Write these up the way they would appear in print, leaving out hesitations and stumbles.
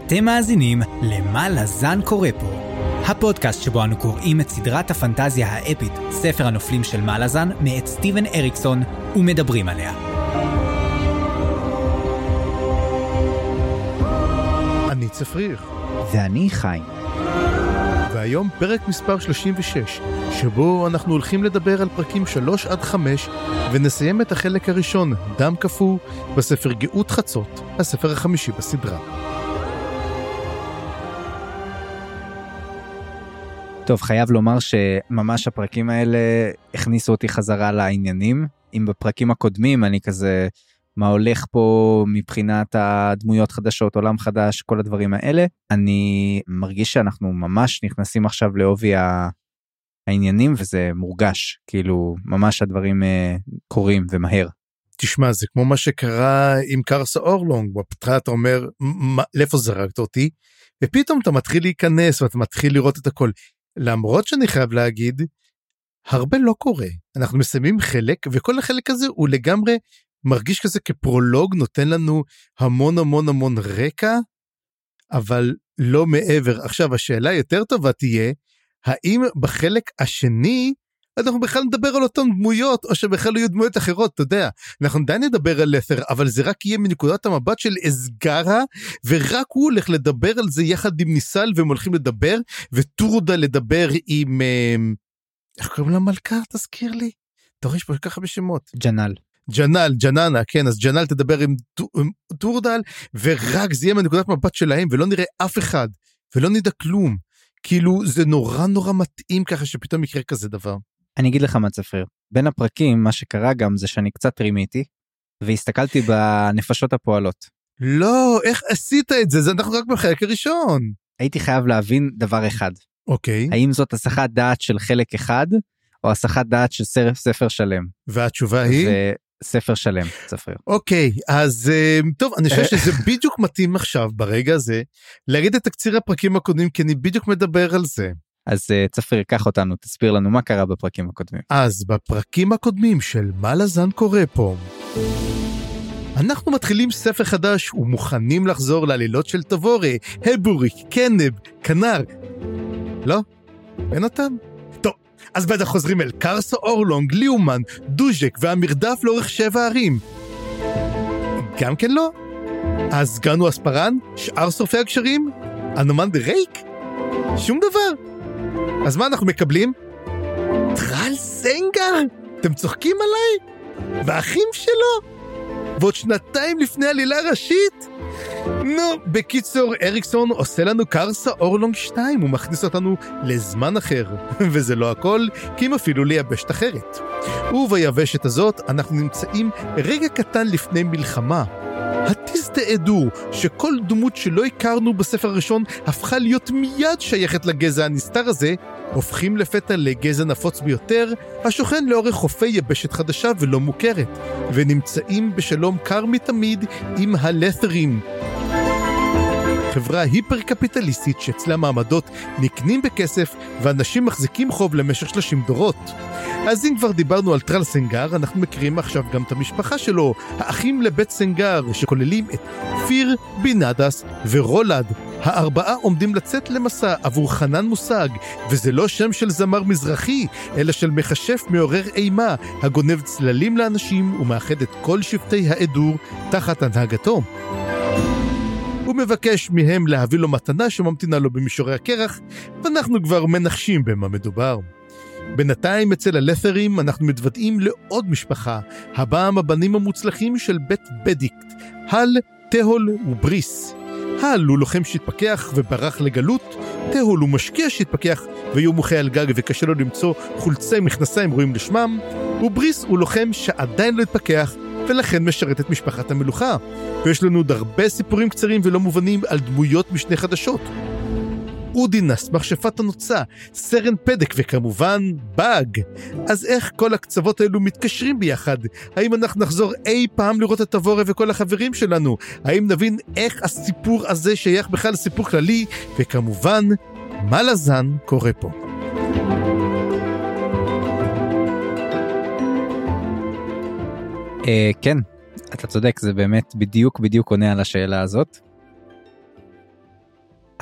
אתם מאזינים למה לזן קורא פה, הפודקאסט שבו אנו קוראים את סדרת הפנטזיה האפית, ספר הנופלים של מה לזן, מאת סטיבן אריקסון, ומדברים עליה. אני צפריר. ואני חיים. והיום פרק מספר 36, שבו אנחנו הולכים לדבר על פרקים 3 עד 5, ונסיים את החלק הראשון, דם קפוא, בספר גאות חצות, הספר החמישי בסדרה. טוב, חייב לומר שממש הפרקים האלה הכניסו אותי חזרה לעניינים. אם בפרקים הקודמים אני כזה, מה הולך פה מבחינת הדמויות חדשות, עולם חדש, כל הדברים האלה, אני מרגיש שאנחנו ממש נכנסים עכשיו לעובי העניינים, וזה מורגש, כאילו ממש הדברים קורים ומהר. תשמע, זה כמו מה שקרה עם קרסה אורלונג, בפתחה אתה אומר, לאיפה זרקת אותי? ופתאום אתה מתחיל להיכנס, ואתה מתחיל לראות את הכל. למרות שאני חייב להגיד, הרבה לא קורה. אנחנו מסיימים חלק, וכל החלק הזה הוא לגמרי מרגיש כזה כפרולוג, נותן לנו המון המון המון רקע, אבל לא מעבר. עכשיו, השאלה יותר טובה תהיה, האם בחלק השני, אנחנו בכלל נדבר על אותם דמויות, או שבכלל יהיו דמויות אחרות, אתה יודע, אנחנו עדיין נדבר על לת'ר, אבל זה רק יהיה מנקודת המבט של אסגרה, ורק הוא הולך לדבר על זה יחד עם ניסל, והם הולכים לדבר, וטורדה לדבר עם, איך קוראים לה מלכה, תזכיר לי? אתה רואה, יש פה ככה בשמות. ג'ננה, כן, אז ג'נל תדבר עם טורדל, ורק זה יהיה מנקודת מבט שלהם, ולא נראה אף אחד, ולא נדע כלום. כאילו, זה נורא נורא מתאים ככה, שפתאום יקרה כזה דבר. אני אגיד לך מה צפריר, בין הפרקים מה שקרה גם זה שאני קצת רימיתי, והסתכלתי בנפשות הפועלות. לא, איך עשית את זה? זה אנחנו רק בחלק הראשון. הייתי חייב להבין דבר אחד. אוקיי. האם זאת הסחת דעת של חלק אחד, או הסחת דעת של ספר שלם? והתשובה היא? ספר שלם, צפריר. אוקיי, אז טוב, אני חושב שזה בדיוק מתאים עכשיו, ברגע הזה, להגיד את תקציר הפרקים הקודמים, כי אני בדיוק מדבר על זה. אז צפריר, קח אותנו, תסביר לנו מה קרה בפרקים הקודמים. אז בפרקים הקודמים של מה לזן קורא פה, אנחנו מתחילים ספר חדש ומוכנים לחזור לעלילות של תבורי, הבוריק, קנב, כנר. לא? אין אותם? טוב, אז בטח חוזרים אל קרסה אורלונג, ליאומן, דוז'ק והמרדף לאורך 7 ערים. גם כן לא? אז גנו אספרן, שאר שורפי הגשרים, אנומן דרייק? שום דבר. אז מה אנחנו מקבלים? טרל סנגר? אתם צוחקים עליי? והאחים שלו? ועוד 2 לפני עלילה ראשית? נו, בקיצור, אריקסון עושה לנו קרסה אורלונג 2, הוא מכניס אותנו לזמן אחר, וזה לא הכל, כי אם אפילו ליבשת אחרת. וביבשת הזאת אנחנו נמצאים רגע קטן לפני מלחמה. התסתעדו שכל דמות שלא הכרנו בספר הראשון הפכה להיות מיד שייכת לגזע הנסתר הזה, הופכים לפתע לגזע נפוץ ביותר, השוכן לאורך חופי יבשת חדשה ולא מוכרת, ונמצאים בשלום קר מתמיד עם הלת'רים. חברה היפר-קפיטליסטית שאצלה מעמדות נקנים בכסף, ואנשים מחזיקים חוב למשך 30 דורות. אז אם כבר דיברנו על טרל סנגר, אנחנו מכירים עכשיו גם את המשפחה שלו, האחים לבית סנגר, שכוללים את פיר, בינדס ורולד. 4 עומדים לצאת למסע עבור חנן מושג, וזה לא שם של זמר מזרחי, אלא של מחשף מעורר אימה, הגונב צללים לאנשים ומאחד את כל שבטי העדור תחת הנהגתו. הוא מבקש מהם להביא לו מתנה שממתינה לו במישורי הקרח, ואנחנו כבר מנחשים במה מדובר. בינתיים אצל הלת'רים אנחנו מתוודעים לעוד משפחה, הפעם הבנים המוצלחים של בית בדיקט, הל, תהול ובריס. הל הוא לוחם שהתפקח וברח לגלות, תהול הוא משקיע שהתפקח ויהיו מוחה על גג וקשה לו למצוא חולצי מכנסיים רואים לשמם, ובריס הוא לוחם שעדיין לא התפקח ולכן משרת את משפחת המלוכה. ויש לנו עוד הרבה סיפורים קצרים ולא מובנים על דמויות משנה חדשות. אודינס, מכשפת הנוצה, סרן פדק וכמובן באג. אז איך כל הקצוות האלו מתקשרים ביחד? האם אנחנו נחזור אי פעם לראות את תבורי וכל החברים שלנו? האם נבין איך הסיפור הזה שייך בכלל לסיפור כללי? וכמובן, מה לזן קורה פה? כן, אתה צודק, זה באמת בדיוק עונה על השאלה הזאת.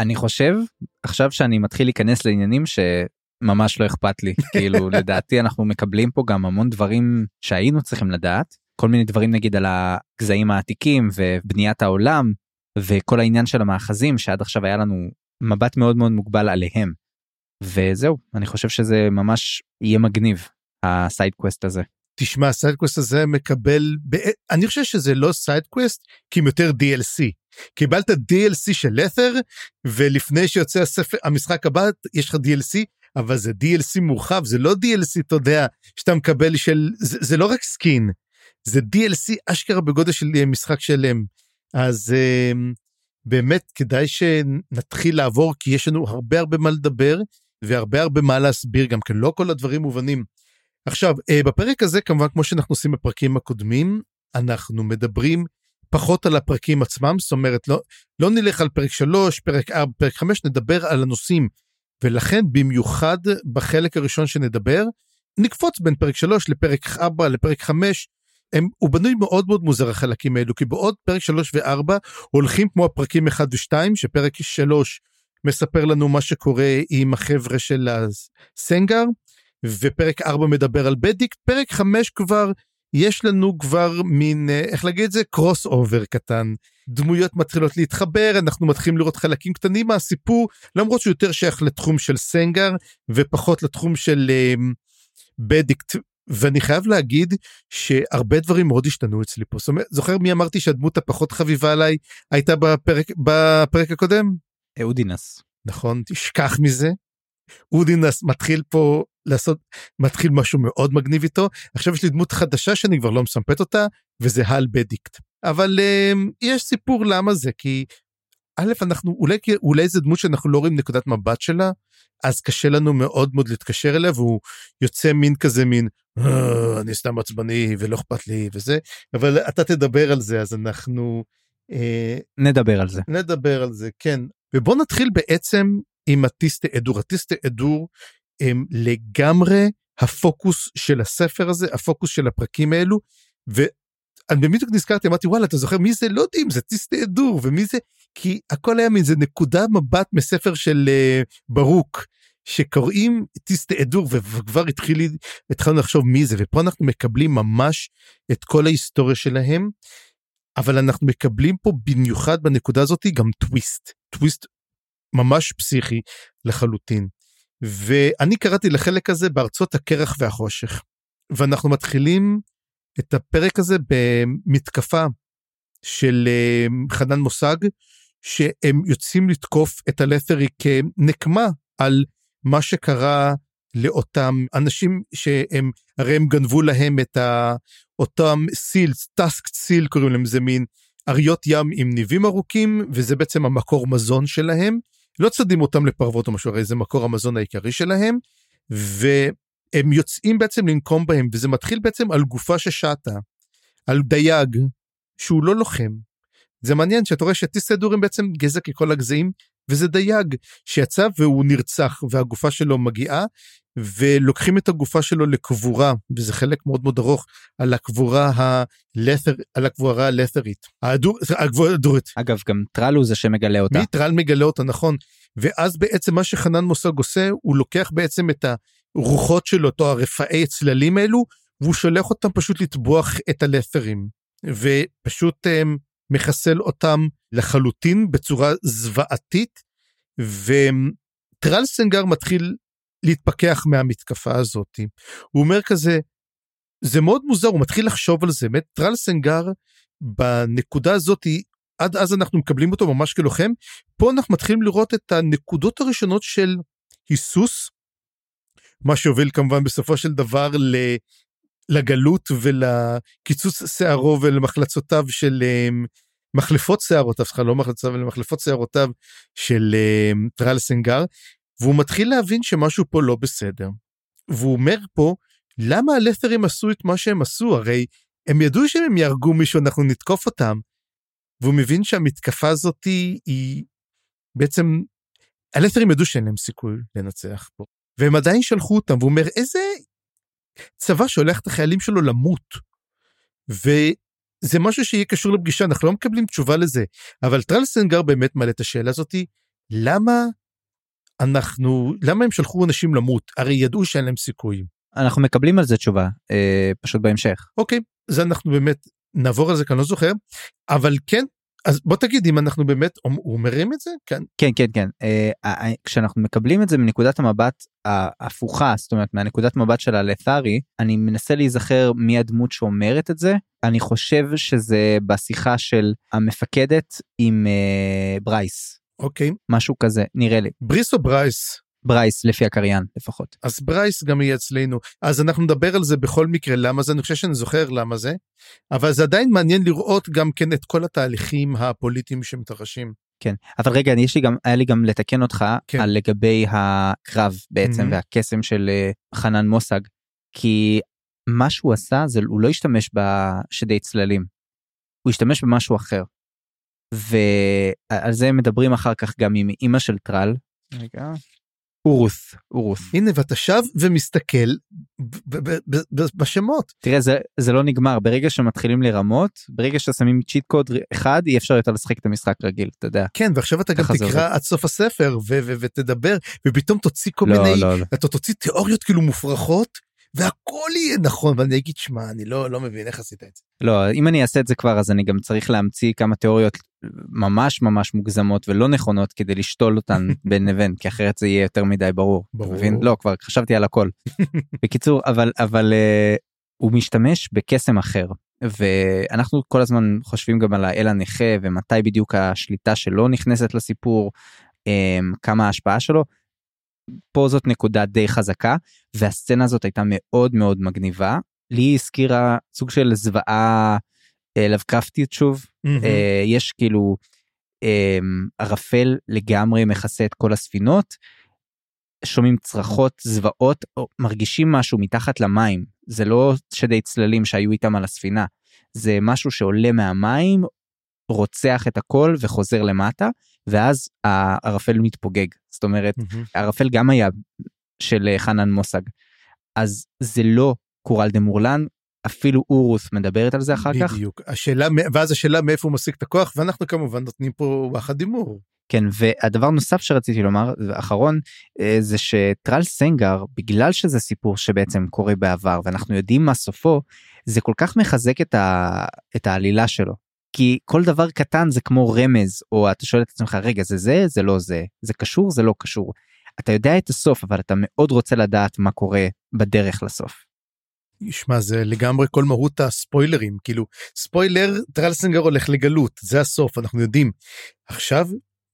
אני חושב, עכשיו שאני מתחיל להיכנס לעניינים שממש לא אכפת לי, כאילו לדעתי אנחנו מקבלים פה גם המון דברים שהיינו צריכים לדעת, כל מיני דברים נגיד על הגזעים העתיקים ובניית העולם, וכל העניין של המאחזים שעד עכשיו היה לנו מבט מאוד מאוד מוגבל עליהם, וזהו, אני חושב שזה ממש יהיה מגניב, הסיידקווסט הזה. תשמע, הסיידקווסט הזה מקבל, אני חושב שזה לא סיידקווסט, כי הם יותר DLC. קיבלת DLC של לת'ר, ולפני שיוצא המשחק הבא, יש לך DLC, אבל זה DLC מורחב, זה לא DLC, אתה יודע, שאתה מקבל זה לא רק סקין, זה DLC אשכרה בגודל של משחק שלם. אז באמת כדאי שנתחיל לעבור, כי יש לנו הרבה מה לדבר, והרבה מה להסביר, גם כן לא כל הדברים מובנים. עכשיו, בפרק הזה, כמובן, כמו שאנחנו עושים בפרקים הקודמים, אנחנו מדברים פחות על הפרקים עצמם, זאת אומרת, לא נלך על פרק 3, פרק 4, פרק 5, נדבר על הנושאים, ולכן במיוחד בחלק הראשון שנדבר, נקפוץ בין פרק 3 לפרק 4 לפרק 5, הוא בנוי מאוד מאוד מוזר החלקים האלו, כי בעוד פרק 3 ו4 הולכים כמו הפרקים 1 ו2, שפרק 3 מספר לנו מה שקורה עם החבר'ה של הסנגר, ופרק 4 מדבר על בדיקט, פרק 5 כבר, יש לנו כבר מין, איך להגיד את זה? קרוס אובר קטן. דמויות מתחילות להתחבר, אנחנו מתחילים לראות חלקים קטנים מהסיפור, למרות שהוא יותר שייך לתחום של סנגר, ופחות לתחום של בדיקט, ואני חייב להגיד שהרבה דברים מאוד השתנו אצלי פה. זוכר מי אמרתי שהדמות הפחות חביבה עליי, הייתה בפרק הקודם? אודינס. נכון, תשכח מזה. אודינס מתחיל פה מתחיל משהו מאוד מגניב איתו, עכשיו יש לי דמות חדשה שאני כבר לא מסמפת אותה, וזה הל בדיקט. אבל יש סיפור למה זה, כי א', אנחנו, אולי זה דמות שאנחנו לא רואים נקודת מבט שלה, אז קשה לנו מאוד מאוד להתקשר אליה, והוא יוצא מין כזה מין, אני סתם עצבני ולא אכפת לי וזה, אבל אתה תדבר על זה, אז אנחנו נדבר על זה, כן. ובוא נתחיל בעצם עם הטיסטה אדור. הטיסטה אדור הם לגמרי הפוקוס של הספר הזה, הפוקוס של הפרקים האלו, ואני בדיוק נזכרתי, אמרתי, וואלה, אתה זוכר מי זה? לא יודעים, זה טיסטה אדור, ומי זה? כי הכל היה מזה נקודה מבט מספר של ברוק, שקוראים טיסטה אדור, וכבר התחלנו לחשוב מי זה, ופה אנחנו מקבלים ממש את כל ההיסטוריה שלהם, אבל אנחנו מקבלים פה במיוחד בנקודה הזאת גם טוויסט ממש פסיכי לחלוטין. ואני קראתי לחלק הזה בארצות הקרח והחושך, ואנחנו מתחילים את הפרק הזה במתקפה של חנן מושג, שהם יוצאים לתקוף את הלת'רי כנקמה על מה שקרה לאותם אנשים שהם, הרי הם גנבו להם את אותם סיל, טסק סיל קוראים להם, זה מין אריות ים עם ניבים ארוכים, וזה בעצם המקור מזון שלהם, לא צדים אותם לפרוות או משהו, הרי זה מקור המזון העיקרי שלהם, והם יוצאים בעצם לנקום בהם, וזה מתחיל בעצם על גופה ששטה, על דייג, שהוא לא לוחם. זה מעניין שאתה רואה שטיסטה אדור הם בעצם גזע ככל הגזעים, וזה דייג שיצא והוא נרצח, והגופה שלו מגיעה, ולוקחים את הגופה שלו לקבורה, וזה חלק מאוד מאוד ארוך, על הקבורה הלת'רית. הדורית. אגב, גם טרל הוא זה שמגלה אותה. מי טרל מגלה אותה, נכון. ואז בעצם מה שחנן מושג עושה, הוא לוקח בעצם את הרוחות שלו, אותו הרפאי הצללים האלו, והוא שולח אותם פשוט לטבוח את הלת'רים, ופשוט מחסל אותם לחלוטין בצורה זוועתית, וטרל סנגר מתחיל להתפכח מהמתקפה הזאת. הוא אומר כזה, זה מאוד מוזר, הוא מתחיל לחשוב על זה, טרל סנגר בנקודה הזאת, עד אז אנחנו מקבלים אותו ממש כלוחם, פה אנחנו מתחילים לראות את הנקודות הראשונות של היסוס, מה שהוביל כמובן בסופו של דבר לגלות ולקיצוץ שערו ולמחלצותיו של מחלפות שערותיו, לא מחלצותיו, אלא מחלפות שערותיו של טרל סנגר, והוא מתחיל להבין שמשהו פה לא בסדר. והוא אומר פה, למה הלת'רים עשו את מה שהם עשו? הרי הם ידעו שהם יהרגו מישהו, אנחנו נתקוף אותם. והוא מבין שהמתקפה הזאת היא בעצם, הלת'רים ידעו שאין להם סיכוי לנצח פה. והם עדיין שלחו אותם, והוא אומר, איזה צבא שהולך את החיילים שלו למות. וזה משהו שיהיה קשור לפגישה, אנחנו לא מקבלים תשובה לזה. אבל טרל סנגר באמת מעלה את השאלה הזאת, למה הם שלחו אנשים למות? הרי ידעו שאין להם סיכוי. אנחנו מקבלים על זה תשובה, פשוט בהמשך. אוקיי, אז אנחנו באמת נעבור על זה, כי אני לא זוכר, אבל כן, אז בוא תגיד אם אנחנו באמת אומרים את זה, כן. כן. כשאנחנו מקבלים את זה מנקודת המבט ההפוכה, זאת אומרת מהנקודת מבט של הלת'רי, אני מנסה להיזכר מי הדמות שאומרת את זה, אני חושב שזה בשיחה של המפקדת עם ברייס. אוקיי. משהו כזה, נראה לי. בריס או ברייס? ברייס, לפי הקריין לפחות. אז ברייס גם יהיה אצלנו, אז אנחנו נדבר על זה בכל מקרה, למה זה, אני חושב שאני זוכר למה זה, אבל זה עדיין מעניין לראות גם כן את כל התהליכים הפוליטיים שמתרחשים. כן, אבל רגע, היה לי גם לתקן אותך, כן. על לגבי הקרב בעצם, והקסם של חנן מוסג, כי מה שהוא עשה, הוא לא השתמש בשדי צללים, הוא השתמש במשהו אחר, ועל זה מדברים אחר כך גם עם אמא של טרל, רגע, אורוס. הנה, ואתה שב ומסתכל בשמות. תראה, זה לא נגמר, ברגע שמתחילים לרמות, ברגע ששמים צ'יט קוד אחד, אי אפשר יותר לשחק את המשחק רגיל, אתה יודע. כן, ועכשיו אתה גם תקרא עד סוף הספר, ותדבר, ופתאום תוציא כל מיני, אתה תוציא תיאוריות כאילו מופרכות, והכל יהיה נכון, ואני אגיד, שמה, אני לא מבין איך עשית את זה. לא, אם אני אעשה את זה כבר, אז אני גם צריך להמציא כמה תיאוריות ממש ממש מוגזמות ולא נכונות, כדי לשתול אותן בין לבין, כי אחרת זה יהיה יותר מדי ברור. מבין? לא, כבר חשבתי על הכל. בקיצור, אבל הוא משתמש בקסם אחר, ואנחנו כל הזמן חושבים גם על האל הנכה, ומתי בדיוק השליטה שלו נכנסת לסיפור, כמה ההשפעה שלו, פה זאת נקודה די חזקה, והסצנה הזאת הייתה מאוד מאוד מגניבה, לי הזכירה סוג של זוועה לבקרפטית שוב, יש כאילו ערפל לגמרי מכסה את כל הספינות, שומעים צרחות, זוועות, מרגישים משהו מתחת למים, זה לא שדי צללים שהיו איתם על הספינה, זה משהו שעולה מהמים, רוצח את הכל וחוזר למטה, ואז הערפל מתפוגג, זאת אומרת, הערפל גם היה של חנן מוסג, אז זה לא קורל דה מורלן, אפילו אורוס מדברת על זה אחר כך. בדיוק, ואז השאלה מאיפה הוא משיג את הכוח, ואנחנו כמובן נותנים פה ואחד דימור. כן, והדבר נוסף שרציתי לומר, האחרון, זה שטרל סנגר, בגלל שזה סיפור שבעצם קורה בעבר, ואנחנו יודעים מה סופו, זה כל כך מחזק את העלילה שלו. כי כל דבר קטן זה כמו רמז, או אתה שואל את עצמך, רגע, זה לא זה, זה קשור, זה לא קשור. אתה יודע את הסוף, אבל אתה מאוד רוצה לדעת מה קורה בדרך לסוף. ישמע, זה לגמרי כל מהות הספוילרים, כאילו, ספוילר, טרל סנגר הולך לגלות, זה הסוף, אנחנו יודעים. עכשיו,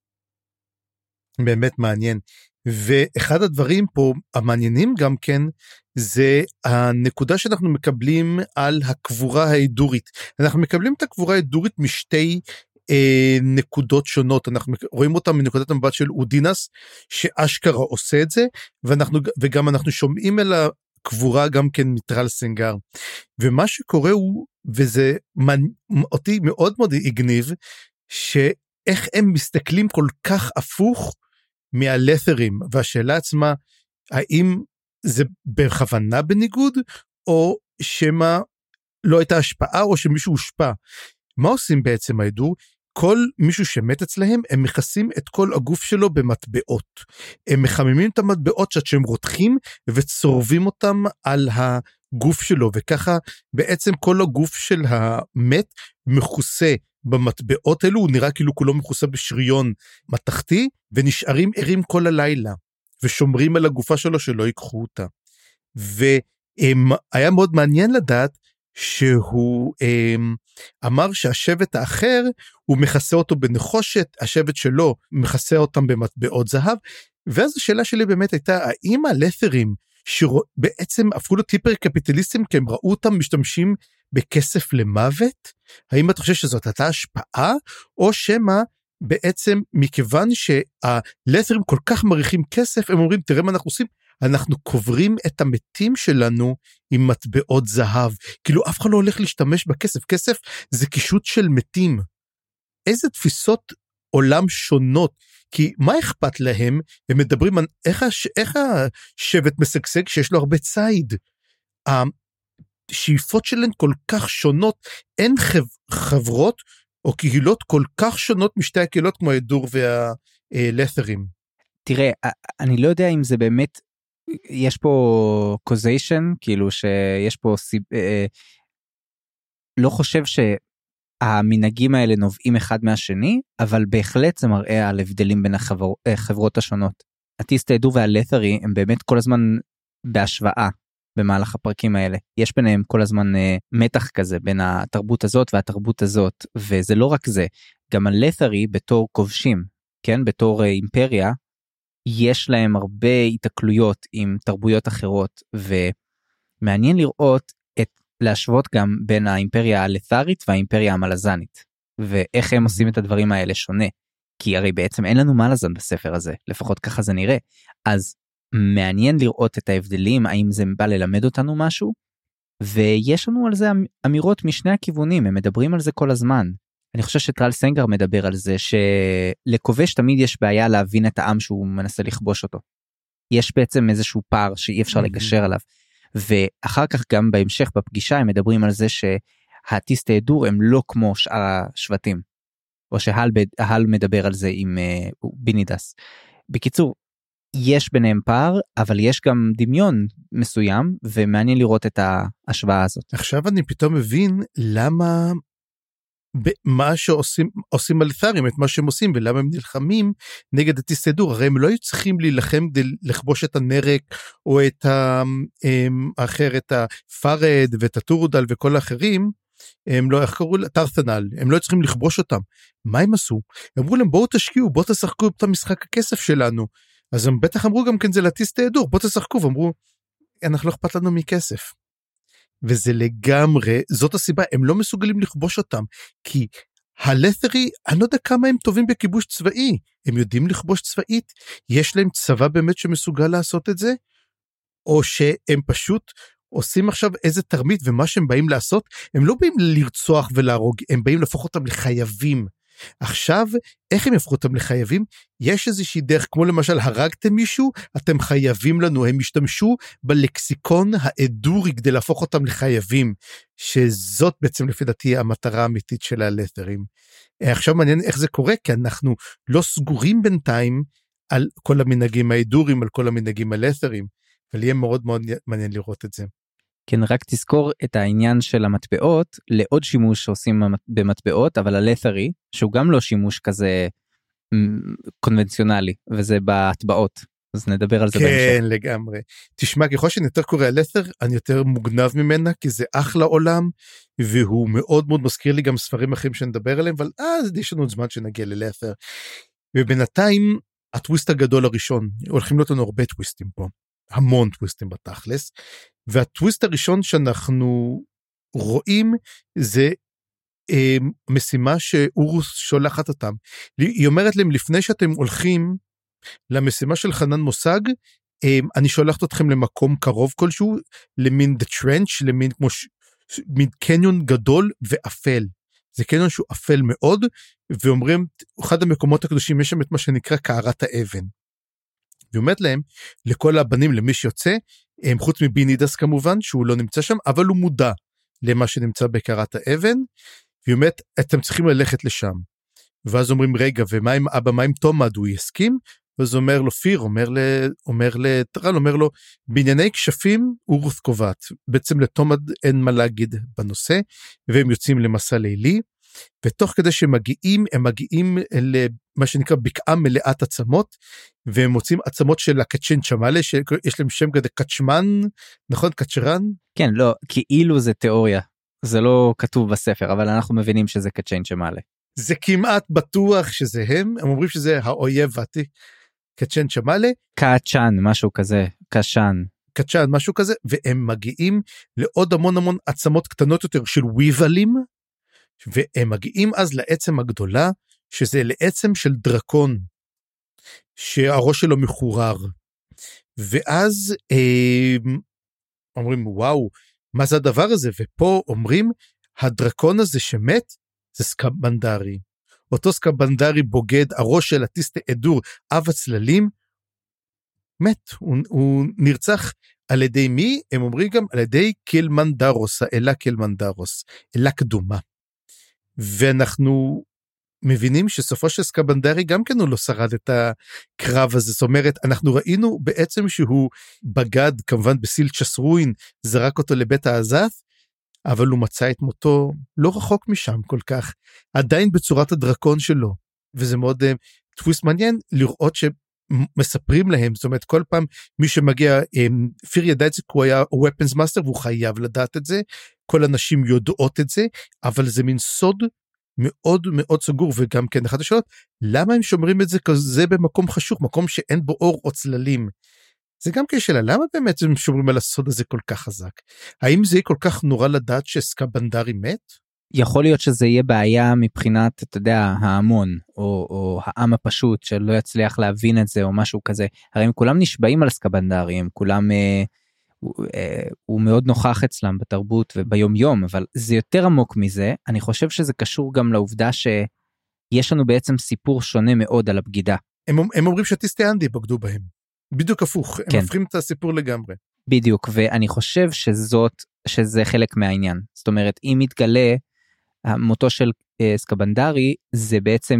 באמת מעניין. ואחד הדברים פה, המעניינים גם כן, זה הנקודה שאנחנו מקבלים על הקבורה ההידורית. אנחנו מקבלים את הקבורה ההידורית משתי נקודות שונות, אנחנו רואים אותה מנקודת המבט של אודינס, שאשכרה עושה את זה, וגם אנחנו שומעים על הקבורה גם כן מטרל סנגר. ומה שקורה הוא, וזה אותי מאוד מאוד הגניב, שאיך הם מסתכלים כל כך הפוך מהלת'רים, והשאלה עצמה, האם זה בכוונה בניגוד, או שמה לא הייתה השפעה, או שמישהו הושפע. מה עושים בעצם ההידור? כל מישהו שמת אצלהם, הם מכסים את כל הגוף שלו במטבעות. הם מחממים את המטבעות שעד שהם רותחים, וצורבים אותם על הגוף שלו, וככה בעצם כל הגוף של המת מכוסה במטבעות האלו, הוא נראה כאילו כולו מכוסה בשריון מתחתי, ונשארים ערים כל הלילה, ושומרים על הגופה שלו שלא ייקחו אותה. והיה מאוד מעניין לדעת, שהוא אמר שהשבט האחר, הוא מכסה אותו בנחושת, השבט שלו מכסה אותם במטבעות זהב, ואז השאלה שלי באמת הייתה, האם הלת'רים, שבעצם הפכו לו טיפר קפיטליסטים, כי הם ראו אותם משתמשים בכסף למוות, האם אתה חושב שזאת הייתה השפעה, או שמה בעצם מכיוון שהלת'רים כל כך מריחים כסף, הם אומרים, תראה מה אנחנו עושים, אנחנו קוברים את המתים שלנו עם מטבעות זהב, כאילו אף אחד לא הולך להשתמש בכסף, כסף זה קישוט של מתים, איזה תפיסות עולם שונות, כי מה אכפת להם, הם מדברים על איך השבט משגשג שיש לו הרבה ציד, השאיפות שלהן כל כך שונות, אין חברות או קהילות כל כך שונות משתי הקהילות כמו האדור והלת'רים? תראה, אני לא יודע אם זה באמת, יש פה causation, כאילו שיש פה, לא חושב שהמנהגים האלה נובעים אחד מהשני, אבל בהחלט זה מראה על הבדלים בין החברות השונות. הטיסט האדור והלת'רי הם באמת כל הזמן בהשוואה במהלך הפרקים האלה. יש ביניהם כל הזמן מתח כזה בין התרבות הזאת והתרבות הזאת, וזה לא רק זה, גם הלת'רי בתור כובשים, כן, בתור אימפריה, יש להם הרבה התקלויות עם תרבויות אחרות, ומעניין לראות להשוות גם בין האימפריה הלת'רית והאימפריה המלזנית, ואיך הם עושים את הדברים האלה שונה, כי הרי בעצם אין לנו מלזן בספר הזה, לפחות ככה זה נראה, אז מעניין לראות את ההבדלים, האם זה בא ללמד אותנו משהו, ויש לנו על זה אמירות משני הכיוונים, הם מדברים על זה כל הזמן. אני חושב שטרל סנגר מדבר על זה, שלכובש תמיד יש בעיה להבין את העם שהוא מנסה לכבוש אותו. יש בעצם איזשהו פער שאי אפשר לגשר עליו, ואחר כך גם בהמשך בפגישה הם מדברים על זה שהטיסט האדור הם לא כמו שאר השבטים, או שהל מדבר על זה עם בינידס. בקיצור, יש ביניהם פער, אבל יש גם דמיון מסוים, ומעניין לראות את ההשוואה הזאת. עכשיו אני פתאום מבין למה מה שעושים הלת'רים, את מה שהם עושים, ולמה הם נלחמים נגד הטיסט האדור, הרי הם לא היו צריכים להילחם כדי לכבוש את הנרק, או את האחר, את הפרד, ואת הטורודל, וכל האחרים, הם לא, איך קראו לה? טרת'נל, הם לא צריכים לכבוש אותם. מה הם עשו? הם אמרו להם, בואו תשקיעו, בואו תשחקו את המשחק הכסף שלנו, אז הם בטח אמרו גם כן זה לטיסט האדור, בואו תשחקו, ואמרו, אנחנו לא אכפת לנו מכסף. וזה לגמרי, זאת הסיבה, הם לא מסוגלים לכבוש אותם, כי הלת'רי, אני לא יודע כמה הם טובים בכיבוש צבאי, הם יודעים לכבוש צבאית, יש להם צבא באמת שמסוגל לעשות את זה, או שהם פשוט עושים עכשיו איזה תרמית, ומה שהם באים לעשות, הם לא באים לרצוח ולהרוג, הם באים להפוך אותם לחייבים. עכשיו, איך הם יפכו אותם לחייבים? יש איזושהי דרך, כמו למשל, הרגתם מישהו, אתם חייבים לנו, הם השתמשו בלקסיקון האדורי, כדי להפוך אותם לחייבים, שזאת בעצם לפי דעתי המטרה האמיתית של הלת'רים. עכשיו מעניין איך זה קורה, כי אנחנו לא סגורים בינתיים, על כל המנהגים האדורים, על כל המנהגים הלת'רים, אבל יהיה מאוד מאוד מעניין לראות את זה. כן, רק תזכור את העניין של המטבעות, לעוד שימוש שעושים במטבעות, אבל הלת'רי, שהוא גם לא שימוש כזה קונבנציונלי, וזה בהטבעות, אז נדבר על זה בהמשך. כן, לגמרי. תשמע, ככל שאני יותר קורא לת'ר, אני יותר מוגנב ממנה, כי זה אחלה עולם, והוא מאוד מאוד מזכיר לי גם ספרים אחרים שנדבר עליהם, אבל אז יש לנו זמן שנגיע ללת'ר. ובינתיים, הטוויסט הגדול הראשון, הולכים להיות לנו הרבה טוויסטים פה, המון טוויסטים בתכלס, והטוויסט הראשון שאנחנו רואים זה משימה שאורוס שולחת אותם. היא אומרת להם, לפני שאתם הולכים למשימה של חנן מושג, אני שולחת אתכם למקום קרוב כלשהו, למין The Trench, למין כמו מין קניון גדול ואפל. זה קניון שהוא אפל מאוד, ואומרים, אחד המקומות הקדושים, יש שם את מה שנקרא קערת האבן. והיא אומרת להם, לכל הבנים, למי שיוצא, חוץ מבינידס כמובן, שהוא לא נמצא שם, אבל הוא מודע למה שנמצא בקערת האבן, והיא אומרת, אתם צריכים ללכת לשם. ואז אומרים, רגע, ומה עם אבא, מה עם תומד, הוא יסכים? ואז אומר לו, פיר, אומר לטרל, אומר לו, בענייני כשפים, אורוס קובעת. בעצם לתומד אין מה להגיד בנושא, והם יוצאים למסע לילי, ותוך כדי שהם מגיעים, הם מגיעים למה שנקרא בקעה מלאת עצמות, והם מוצאים עצמות של הקצ'ן צ'מאלה, שיש להם שם כזה קצ'מן, נכון? קצ'רן? כן, לא, כאילו זה תיאוריה, זה לא כתוב בספר, אבל אנחנו מבינים שזה קצ'ן צ'מאלה. זה כמעט בטוח שזה הם אומרים שזה האויב העתיק, קצ'ן צ'מאלה. קצ'ן, משהו כזה, קצ'ן, משהו כזה, והם מגיעים לעוד המון המון עצמות קטנות יותר של וויבלים, והם מגיעים אז לעצם הגדולה, שזה לעצם של דרקון, שהראש שלו מחורר, ואז אומרים, וואו, מה זה הדבר הזה? ופה אומרים, הדרקון הזה שמת, זה סקבנדרי. אותו סקבנדרי בוגד, הראש של הטיסט האדור, אב הצללים, מת, הוא נרצח על ידי מי? הם אומרים גם על ידי קילמנדרוס, האלה קילמנדרוס, אלה קדומה. ואנחנו מבינים שסופו של סקבנדרי גם כן הוא לא שרד את הקרב הזה, זאת אומרת, אנחנו ראינו בעצם שהוא בגד, כמובן בסיל צ'סרואין, זרק אותו לבית העזת, אבל הוא מצא את מותו לא רחוק משם כל כך, עדיין בצורת הדרקון שלו, וזה מאוד טוויסט מעניין לראות שמספרים להם, זאת אומרת כל פעם מי שמגיע, פיר ידע את זה, הוא היה weapons master והוא חייב לדעת את זה, כל הנשים יודעות את זה, אבל זה מין סוד מאוד מאוד סגור, וגם כן אחת השאלות, למה הם שומרים את זה כזה במקום חשוך, מקום שאין בו אור או צללים? זה גם כשאלה, למה באמת הם שומרים על הסוד הזה כל כך חזק? האם זה יהיה כל כך נורא לדעת שסקבנדרי מת? יכול להיות שזה יהיה בעיה מבחינת, אתה יודע, ההמון, או העם הפשוט, שלא יצליח להבין את זה, או משהו כזה. הרי הם כולם נשבעים על סקבנדרי, הם כולם, הוא מאוד נוכח אצלם בתרבות וביום יום, אבל זה יותר עמוק מזה. אני חושב שזה קשור גם לעובדה שיש לנו בעצם סיפור שונה מאוד על הבגידה. הם אומרים שטיסטי-אנדי בגדו בהם. בדיוק הפוך, הם הופכים את הסיפור לגמרי. בדיוק, ואני חושב שזה חלק מהעניין. זאת אומרת, אם יתגלה מותו של סקבנדרי, זה בעצם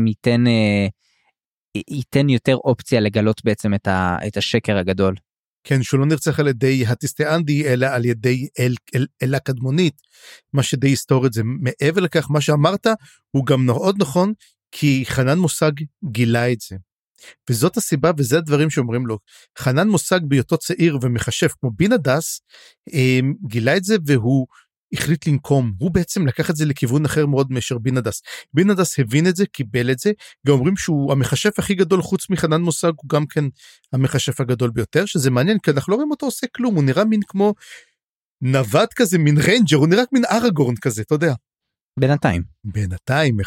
ייתן יותר אופציה לגלות בעצם את השקר הגדול. כן, שהוא לא נרצח על ידי הטיסטי-אנדי, אלא על ידי אלה קדמונית, מה שדי היסטורית זה מעבר לכך, מה שאמרת, הוא גם מאוד נכון, כי חנן מושג גילה את זה. וזאת הסיבה, וזה הדברים שאומרים לו, חנן מושג בהיותו צעיר ומחשב כמו בין הדס, גילה את זה והוא החליט לנקום, הוא בעצם לקח את זה לכיוון אחר מאוד מאשר בין הדס. בין הדס הבין את זה, קיבל את זה, גם אומרים שהוא המחשב הכי גדול חוץ מחנן מושג, הוא גם כן המחשב הגדול ביותר, שזה מעניין, כי אנחנו לא רואים אותו עושה כלום, הוא נראה מין כמו נווד כזה, מין ריינג'ר, הוא נראה מין ארגורן כזה, אתה יודע. בינתיים,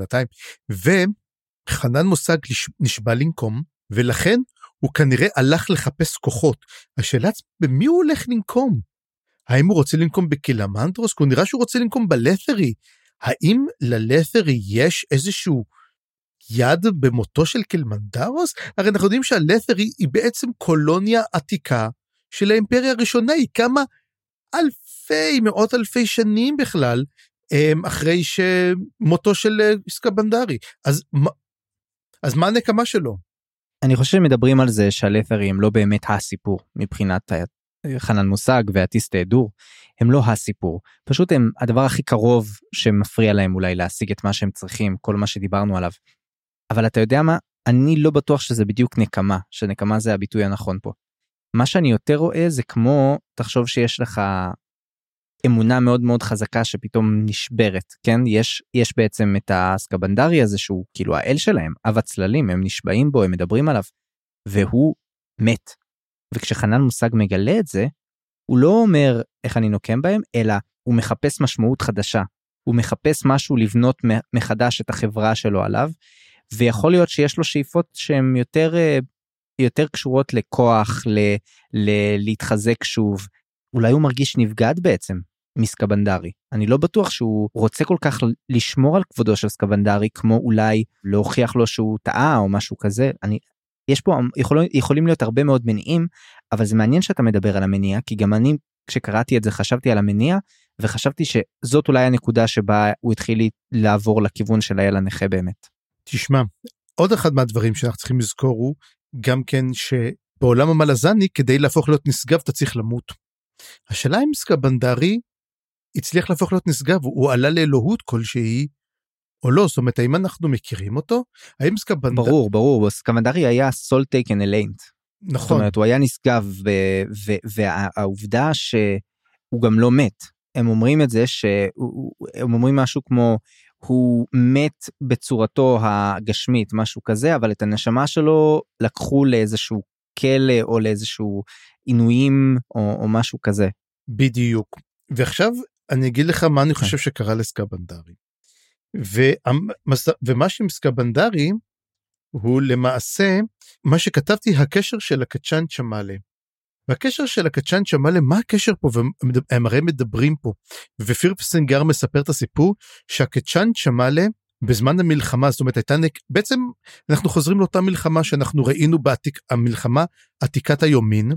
וחנן מושג נשבע לנקום, ולכן הוא כנראה הלך לחפש כוחות. השאלה במי הוא הולך לנקום? האם הוא רוצה לנקום בקילמנדרוס? הוא נראה שהוא רוצה לנקום בלת'רי. האם ללת'רי יש איזשהו יד במותו של קילמנדרוס? הרי אנחנו יודעים שהלת'רי היא בעצם קולוניה עתיקה של האימפריה הראשונה, היא כמה מאות אלפי שנים בכלל, אחרי שמותו של סקבנדרי. אז מה הנקמה שלו? אני חושב שמדברים על זה שהלת'רי הם לא באמת הסיפור, מבחינת חנן מושג והטיסטי דור, הם לא הסיפור, פשוט הם הדבר הכי קרוב שמפריע להם אולי להשיג את מה שהם צריכים, כל מה שדיברנו עליו. אבל אתה יודע מה? אני לא בטוח שזה בדיוק נקמה, שנקמה זה הביטוי הנכון פה. מה שאני יותר רואה זה כמו, תחשוב שיש לך אמונה מאוד מאוד חזקה שפתאום נשברת, כן? יש בעצם את הסקבנדרי הזה שהוא כאילו האל שלהם, אב הצללים, הם נשבעים בו, הם מדברים עליו, והוא מת. וכשחנן מושג מגלה את זה, הוא לא אומר איך אני נוקם בהם, אלא הוא מחפש משמעות חדשה, הוא מחפש משהו לבנות מחדש את החברה שלו עליו, ויכול להיות שיש לו שאיפות שהן יותר קשורות לכוח, להתחזק שוב, אולי הוא מרגיש נבגד בעצם מסקבנדרי. אני לא בטוח שהוא רוצה כל כך לשמור על כבודו של סקבנדרי, כמו אולי להוכיח לו שהוא טעה או משהו כזה. יש פה, יכולים להיות הרבה מאוד מניעים, אבל זה מעניין שאתה מדבר על המניע, כי גם אני, כשקראתי את זה, חשבתי על המניע, וחשבתי שזאת אולי הנקודה שבה הוא התחיל לעבור לכיוון של האל הנכה באמת. תשמע, עוד אחד מהדברים שאנחנו צריכים לזכור הוא, גם כן שבעולם המלזני, כדי להפוך להיות נשגב, אתה צריך למות. השאלה אם סקבנדרי הצליח להפוך להיות נשגב, הוא עלה לאלוהות כלשהי, או לא, זאת אומרת, האם אנחנו מכירים אותו? האם סקבנדרי... ברור, סקבנדרי היה soul taken aligned. נכון. זאת אומרת, הוא היה נשגב, והעובדה שהוא גם לא מת. הם אומרים את זה, הם אומרים משהו כמו, הוא מת בצורתו הגשמית, משהו כזה, אבל את הנשמה שלו לקחו לאיזשהו כלא, או לאיזשהו עינויים, או משהו כזה. בדיוק. ועכשיו אני אגיד לך מה אני חושב שקרה לסקבנדרי. ומה שעם סקבנדרי, הוא למעשה, מה שכתבתי, הקשר של הקצ'אן צ'מאלה. והקשר של הקצ'אן צ'מאלה, מה הקשר פה? והם הרי מדברים פה. ופירפסנגר מספר את הסיפור, שהקצ'אן צ'מאלה, בזמן המלחמה, זאת אומרת, בעצם אנחנו חוזרים לאותה מלחמה שאנחנו ראינו המלחמה עתיקת היומין,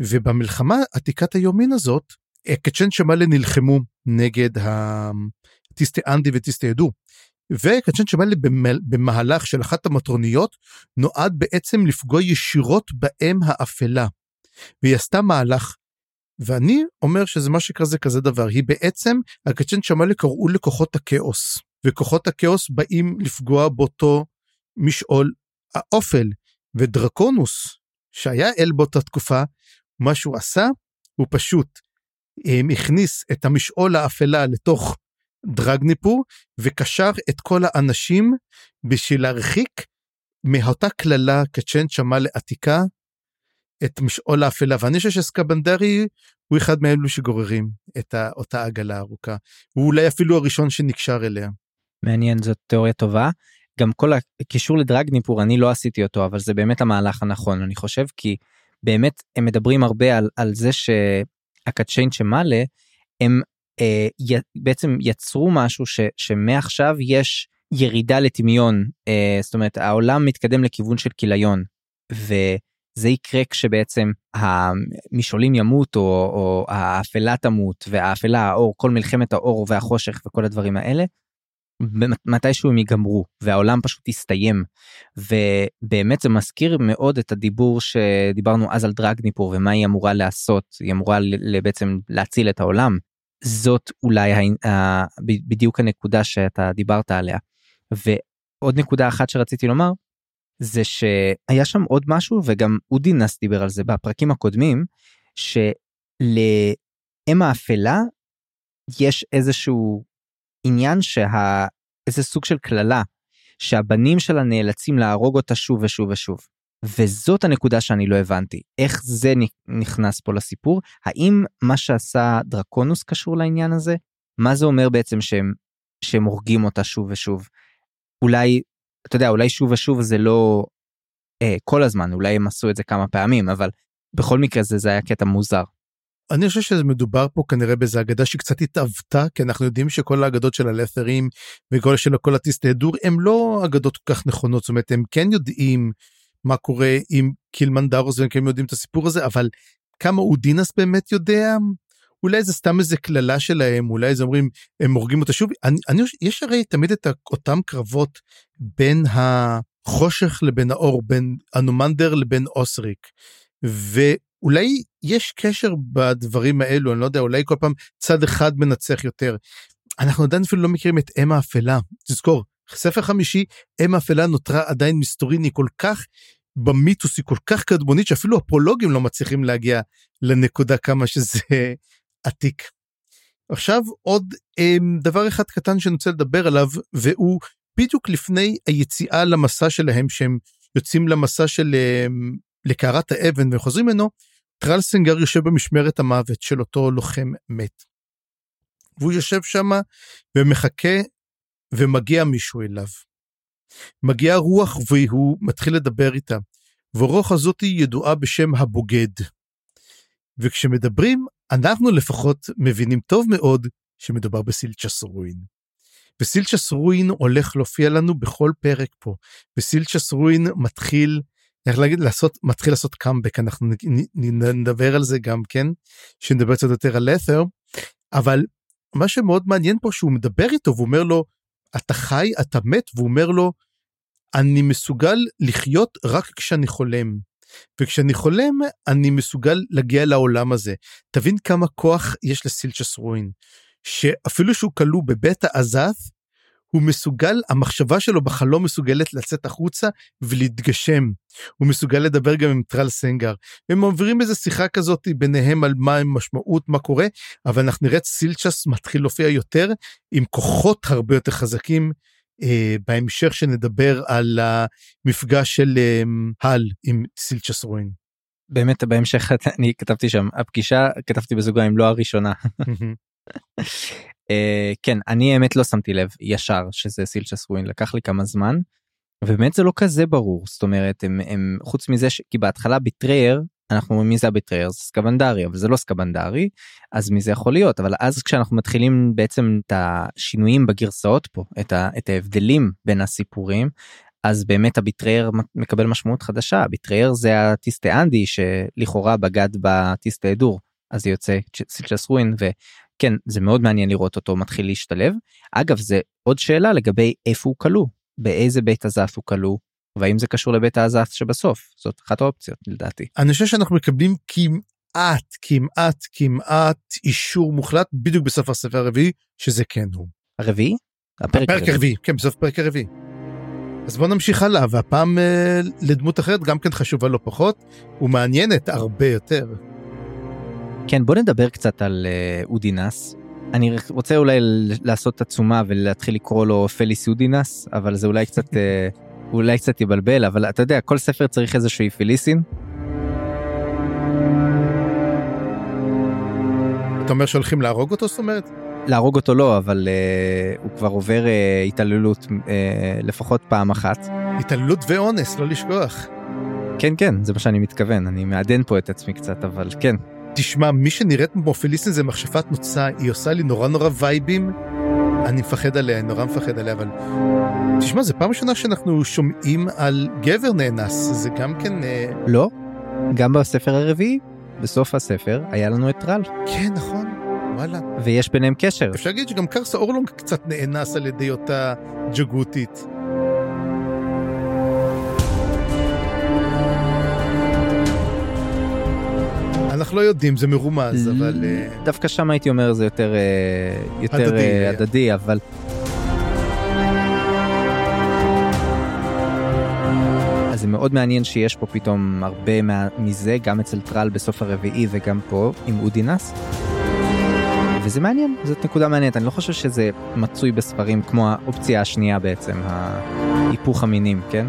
ובמלחמה עתיקת היומין הזאת, הקצ'אן צ'מאלה נלחמו נגד טיסטה אנדי וטיסטה ידו. וקצ'ן שמאלה במהלך של אחת המטרוניות, נועד בעצם לפגוע ישירות באם האפלה. והיא עשתה מהלך, ואני אומר שזה מה שכזה כזה דבר, היא בעצם, הקצ'ן שמאלה קראו לכוחות הכאוס, וכוחות הכאוס באים לפגוע באותו משעול האופל, ודרקונוס, שהיה אל באותה תקופה, מה שהוא עשה, הוא פשוט הכניס את המשעול האפלה לתוך דרגניפור, וקשר את כל האנשים בשביל להרחיק מאותה כללה קצ'ן שמאלה עתיקה, את משעול האפלה, ואני חושב שסקבנדרי הוא אחד מאלו שגוררים את אותה עגלה הארוכה, הוא אולי אפילו הראשון שנקשר אליה. מעניין, זאת תיאוריה טובה, גם כל הקישור לדרגניפור אני לא עשיתי אותו, אבל זה באמת המהלך הנכון, אני חושב, כי באמת הם מדברים הרבה על זה שהקצ'ן שמאלה, הם בעצם יצרו משהו שמעכשיו יש ירידה לטמיון, זאת אומרת העולם מתקדם לכיוון של כיליון, וזה יקרה כשבעצם המשעולים ימות או האפלה תמות, והאפלה, האור, כל מלחמת האור והחושך וכל הדברים האלה, מתישהו הם ייגמרו, והעולם פשוט יסתיים, ובאמת זה מזכיר מאוד את הדיבור שדיברנו אז על דרגניפור, ומה היא אמורה לעשות, היא אמורה בעצם להציל את העולם, זאת אולי בדיוק הנקודה שאתה דיברת עליה. ועוד נקודה אחת שרציתי לומר, זה שהיה שם עוד משהו, וגם אודינס דיבר על זה בפרקים הקודמים, שלאם האפלה יש איזשהו עניין איזה סוג של כללה, שהבנים שלה נאלצים להרוג אותה שוב ושוב ושוב. וזאת הנקודה שאני לא הבנתי. איך זה נכנס פה לסיפור? האם מה שעשה דרקונוס קשור לעניין הזה? מה זה אומר בעצם שהם הורגים אותה שוב ושוב? אולי, אתה יודע, אולי שוב ושוב זה לא כל הזמן, אולי הם עשו את זה כמה פעמים, אבל בכל מקרה זה היה קטע מוזר. אני חושב שזה מדובר פה כנראה באיזו אגדה שקצת התאבתה, כי אנחנו יודעים שכל האגדות של הלת'רים וכל הטיסטה ידור, הם לא אגדות כל כך נכונות, זאת אומרת, הם כן יודעים מה קורה עם קילמנדרוס, והם כן יודעים את הסיפור הזה, אבל כמה אודינס באמת יודע, אולי זה סתם איזה כללה שלהם, אולי זה אומרים, הם הורגים אותה שוב, יש הרי תמיד את אותם קרבות, בין החושך לבין האור, בין אנומנדר לבין אוסריק, ואולי יש קשר בדברים האלו, אני לא יודע, אולי כל פעם צד אחד מנצח יותר, אנחנו עדיין אפילו לא מכירים את אם האפלה, תזכור, ספר חמישי, אם האפלה נותרה עדיין מסתוריני כל כך, במיתוס היא כל כך קדמונית, שאפילו הפרולוגים לא מצליחים להגיע לנקודה כמה שזה עתיק. עכשיו עוד דבר אחד קטן שאני רוצה לדבר עליו, והוא בדיוק לפני היציאה למסע שלהם, שהם יוצאים למסע של לקערת האבן וחוזרים ממנו, טרלסינגר יושב במשמרת המוות של אותו לוחם מת. והוא יושב שם ומחכה, ומגיע מישהו אליו. מגיע רוח והוא מתחיל לדבר איתה. והרוח הזאת היא ידועה בשם הבוגד. וכשמדברים, אנחנו לפחות מבינים טוב מאוד שמדובר בסילצ'ס רוין. וסילצ'ס רוין הולך להופיע לנו בכל פרק פה. וסילצ'ס רוין מתחיל לעשות קאמבק, אנחנו נדבר על זה גם כן, שנדבר קצת יותר על לת'ר, אבל מה שמאוד מעניין פה שהוא מדבר איתו, והוא אומר לו, אתה חי, אתה מת, והוא אומר לו, אני מסוגל לחיות רק כשאני חולם, וכשאני חולם, אני מסוגל להגיע לעולם הזה. תבין כמה כוח יש לסילצ'ס רוין, שאפילו שהוא כלוא בבית העזת, הוא מסוגל, המחשבה שלו בחלום מסוגלת לצאת החוצה ולהתגשם. הוא מסוגל לדבר גם עם טרלסינגר. הם מעבירים איזו שיחה כזאת ביניהם על מה המשמעות, מה קורה, אבל אנחנו נראה את סילצ'ס מתחיל להופיע יותר, עם כוחות הרבה יותר חזקים, בהמשך שנדבר על המפגש של הל עם סילצ'ס רוין. באמת בהמשך אני כתבתי שם, הפגישה כתבתי בזוגיים לא הראשונה. כן, אני האמת לא שמתי לב ישר שזה סילצ'ס רוין, לקח לי כמה זמן, ובאמת זה לא כזה ברור, זאת אומרת, הם חוץ מזה, כי בהתחלה ביטרייר, אנחנו אומרים מי זה הביטרייר, זה סקבנדרי, אבל זה לא סקבנדרי, אז מי זה יכול להיות, אבל אז כשאנחנו מתחילים בעצם את השינויים בגרסאות פה, את ההבדלים בין הסיפורים, אז באמת הביטרייר מקבל משמעות חדשה, הביטרייר זה הטיסטה אנדי, שלכאורה בגד בטיסטה אדור, אז זה יוצא סילצ'ס רוין, כן, זה מאוד מעניין לראות אותו מתחיל להשתלב. אגב, זה עוד שאלה לגבי איפה הוא כלוא, באיזה בית הזף הוא כלוא, והאם זה קשור לבית הזף שבסוף, זאת אחת האופציות לדעתי. אני חושב שאנחנו מקבלים כמעט אישור מוחלט, בדיוק בסוף הספר הרביעי, שזה כן הוא. הרביעי? הפרק הרביעי, כן, בסוף הפרק הרביעי. אז בוא נמשיך הלאה, והפעם לדמות אחרת, גם כן חשובה לא פחות, ומעניינת הרבה יותר. כן, בוא נדבר קצת על אודינס. אני רוצה אולי לעשות עצומה ולהתחיל לקרוא לו פליס אודינס, אבל זה אולי קצת יבלבל, אבל אתה יודע, כל ספר צריך איזושהי פליסין. אתה אומר שהולכים להרוג אותו, זאת אומרת? להרוג אותו לא, אבל הוא כבר עובר התעללות לפחות פעם אחת. התעללות ואונס, לא לשכוח. כן, כן, זה מה שאני מתכוון, אני מעדן פה את עצמי קצת, אבל כן. תשמע, מי שנראית כמו פליסין זה מכשפת נוצה, היא עושה לי נורא וייבים, אני מפחד עליה, נורא מפחד עליה, אבל תשמע, זה פעם ראשונה שאנחנו שומעים על גבר נאנס, זה גם כן... לא, גם בספר הרביעי, בסוף הספר, היה לנו את טרל. כן, נכון, וואלה. ויש ביניהם קשר. אפשר להגיד שגם קרסה אורלונג קצת נאנס על ידי אותה ג'גותית. אנחנו לא יודעים, זה מרומז, אבל... דווקא שם הייתי אומר זה יותר הדדי, אבל... אז זה מאוד מעניין שיש פה פתאום הרבה מזה, גם אצל טרל בסוף הרביעי וגם פה עם אודינס. וזה מעניין, זאת נקודה מעניינת. אני לא חושב שזה מצוי בספרים כמו האופציה השנייה בעצם, ההיפוך המינים, כן?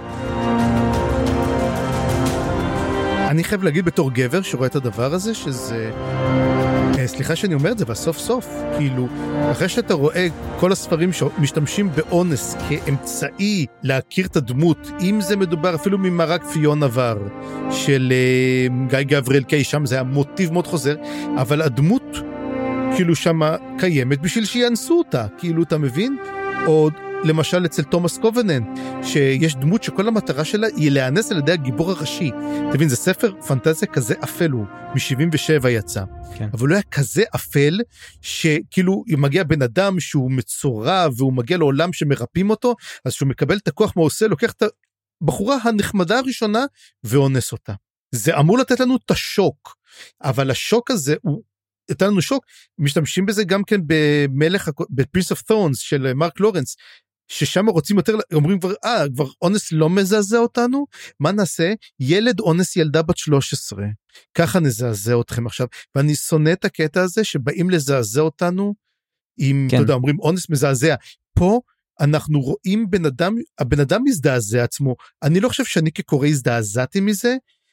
אני חייב להגיד בתור גבר שרואה את הדבר הזה, שזה... סליחה שאני אומר את זה, בסוף סוף, כאילו, אחרי שאתה רואה כל הספרים שמשתמשים באונס כאמצעי להכיר את הדמות, אם זה מדובר אפילו ממרק פיון עבר, של גיא גבריאל קיי, שם זה היה מוטיב מאוד חוזר, אבל הדמות, כאילו, שמה קיימת בשביל שיאנסו אותה, כאילו, אתה מבין? או... למשל אצל תומאס קובננט, שיש דמות שכל המטרה שלה היא להיאנס על ידי הגיבור הראשי. תבין, זה ספר פנטזיה כזה אפל, הוא מ-77 יצא. כן. אבל הוא היה כזה אפל, שכאילו מגיע בן אדם שהוא מצורע, והוא מגיע לעולם שמרפאים אותו, אז שהוא מקבל את הכוח מה עושה, לוקח את הבחורה הנחמדה הראשונה, ואונס אותה. זה אמור לתת לנו את השוק, אבל השוק הזה הוא, נתן לנו שוק, משתמשים בזה גם כן בפרינס אוף תורנס של מרק לורנס, ששם רוצים יותר, אומרים כבר אונס לא מזעזע אותנו, מה נעשה? ילד אונס ילדה בת 13, ככה נזעזע אתכם עכשיו, ואני שונא את הקטע הזה, שבאים לזעזע אותנו, אם, כן. אתה יודע, אומרים אונס מזעזע, פה אנחנו רואים בן אדם, הבן אדם מזדעזע עצמו, אני לא חושב שאני כקורא הזדעזעתי מזה,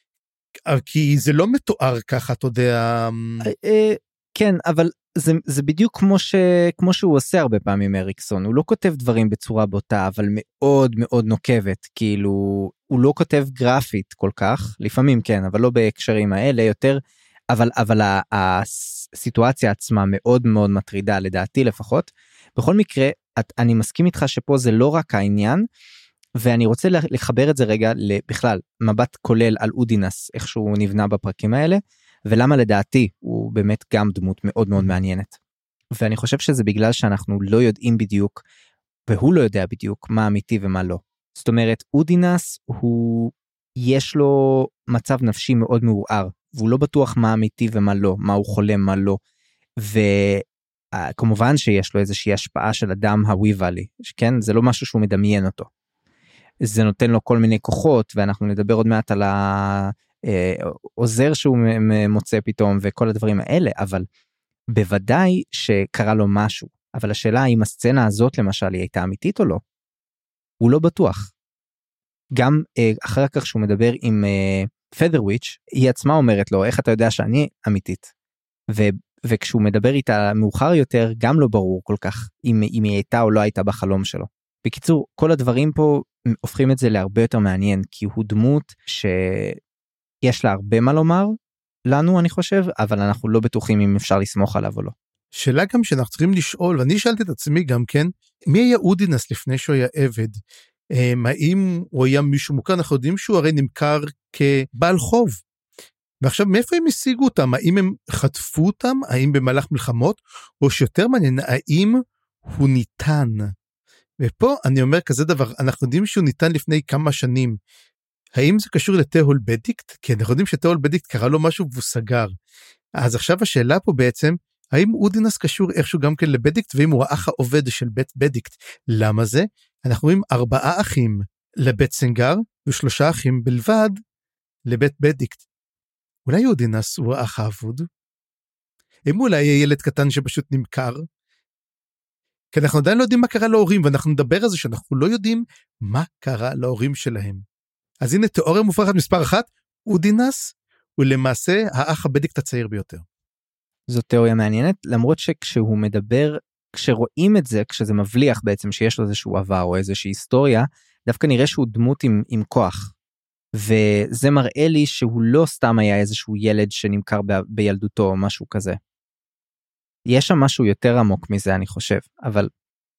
כי זה לא מתואר ככה, אתה יודע... כן, אבל זה בדיוק כמו שהוא עושה הרבה פעמים אריקסון, הוא לא כותב דברים בצורה בוטה, אבל מאוד מאוד נוקבת, כאילו, הוא לא כותב גרפית כל כך, לפעמים כן, אבל לא בהקשרים האלה יותר, אבל הסיטואציה עצמה מאוד מאוד מטרידה, לדעתי לפחות. בכל מקרה, אני מסכים איתך שפה זה לא רק העניין, ואני רוצה לחבר את זה רגע בכלל, מבט כולל על אודינס, איך שהוא נבנה בפרקים האלה, ולמה לדעתי הוא באמת גם דמות מאוד מאוד מעניינת. ואני חושב שזה בגלל שאנחנו לא יודעים בדיוק, והוא לא יודע בדיוק מה אמיתי ומה לא. זאת אומרת, אודינס יש לו מצב נפשי מאוד מעורער, והוא לא בטוח מה אמיתי ומה לא, מה הוא חולם, מה לא. וכמובן שיש לו איזושהי השפעה של אדם הוויבלי, כן? זה לא משהו שהוא מדמיין אותו. זה נותן לו כל מיני כוחות, ואנחנו נדבר עוד מעט על העוזר שהוא מוצא פתאום, וכל הדברים האלה, אבל בוודאי שקרה לו משהו, אבל השאלה האם הסצנה הזאת למשל היא הייתה אמיתית או לא, הוא לא בטוח. גם אחר כך שהוא מדבר עם פדרוויץ', היא עצמה אומרת לו, איך אתה יודע שאני אמיתית? וכשהוא מדבר איתה מאוחר יותר, גם לא ברור כל כך, אם היא הייתה או לא הייתה בחלום שלו. בקיצור, כל הדברים פה הופכים את זה להרבה יותר מעניין, כי הוא דמות שיש לה הרבה מה לומר, לנו אני חושב, אבל אנחנו לא בטוחים אם אפשר לסמוך עליו או לא. שאלה גם שאנחנו צריכים לשאול, ואני שאלתי את עצמי גם כן, מי היה אודינס לפני שהוא היה עבד? האם הוא היה מישהו מוכר? אנחנו יודעים שהוא הרי נמכר כבעל חוב. ועכשיו, מאיפה הם השיגו אותם? האם הם חטפו אותם? האם במהלך מלחמות? או שיותר מעניין, האם הוא ניתן? ופה אני אומר כזה דבר, אנחנו יודעים שהוא ניתן לפני כמה שנים. האם זה קשור לתאול בדיקט? כי אנחנו יודעים שתאול בדיקט קרה לו משהו והוא סגר. אז עכשיו השאלה פה בעצם, האם אודינס קשור איכשהו גם כן לבדיקט, ואם הוא האח העובד של בית בדיקט? למה זה? אנחנו רואים 4 אחים לבית סנגר, ו3 אחים בלבד לבית בדיקט. אולי אודינס הוא האח האבוד? אם אולי יהיה ילד קטן שפשוט נמכר? כי אנחנו עדיין לא יודעים מה קרה להורים, ואנחנו נדבר על זה שאנחנו לא יודעים מה קרה להורים שלהם. אז הנה תיאוריה מופרכת מספר 1, אודינס הוא למעשה האח הבדיקט הצעיר ביותר. זו תיאוריה מעניינת, למרות שכשהוא מדבר, כשרואים את זה, כשזה מבליח בעצם שיש לו איזשהו עבר או איזושהי היסטוריה, דווקא נראה שהוא דמות עם כוח. וזה מראה לי שהוא לא סתם היה איזשהו ילד שנמכר בילדותו או משהו כזה. יש שם משהו יותר עמוק מזה, אני חושב, אבל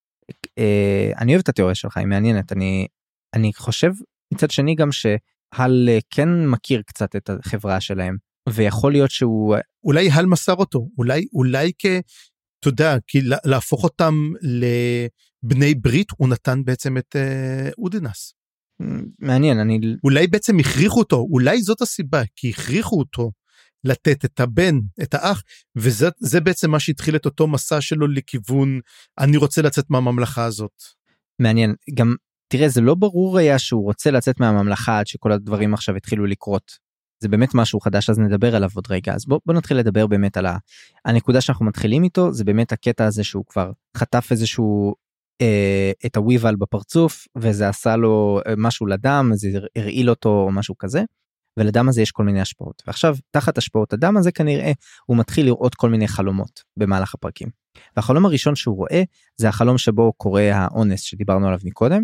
אני אוהב את התיאוריה שלך, היא מעניינת. אני חושב מצד שני גם שהל כן מכיר קצת את החברה שלהם, ויכול להיות שהוא... אולי הל מסר אותו, אולי אתה יודע, כי להפוך אותם לבני ברית, הוא נתן בעצם את אודינס. מעניין, אולי בעצם הכריחו אותו, אולי זאת הסיבה, כי הכריחו אותו לתת את הבן, את האח, וזה בעצם מה שהתחיל את אותו מסע שלו לכיוון, אני רוצה לצאת מהממלכה הזאת. מעניין, גם תראה, זה לא ברור היה שהוא רוצה לצאת מהממלכה עד שכל הדברים עכשיו התחילו לקרות. זה באמת משהו חדש, אז נדבר עליו עוד רגע. אז בוא נתחיל לדבר באמת על הנקודה שאנחנו מתחילים איתו, זה באמת הקטע הזה שהוא כבר חטף איזשהו, את הוויבל בפרצוף, וזה עשה לו משהו לדם, זה הרעיל אותו או משהו כזה, ולדם הזה יש כל מיני השפעות. ועכשיו, תחת השפעות הדם הזה כנראה, הוא מתחיל לראות כל מיני חלומות במהלך הפרקים. והחלום הראשון שהוא רואה, זה החלום שבו קורה האונס שדיברנו עליו מקודם,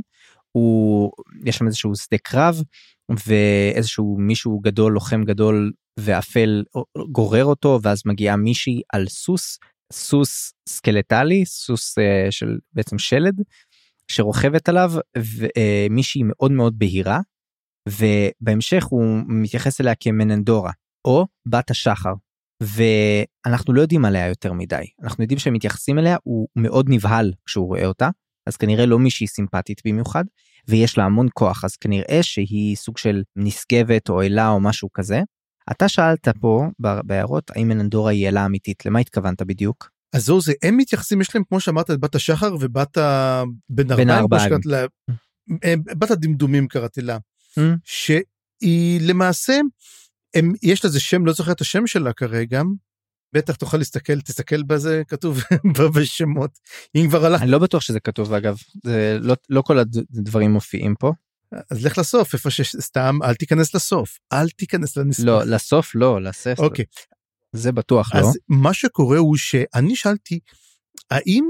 יש שם איזשהו שדה קרב, ואיזשהו מישהו גדול, לוחם גדול ואפל גורר אותו, ואז מגיעה מישהי על סוס סקלטלי, סוס של בעצם שלד, שרוכבת עליו, ומישהי מאוד מאוד בהירה, ובהמשך הוא מתייחס אליה כמננדורה, או בת השחר, ואנחנו לא יודעים עליה יותר מדי, אנחנו יודעים שהם מתייחסים אליה, הוא מאוד נבהל כשהוא רואה אותה, אז כנראה לא מישהי סימפטית במיוחד, ויש לה המון כוח, אז כנראה שהיא סוג של נשגבת או אלה או משהו כזה. אתה שאלת פה בהערות, האם מננדורה היא אלה אמיתית, למה התכוונת בדיוק? אז זהו זה, הם מתייחסים, יש להם כמו שאמרת את בת השחר ובת בן ארבעים, בת הדמדומים קראתי לה, שהיא למעשה, יש לזה שם, לא זוכר את השם שלה כרגע, בטח תוכל תסתכל בזה, כתוב בשמות, אם כבר הלך. אני לא בטוח שזה כתוב אגב, לא כל הדברים מופיעים פה. אז לך לסוף, איפה שסתם, אל תיכנס לסוף, אל תיכנס לנספח. לא, לסוף לא, לסף. אוקיי. זה בטוח לא. אז מה שקורה הוא שאני שאלתי, האם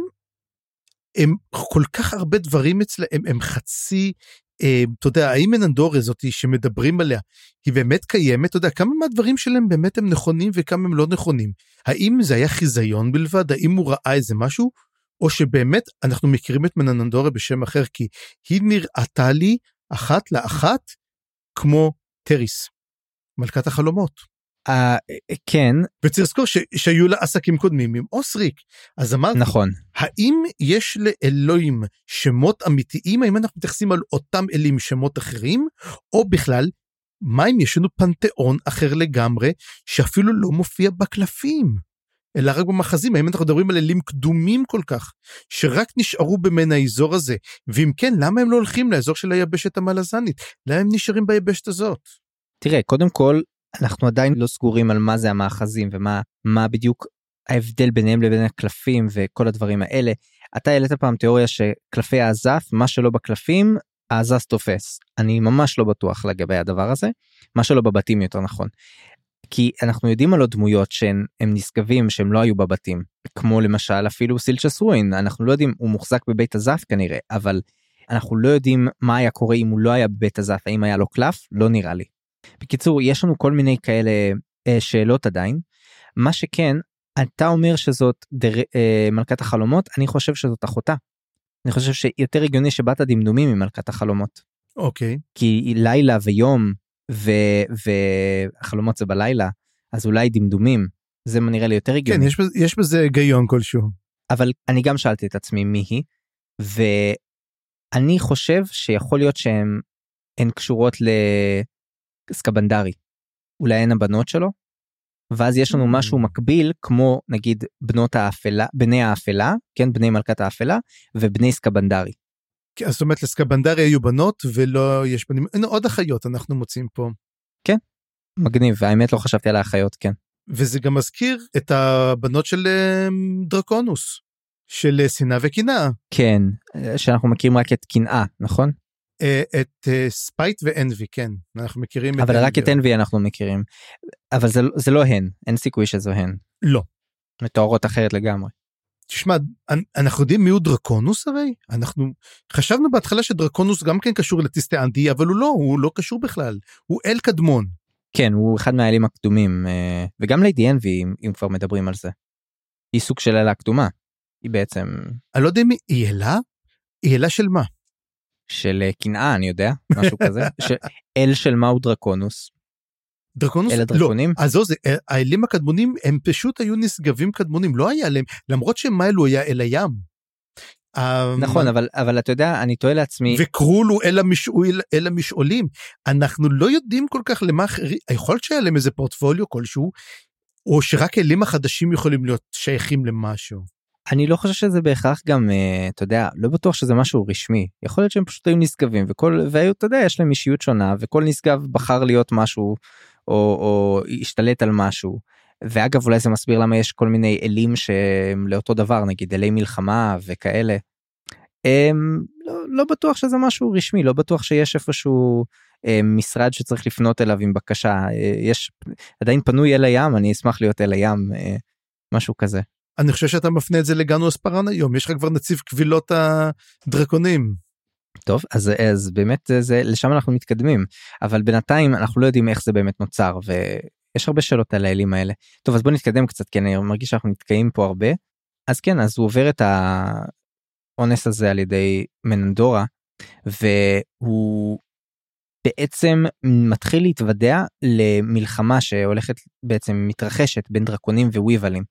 הם כל כך הרבה דברים אצלם, הם חצי, אתה יודע, האם מננדורה הזאת שמדברים עליה, היא באמת קיימת, אתה יודע, כמה מהדברים שלהם באמת הם נכונים וכמה הם לא נכונים. האם זה היה חיזיון בלבד, האם הוא ראה איזה משהו, או שבאמת אנחנו מכירים את מננדורה בשם אחר, כי היא נראתה לי אחת לאחת כמו טריס, מלכת החלומות. כן. וצריך לזכור שהיו לה עסקים קודמים עם אוסריק, אז אמרתי, נכון. האם יש לאלוהים שמות אמיתיים, האם אנחנו מתייחסים על אותם אלים שמות אחרים, או בכלל, מה אם יש לנו פנתיאון אחר לגמרי, שאפילו לא מופיע בקלפים, אלא רק במחזים, האם אנחנו מדברים על אלים קדומים כל כך, שרק נשארו במין האזור הזה, ואם כן, למה הם לא הולכים לאזור של היבשת המלזנית? למה הם נשארים ביבשת הזאת? תראה, קודם כל, אנחנו עדיין לא סגורים על מה זה המאחזים, ומה בדיוק ההבדל ביניהם לבין הקלפים, וכל הדברים האלה. אתה העלית פעם תיאוריה שקלפי האזף, מה שלא בקלפים, האזף תופס. אני ממש לא בטוח לגבי הדבר הזה, מה שלא בבתים יותר נכון. כי אנחנו יודעים על עוד דמויות שהם נשגבים, שהם לא היו בבתים, כמו למשל אפילו סילצ'ס רוין, אנחנו לא יודעים, הוא מוחזק בבית הזף כנראה, אבל אנחנו לא יודעים מה היה קורה אם הוא לא היה בבית הזף, האם היה לו קלף? לא נראה לי. בקיצור, יש לנו כל מיני כאלה שאלות עדיין, מה שכן, אתה אומר שזאת מלכת החלומות, אני חושב שזאת אחותה. אני חושב שיותר הגיוני שבת הדמדומים היא מלכת החלומות. אוקיי. כי לילה ויום וחלומות זה בלילה, אז אולי דמדומים, זה נראה לי יותר הגיוני. כן, יש בזה היגיון כלשהו. אבל אני גם שאלתי את עצמי מי היא, ואני חושב שיכול להיות שהן קשורות לסקבנדרי. אולי הן הבנות שלו, ואז יש לנו משהו מקביל, כמו נגיד בני האפלה, כן, בני מלכת האפלה, ובני סקבנדרי. אז זאת אומרת, לסקבנדרי היו בנות, ולא יש בנים, הנה עוד אחיות אנחנו מוצאים פה. כן, מגניב, והאמת לא חשבתי על האחיות, כן. וזה גם מזכיר את הבנות של דרקונוס, של שנאה וקנאה. כן, שאנחנו מכירים רק את קנאה, נכון? את ספייט ואנבי, כן, אנחנו מכירים. אבל רק את אנבי אנחנו מכירים, אבל זה לא הן, אין סיכוי שזו הן. לא. מתוארות אחרת לגמרי. תשמע, אנחנו יודעים מיהו דרקונוס הרי? אנחנו חשבנו בהתחלה שדרקונוס גם כן קשור לטיסטה אנדי, אבל הוא לא קשור בכלל, הוא אל קדמון. כן, הוא אחד מהאלים הקדומים, וגם ליידי אנבי, אם כבר מדברים על זה. היא סוג של אלה הקדומה, היא בעצם... אני לא יודע מי, היא אלה? היא אלה של מה? של קנאה, אני יודע, משהו כזה. אל של מהו דרקונוס? דרקונוס? אלה דרקונים? לא, אז זה, האלים הקדמונים, הם פשוט היו נשגבים קדמונים, לא היה להם, למרות שמה אלו היה אל הים. נכון, אבל אתה יודע, אני תוהה לעצמי... וקראו לו אל המשעולים, אנחנו לא יודעים כל כך למה אחרי, יכול להיות שהיה להם איזה פורטפוליו כלשהו, או שרק אלים החדשים יכולים להיות שייכים למשהו. אני לא חושב שזה בהכרח גם, אתה יודע, לא בטוח שזה משהו רשמי, יכול להיות שהם פשוט היו נשגבים, והיו, אתה יודע, יש להם אישיות שונה, וכל נשגב בחר להיות משהו, או השתלט על משהו, ואגב אולי זה מסביר למה יש כל מיני אלים שהם לאותו דבר, נגיד אלי מלחמה וכאלה, לא בטוח שזה משהו רשמי, לא בטוח שיש איפשהו משרד שצריך לפנות אליו עם בקשה, יש עדיין פנוי אל הים, אני אשמח להיות אל הים, משהו כזה. אני חושב שאתה מפנה את זה לגנו אספרן היום, יש לך כבר נציב קבילות הדרקונים. טוב, אז באמת לשם אנחנו מתקדמים, אבל בינתיים אנחנו לא יודעים איך זה באמת נוצר, ויש הרבה שאלות על האלים האלה. טוב, אז בוא נתקדם קצת, כי אני מרגיש שאנחנו נתקעים פה הרבה. אז כן, אז הוא עובר את האונס הזה על ידי מננדורה, והוא בעצם מתחיל להתוודע למלחמה שהולכת בעצם מתרחשת בין דרקונים וויבלים.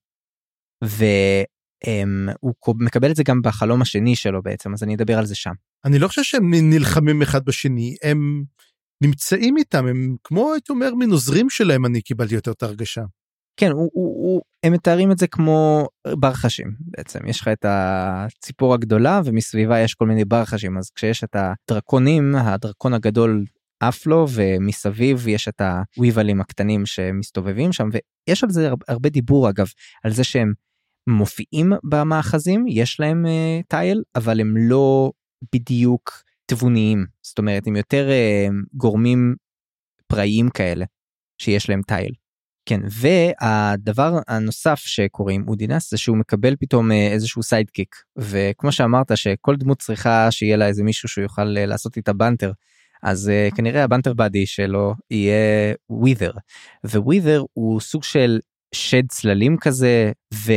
והוא מקבל את זה גם בחלום השני שלו בעצם, אז אני אדבר על זה שם. אני לא חושב שהם נלחמים אחד בשני, הם נמצאים איתם, הם כמו הייתי אומר מין עוזרים שלהם, אני קיבלתי יותר את ההרגשה. כן, הם מתארים את זה כמו ברחשים בעצם, יש לך את הציפור הגדולה ומסביבה יש כל מיני ברחשים, אז כשיש את הדרקונים, הדרקון הגדול עף לו ומסביב יש את הוויבלים הקטנים שמסתובבים שם, ויש על זה הרבה דיבור אגב, על זה שהם מופיעים במאחזים, יש להם טייל, אבל הם לא בדיוק תבוניים, זאת אומרת, הם יותר גורמים פראיים כאלה, שיש להם טייל. כן, והדבר הנוסף שקוראים אודינס, זה שהוא מקבל פתאום איזשהו סיידקיק, וכמו שאמרת שכל דמות צריכה שיהיה לה איזה מישהו שהוא יוכל לעשות איתה בנטר, אז כנראה הבנטר בדי שלו יהיה ווית'ר, ווית'ר הוא סוג של שד צללים כזה,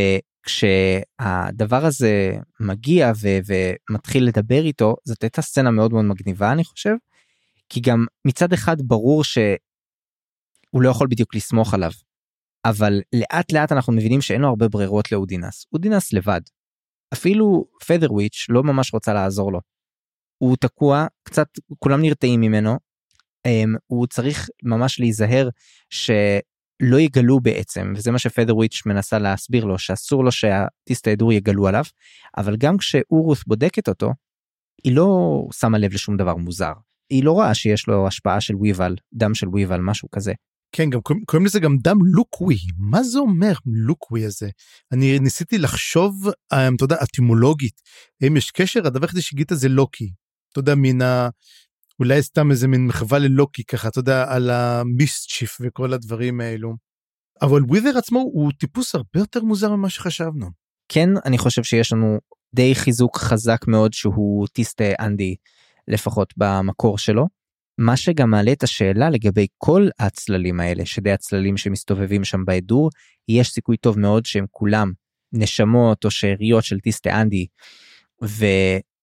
וכשהדבר הזה מגיע ומתחיל לדבר איתו, זאת הייתה סצנה מאוד מאוד מגניבה אני חושב, כי גם מצד אחד ברור שהוא לא יכול בדיוק לסמוך עליו, אבל לאט לאט אנחנו מבינים שאין לו הרבה ברירות לאודינס, אודינס לבד, אפילו פדרוויץ' לא ממש רוצה לעזור לו, הוא תקוע, קצת כולם נרתעים ממנו, הוא צריך ממש להיזהר שלא יגלו בעצם, וזה מה שפדרוויץ' מנסה להסביר לו, שאסור לו שהטיסט ההדור יגלו עליו, אבל גם כשאורוס בודקת אותו, היא לא שמה לב לשום דבר מוזר, היא לא רואה שיש לו השפעה של וויבל, דם של וויבל, משהו כזה. כן, גם קוראים לזה גם דם לוקווי, מה זה אומר לוקווי הזה? אני ניסיתי לחשוב, אתה יודע, אטימולוגית, אם יש קשר, הדבר כדי שגית זה לוקי, אתה יודע, אולי סתם איזה מין מחווה ללוקי ככה, אתה יודע, על המיסצ'יף וכל הדברים האלו. אבל ווית'ר עצמו הוא טיפוס הרבה יותר מוזר ממה שחשבנו. כן, אני חושב שיש לנו די חיזוק חזק מאוד שהוא טיסט אנדי, לפחות במקור שלו. מה שגם מעלה את השאלה לגבי כל הצללים האלה, שדי הצללים שמסתובבים שם בהדור, יש סיכוי טוב מאוד שהם כולם נשמות או שאריות של טיסט אנדי,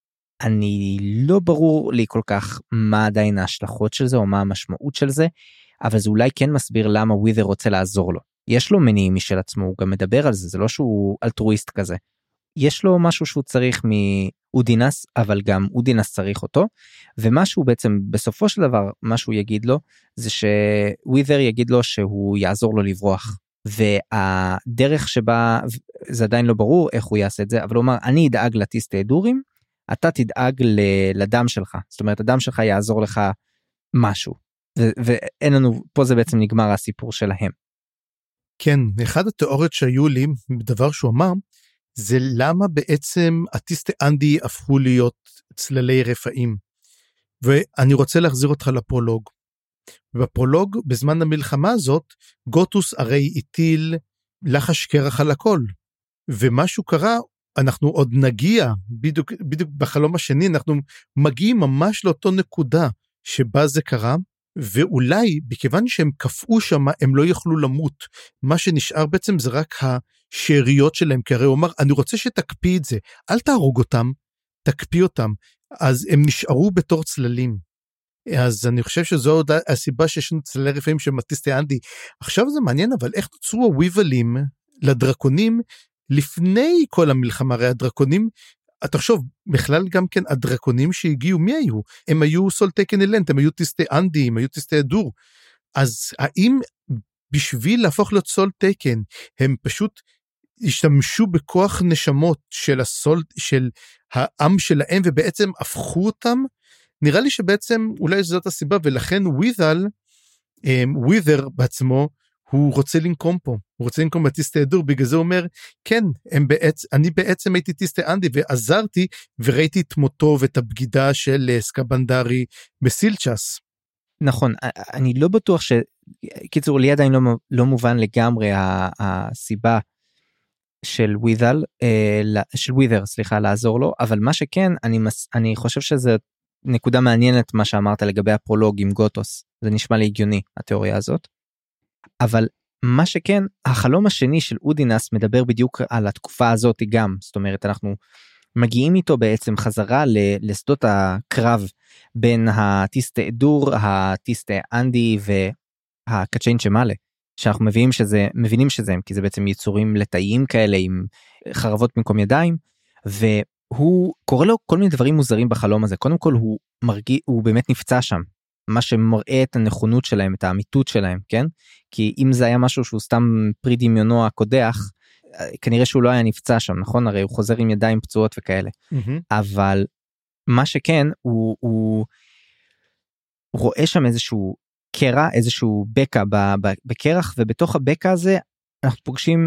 אני לא ברור לי כל כך מה עדיין ההשלכות של זה, או מה המשמעות של זה, אבל זה אולי כן מסביר למה ווית'ר רוצה לעזור לו. יש לו מניעים משל עצמו, הוא גם מדבר על זה, זה לא שהוא אלטרואיסט כזה. יש לו משהו שהוא צריך מאודינס, אבל גם אודינס צריך אותו, ומה שהוא בעצם, בסופו של דבר, מה שהוא יגיד לו, זה שווית'ר יגיד לו שהוא יעזור לו לברוח, והדרך שבה, זה עדיין לא ברור איך הוא יעשה את זה, אבל הוא אומר, אני אדאג לטיס תעדורים, אתה תדאג לדם שלך, זאת אומרת, הדם שלך יעזור לך משהו, ואין לנו, פה זה בעצם נגמר הסיפור שלהם. כן, אחד התיאוריות שהיו לי, דבר שהוא אמר, זה למה בעצם הטיסטי אנדי הפכו להיות צללי רפאים. ואני רוצה להחזיר אותך לפרולוג. בפרולוג, בזמן המלחמה הזאת, גוטוס הרי הטיל לחש קרח על הכל. ומשהו קרה, אנחנו עוד נגיע, בדיוק בחלום השני, אנחנו מגיעים ממש לאותו נקודה שבה זה קרה, ואולי, בכיוון שהם קפאו שם, הם לא יכלו למות. מה שנשאר בעצם זה רק השאריות שלהם, כי הרי הוא אמר, אני רוצה שתקפיא את זה, אל תהרוג אותם, תקפיא אותם. אז הם נשארו בתור צללים. אז אני חושב שזו הסיבה שיש לנו צללי רפאים של מטיסטי אנדי. עכשיו זה מעניין, אבל איך נוצרו הוויבלים לדרקונים לפני כל המלחמה? הרי הדרקונים, תחשוב, בכלל גם כן הדרקונים שהגיעו, מי היו? הם היו סולטקן אלנט, הם היו טיסטי אנדי, הם היו טיסטי אדור. אז האם בשביל להפוך להיות סולטקן, הם פשוט השתמשו בכוח נשמות של העם שלהם, ובעצם הפכו אותם? נראה לי שבעצם אולי זאת הסיבה, ולכן ווית'ר בעצמו, הוא רוצה לנקום פה, הוא רוצה לנקום בטיסטי אדור, בגלל זה הוא אומר, כן, אני בעצם הייתי טיסטי אנדי, ועזרתי, וראיתי את מותו ואת הבגידה של סקבנדרי בסילצ'ס. נכון, אני לא בטוח קיצור, לי עדיין לא מובן לגמרי הסיבה של ווית'ר, סליחה, לעזור לו, אבל מה שכן, אני חושב שזה נקודה מעניינת מה שאמרת לגבי הפרולוג עם גוטוס, זה נשמע לי הגיוני, התיאוריה הזאת. אבל מה שכן, החלום השני של אודינס מדבר בדיוק על התקופה הזאת גם, זאת אומרת, אנחנו מגיעים איתו בעצם חזרה לשדות הקרב, בין הטיסטי אדור, הטיסטי אנדי והקצ'יין שמאלה, שאנחנו מבינים שזה הם, כי זה בעצם יצורים לטאיים כאלה, עם חרבות במקום ידיים, והוא קורא לו כל מיני דברים מוזרים בחלום הזה. קודם כל הוא באמת נפצע שם, מה שמראה את הנכונות שלהם, את האמיתות שלהם, כן? כי אם זה היה משהו שהוא סתם פרי דמיונו הקודח, כנראה שהוא לא היה נפצע שם, נכון? הרי הוא חוזר עם ידיים פצועות וכאלה. אבל מה שכן, הוא רואה שם איזשהו קרע, איזשהו בקע בקרח, ובתוך הבקע הזה אנחנו פוגשים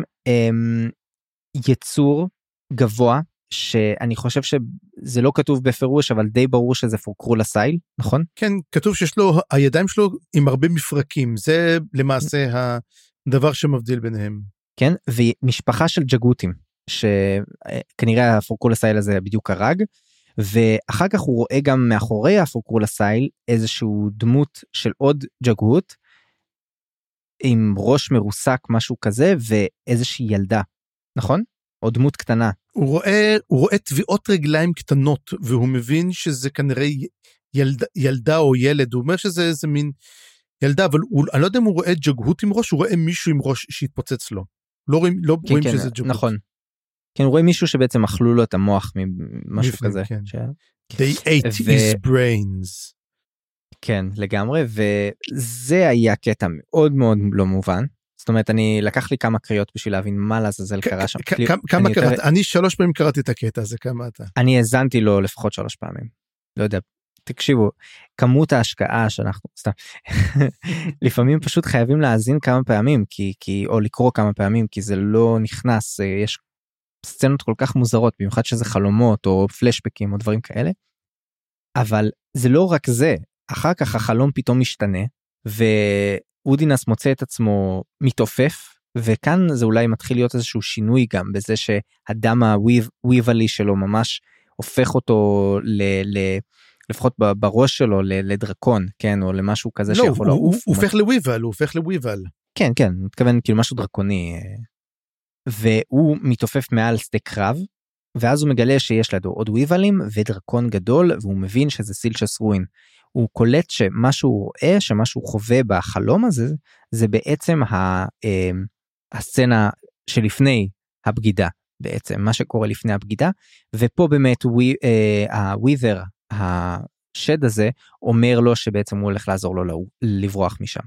יצור גבוה, שאני חושב שזה לא כתוב בפירוש, אבל די ברור שזה פורקרול הסייל, נכון? כן, כתוב שיש לו, הידיים שלו עם הרבה מפרקים, זה למעשה הדבר שמבדיל ביניהם. כן, ומשפחה של ג'גותים, שכנראה הפורקרול הסייל הזה בדיוק הרג, ואחר כך הוא רואה גם מאחורי הפורקרול הסייל, איזשהו דמות של עוד ג'גות, עם ראש מרוסק, משהו כזה, ואיזושהי ילדה, נכון? או דמות קטנה. הוא רואה טביעות רגליים קטנות, והוא מבין שזה כנראה ילדה או ילד, הוא אומר שזה איזה מין ילדה, אבל אני לא יודע אם הוא רואה ג'גהות עם ראש, הוא רואה מישהו עם ראש שהתפוצץ לו. לא רואים שזה ג'גהות. נכון. כן, הוא רואה מישהו שבעצם אכלו לו את המוח ממשהו כזה. כן. They ate his brains. כן, לגמרי, וזה היה קטע מאוד מאוד לא מובן. זאת אומרת, לקח לי כמה קריאות בשביל להבין מה לעזאזל קרה שם. כמה קראת? אני 3 פעמים קראתי את הקטע הזה, כמה אתה? אני האזנתי לו לפחות 3 פעמים. לא יודע, תקשיבו, כמות ההשקעה שאנחנו, סתם, לפעמים פשוט חייבים להאזין כמה פעמים, או לקרוא כמה פעמים, כי זה לא נכנס, יש סצנות כל כך מוזרות, במיוחד שזה חלומות, או פלשבקים, או דברים כאלה. אבל זה לא רק זה, אחר כך החלום פתאום משתנה, אודינס מוצא את עצמו מתעופף, וכאן זה אולי מתחיל להיות איזשהו שינוי גם, בזה שהדם הוויבלי שלו ממש הופך אותו לפחות בראש שלו לדרקון, כן, או למשהו כזה שיכול לעוף. הוא הופך לוויבל. כן, כן, מתכוון כאילו משהו דרקוני, והוא מתעופף מעל שדה קרב, ואז הוא מגלה שיש לידו עוד וויבלים ודרקון גדול, והוא מבין שזה סילצ'ס רואין. הוא קולט שמה שהוא רואה, שמה שהוא חווה בחלום הזה, זה בעצם הסצנה שלפני הבגידה, בעצם מה שקורה לפני הבגידה, ופה באמת הווית'ר, השד הזה, אומר לו שבעצם הוא הולך לעזור לו לברוח משם.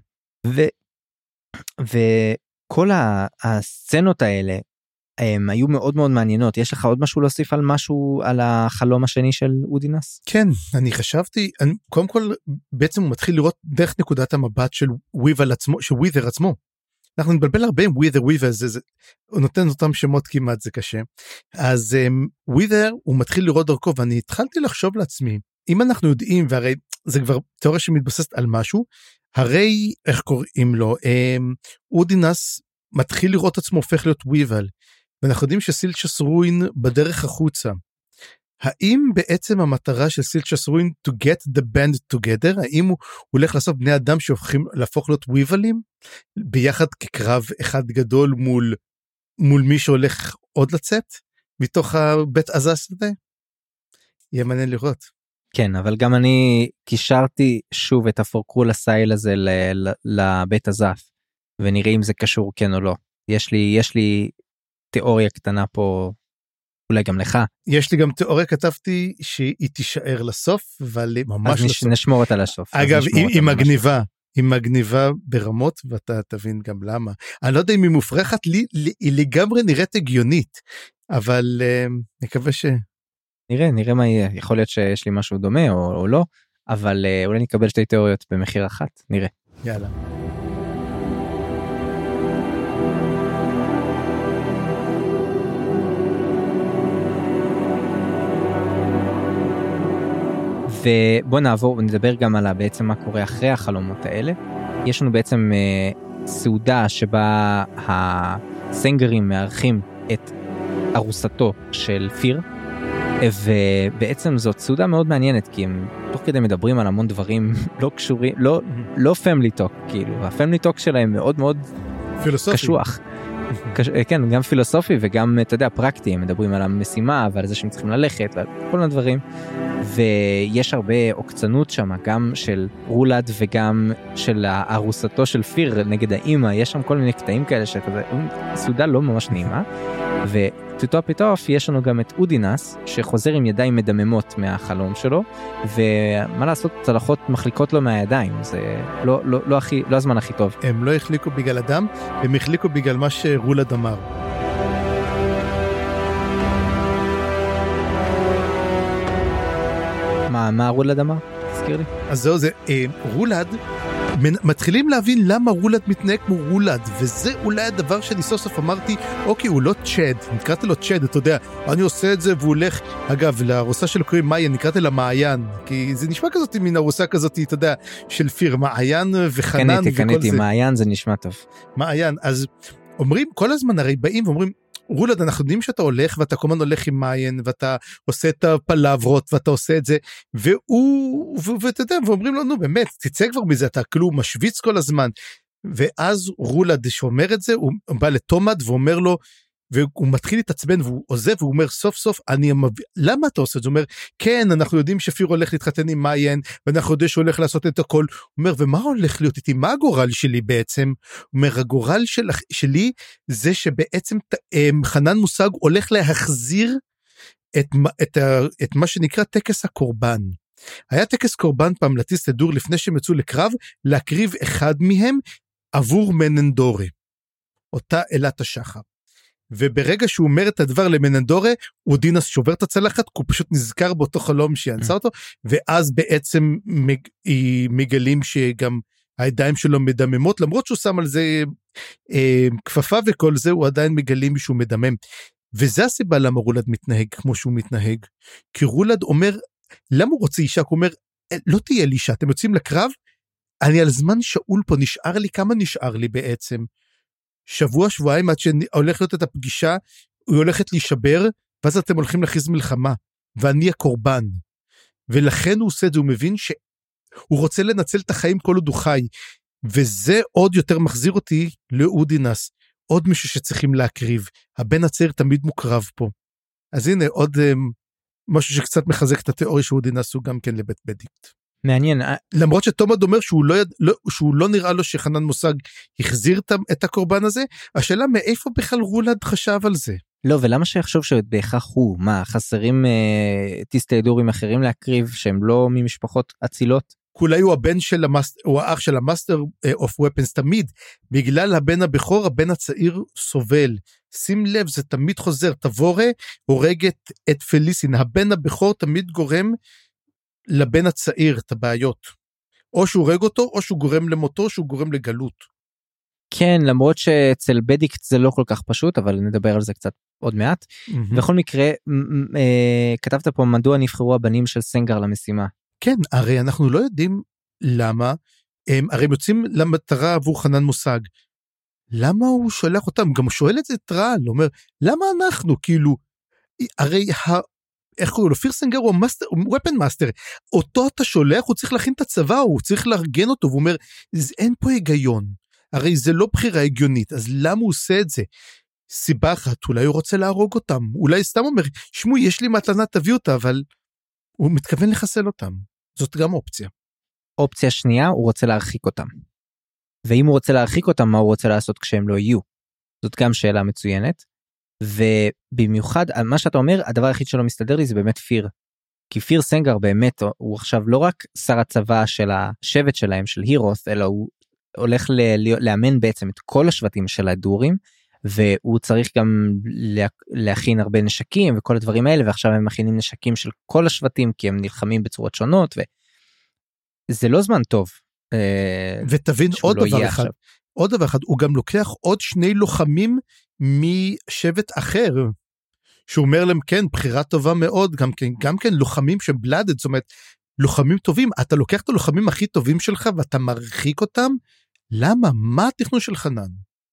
וכל הסצנות האלה, הם היו מאוד מאוד מעניינות. יש לך עוד משהו להוסיף על משהו, על החלום השני של אודינס? כן, אני חשבתי, קודם כל, בעצם הוא מתחיל לראות דרך נקודת המבט של ווית'ר עצמו, של ווית'ר עצמו. אנחנו נבלבל הרבה עם ווית'ר, הוא נותן אותם שמות כמעט, זה קשה. אז ווית'ר, הוא מתחיל לראות דרכו, ואני התחלתי לחשוב לעצמי, אם אנחנו יודעים, והרי זה כבר תיאוריה שמתבססת על משהו, הרי, איך קוראים לו, אודינס מתחיל לראות עצמו הופך להיות וויבל, ואנחנו יודעים שסילצ'ס רואין בדרך החוצה. האם בעצם המטרה של סילצ'ס רואין to get the band together, האם הוא הולך לעשות בני אדם שהופכים להפוך להיות וויבלים, ביחד כקרב אחד גדול מול מי שהולך עוד לצאת, מתוך הבית עזס הזה? יהיה מעניין לראות. כן, אבל גם אני קישרתי שוב את הפורקרול הסייל הזה לבית עזס, ונראה אם זה קשור כן או לא. יש לי תיאוריה קטנה פה, אולי גם לך. יש לי גם תיאוריה, כתבתי שהיא תישאר לסוף, אבל ממש לסוף. אז נשמור אותה לסוף. אגב, היא מגניבה ברמות, ואתה תבין גם למה. אני לא יודע אם היא מופרכת, היא לגמרי נראית הגיונית, אבל נקווה ש... נראה מה יהיה. יכול להיות שיש לי משהו דומה או לא, אבל אולי נקבל שתי תיאוריות במחיר אחת, נראה. יאללה. ובוא נעבור ונדבר גם על בעצם מה קורה אחרי החלומות האלה. יש לנו בעצם סעודה שבה הסנגרים מארחים את ארוסתו של פיר, ובעצם זאת סעודה מאוד מעניינת, כי הם תוך כדי מדברים על המון דברים לא קשורים, לא פמילי טוק, כאילו, הפמילי טוק שלהם מאוד מאוד קשוח. כן, גם פילוסופי וגם, אתה יודע, פרקטי, הם מדברים על המשימה ועל זה שהם צריכים ללכת ועל כל הדברים, ויש הרבה עוקצנות שם, גם של רולד וגם של ארוסתו של פיר נגד האמא, יש שם כל מיני קטעים כאלה שכזה, סעודה לא ממש נעימה, פתאום יש לנו גם את אודינס, שחוזר עם ידיים מדממות מהחלום שלו, ומה לעשות, צלחות מחליקות לו מהידיים, זה לא הזמן הכי טוב. הם לא החליקו בגלל אדם, הם החליקו בגלל מה שרולד אמר. מה רולד אמר? תזכיר לי. אז זהו, זה רולד, מתחילים להבין למה רולד מתנהג כמו רולד, וזה אולי הדבר שאני סוף סוף אמרתי, אוקיי, הוא לא צ'ד, נקראתי לו צ'ד, אתה יודע, אני עושה את זה והוא הולך, אגב, לארוסה של קוראים מעיין, נקראתי לה מעיין, כי זה נשמע כזאת מן ארוסה כזאת, אתה יודע, של פיר, מעיין וחנן וכל קניתי, מעיין זה נשמע טוב. מעיין, אז אומרים, כל הזמן הרי באים ואומרים, רולד, אנחנו יודעים שאתה הולך, ואתה כל הזמן הולך עם מעיין, ואתה עושה את הפלברות, ואתה עושה את זה, ואתה יודע, ואומרים לו, נו, באמת, תצא כבר מזה, אתה כאילו משוויץ כל הזמן, ואז רולד שאומר את זה, הוא בא לתומד, ואומר לו, והוא מתחיל להתעצבן, והוא עוזב, והוא אומר, סוף סוף, למה אתה עושה את זה? הוא אומר, כן, אנחנו יודעים שפיר הולך להתחתן עם מעיין, ואנחנו יודעים שהוא הולך לעשות את הכל, הוא אומר, ומה הולך להיות איתי? מה הגורל שלי בעצם? הוא אומר, הגורל שלי, זה שבעצם חנן מושג הולך להחזיר את מה שנקרא טקס הקורבן. היה טקס קורבן פעם לטיס לדור, לפני שהם יצאו לקרב, להקריב אחד מהם, עבור מננדורה, אותה אלת השחר. וברגע שהוא אומר את הדבר למננדורה, אודינס שובר את הצלחת, הוא פשוט נזכר באותו חלום שינסה אותו, ואז בעצם מגלים שגם הידיים שלו מדממות, למרות שהוא שם על זה כפפה וכל זה, הוא עדיין מגלים שהוא מדמם. וזה הסיבה למה רולד מתנהג כמו שהוא מתנהג. כי רולד אומר, למה הוא רוצה אישה? הוא אומר, לא תהיה לי אישה, אתם יוצאים לקרב, אני על זמן שאול פה, נשאר לי, כמה נשאר לי בעצם? שבועיים עד שהולך להיות את הפגישה, הוא הולכת להישבר, ואז אתם הולכים להכריז מלחמה, ואני הקורבן. ולכן הוא עושה את זה, הוא מבין שהוא רוצה לנצל את החיים כל עוד הוא חי, וזה עוד יותר מחזיר אותי לאודינס, עוד מישהו שצריכים להקריב, הבן הצעיר תמיד מוקרב פה. אז הנה עוד משהו שקצת מחזק את התיאוריה שאודי נסו גם כן לבית בדיקט. מעניין. למרות שתומד אומר שהוא לא נראה לו שחנן מושג החזיר את הקורבן הזה, השאלה מאיפה בכלל רולד חשב על זה? לא, ולמה שיחשוב שבהכרח הוא? מה, חסרים טיסטיידורים אחרים להקריב שהם לא ממשפחות אצילות? אולי הוא הבן של הוא האח של המאסטר אוף ופנס תמיד, בגלל הבן הבכור, הבן הצעיר סובל. שים לב, זה תמיד חוזר, תבורה הורגת את פליסין, הבן הבכור תמיד גורם לבן הצעיר את הבעיות. או שהוא הורג אותו, או שהוא גורם למותו, או שהוא גורם לגלות. כן, למרות שאצל בדיקט זה לא כל כך פשוט, אבל נדבר על זה קצת עוד מעט. בכל מקרה, כתבת פה מדוע נבחרו הבנים של סנגר למשימה. כן, הרי אנחנו לא יודעים למה, הרי הם יוצאים למטרה עבור חנן מושג. למה הוא שולח אותם? גם הוא שואל את זה את רעל, הוא אומר, למה אנחנו? כאילו, הרי איך קוראים לו? פירסנגר הוא ופן מאסטר, אותו אתה שולח, הוא צריך להכין את הצבא, הוא צריך לארגן אותו, והוא אומר, אין פה היגיון, הרי זה לא בחירה הגיונית, אז למה הוא עושה את זה? סיבה אחת, אולי הוא רוצה להרוג אותם, אולי סתם אומר, שמו, יש לי מתנה, תביא אותה, אבל הוא מתכוון לחסל אותם, זאת גם אופציה. אופציה שנייה, הוא רוצה להרחיק אותם. ואם הוא רוצה להרחיק אותם, מה הוא רוצה לעשות כשהם לא יהיו? זאת גם שאלה מצוינת. ובמיוחד, מה שאתה אומר, הדבר היחיד שלא מסתדר לי זה באמת פיר. כי פיר סנגר באמת, הוא עכשיו לא רק שר הצבא של השבט שלהם, של הירוס, אלא הוא הולך לאמן בעצם את כל השבטים של הדורים, והוא צריך גם להכין הרבה נשקים וכל הדברים האלה, ועכשיו הם מכינים נשקים של כל השבטים, כי הם נלחמים בצורות שונות, וזה לא זמן טוב. ותבין עוד דבר אחד, הוא גם לוקח עוד 2 לוחמים משבט אחר, שהוא אומר להם, כן, בחירה טובה מאוד, גם כן לוחמים שבלדת, זאת אומרת, לוחמים טובים, אתה לוקח את הלוחמים הכי טובים שלך, ואתה מרחיק אותם, למה? מה התכנון של חנן?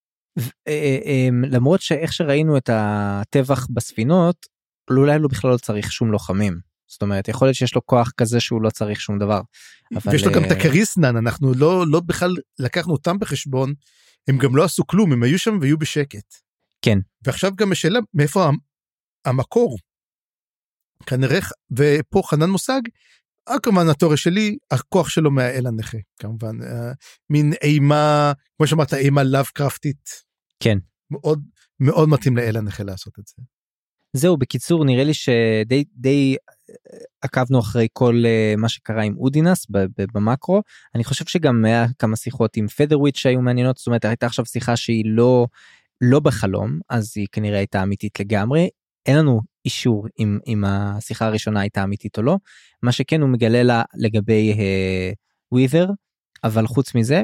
למרות שאיך שראינו את הטבח בספינות, אולי לא בכלל לא צריך שום לוחמים, זאת אומרת, יכול להיות שיש לו כוח כזה שהוא לא צריך שום דבר. ויש לו גם את הקריסנן, אנחנו לא בכלל לקחנו אותם בחשבון, הם גם לא עשו כלום, הם היו שם והיו בשקט. כן. ועכשיו גם השאלה, מאיפה המקור? כנראה, ופה חנן מושג, כמובן התיאוריה שלי, הכוח שלו מהאל הנכה, כמובן, מין אימה, כמו שאמרת, אימה לאבקראפטית. כן. מאוד, מאוד מתאים לאל הנכה לעשות את זה. זהו, בקיצור, נראה לי שדי עקבנו אחרי כל מה שקרה עם אודינס במקרו, אני חושב שגם היה כמה שיחות עם פדרוויץ' שהיו מעניינות, זאת אומרת, הייתה עכשיו שיחה שהיא לא בחלום, אז היא כנראה הייתה אמיתית לגמרי, אין לנו אישור אם השיחה הראשונה הייתה אמיתית או לא, מה שכן הוא מגלה לה לגבי ווית'ר, אבל חוץ מזה,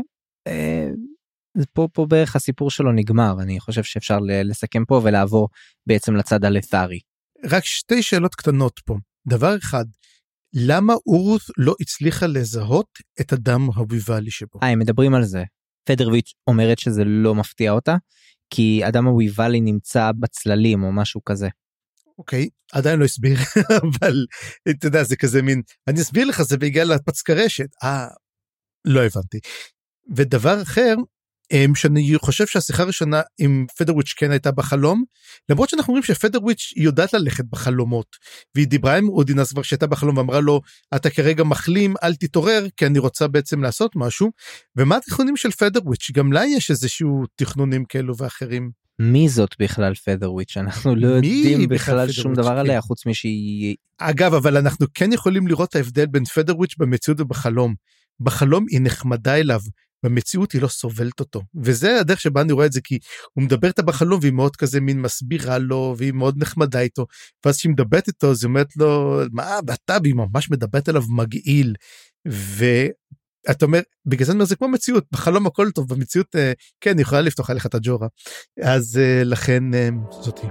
פה בערך הסיפור שלו נגמר, אני חושב שאפשר לסכם פה ולעבור בעצם לצד הלת'רי. רק 2 שאלות קטנות פה. דבר אחד, למה אורוס לא הצליחה לזהות את הדם הוויבלי שבו? הם מדברים על זה. פדרוויץ' אומרת שזה לא מפתיע אותה, כי הדם הוויבלי נמצא בצללים או משהו כזה. אוקיי, עדיין לא הסביר, אבל אתה יודע, זה כזה מין, אני אסביר לך, זה בגלל הפצקרשת. לא הבנתי. ודבר אחר, שאני חושב שהשיחה הראשונה עם פדרוויץ' כן הייתה בחלום, למרות שאנחנו אומרים שפדרוויץ' יודעת ללכת בחלומות, והיא דיברה עם אודינס כבר שהייתה בחלום, ואמרה לו, אתה כרגע מחלים, אל תתעורר, כי אני רוצה בעצם לעשות משהו, ומה התכנונים של פדרוויץ'? גם לה יש איזשהו תכנונים כאלו ואחרים. מי זאת בכלל פדרוויץ'? אנחנו לא יודעים בכלל שום דבר עליה, חוץ משהיא... אגב, אבל אנחנו כן יכולים לראות את ההבדל בין פדרוויץ' במציאות ובחלום. בחלום היא נחמדה אליו, במציאות היא לא סובלת אותו, וזה הדרך שבה אני רואה את זה, כי הוא מדבר איתה בחלום, והיא מאוד כזה מין מסבירה לו, והיא מאוד נחמדה איתו, ואז שהיא מדברת איתו, זה אומרת לו, מה, ואתה, והיא ממש מדברת אליו מגעיל, ואתה אומר, בגלל זה זה כמו מציאות, בחלום הכל טוב, במציאות, כן, היא יכולה לפתוח עליך את הג'ורה, אז לכן זאתי.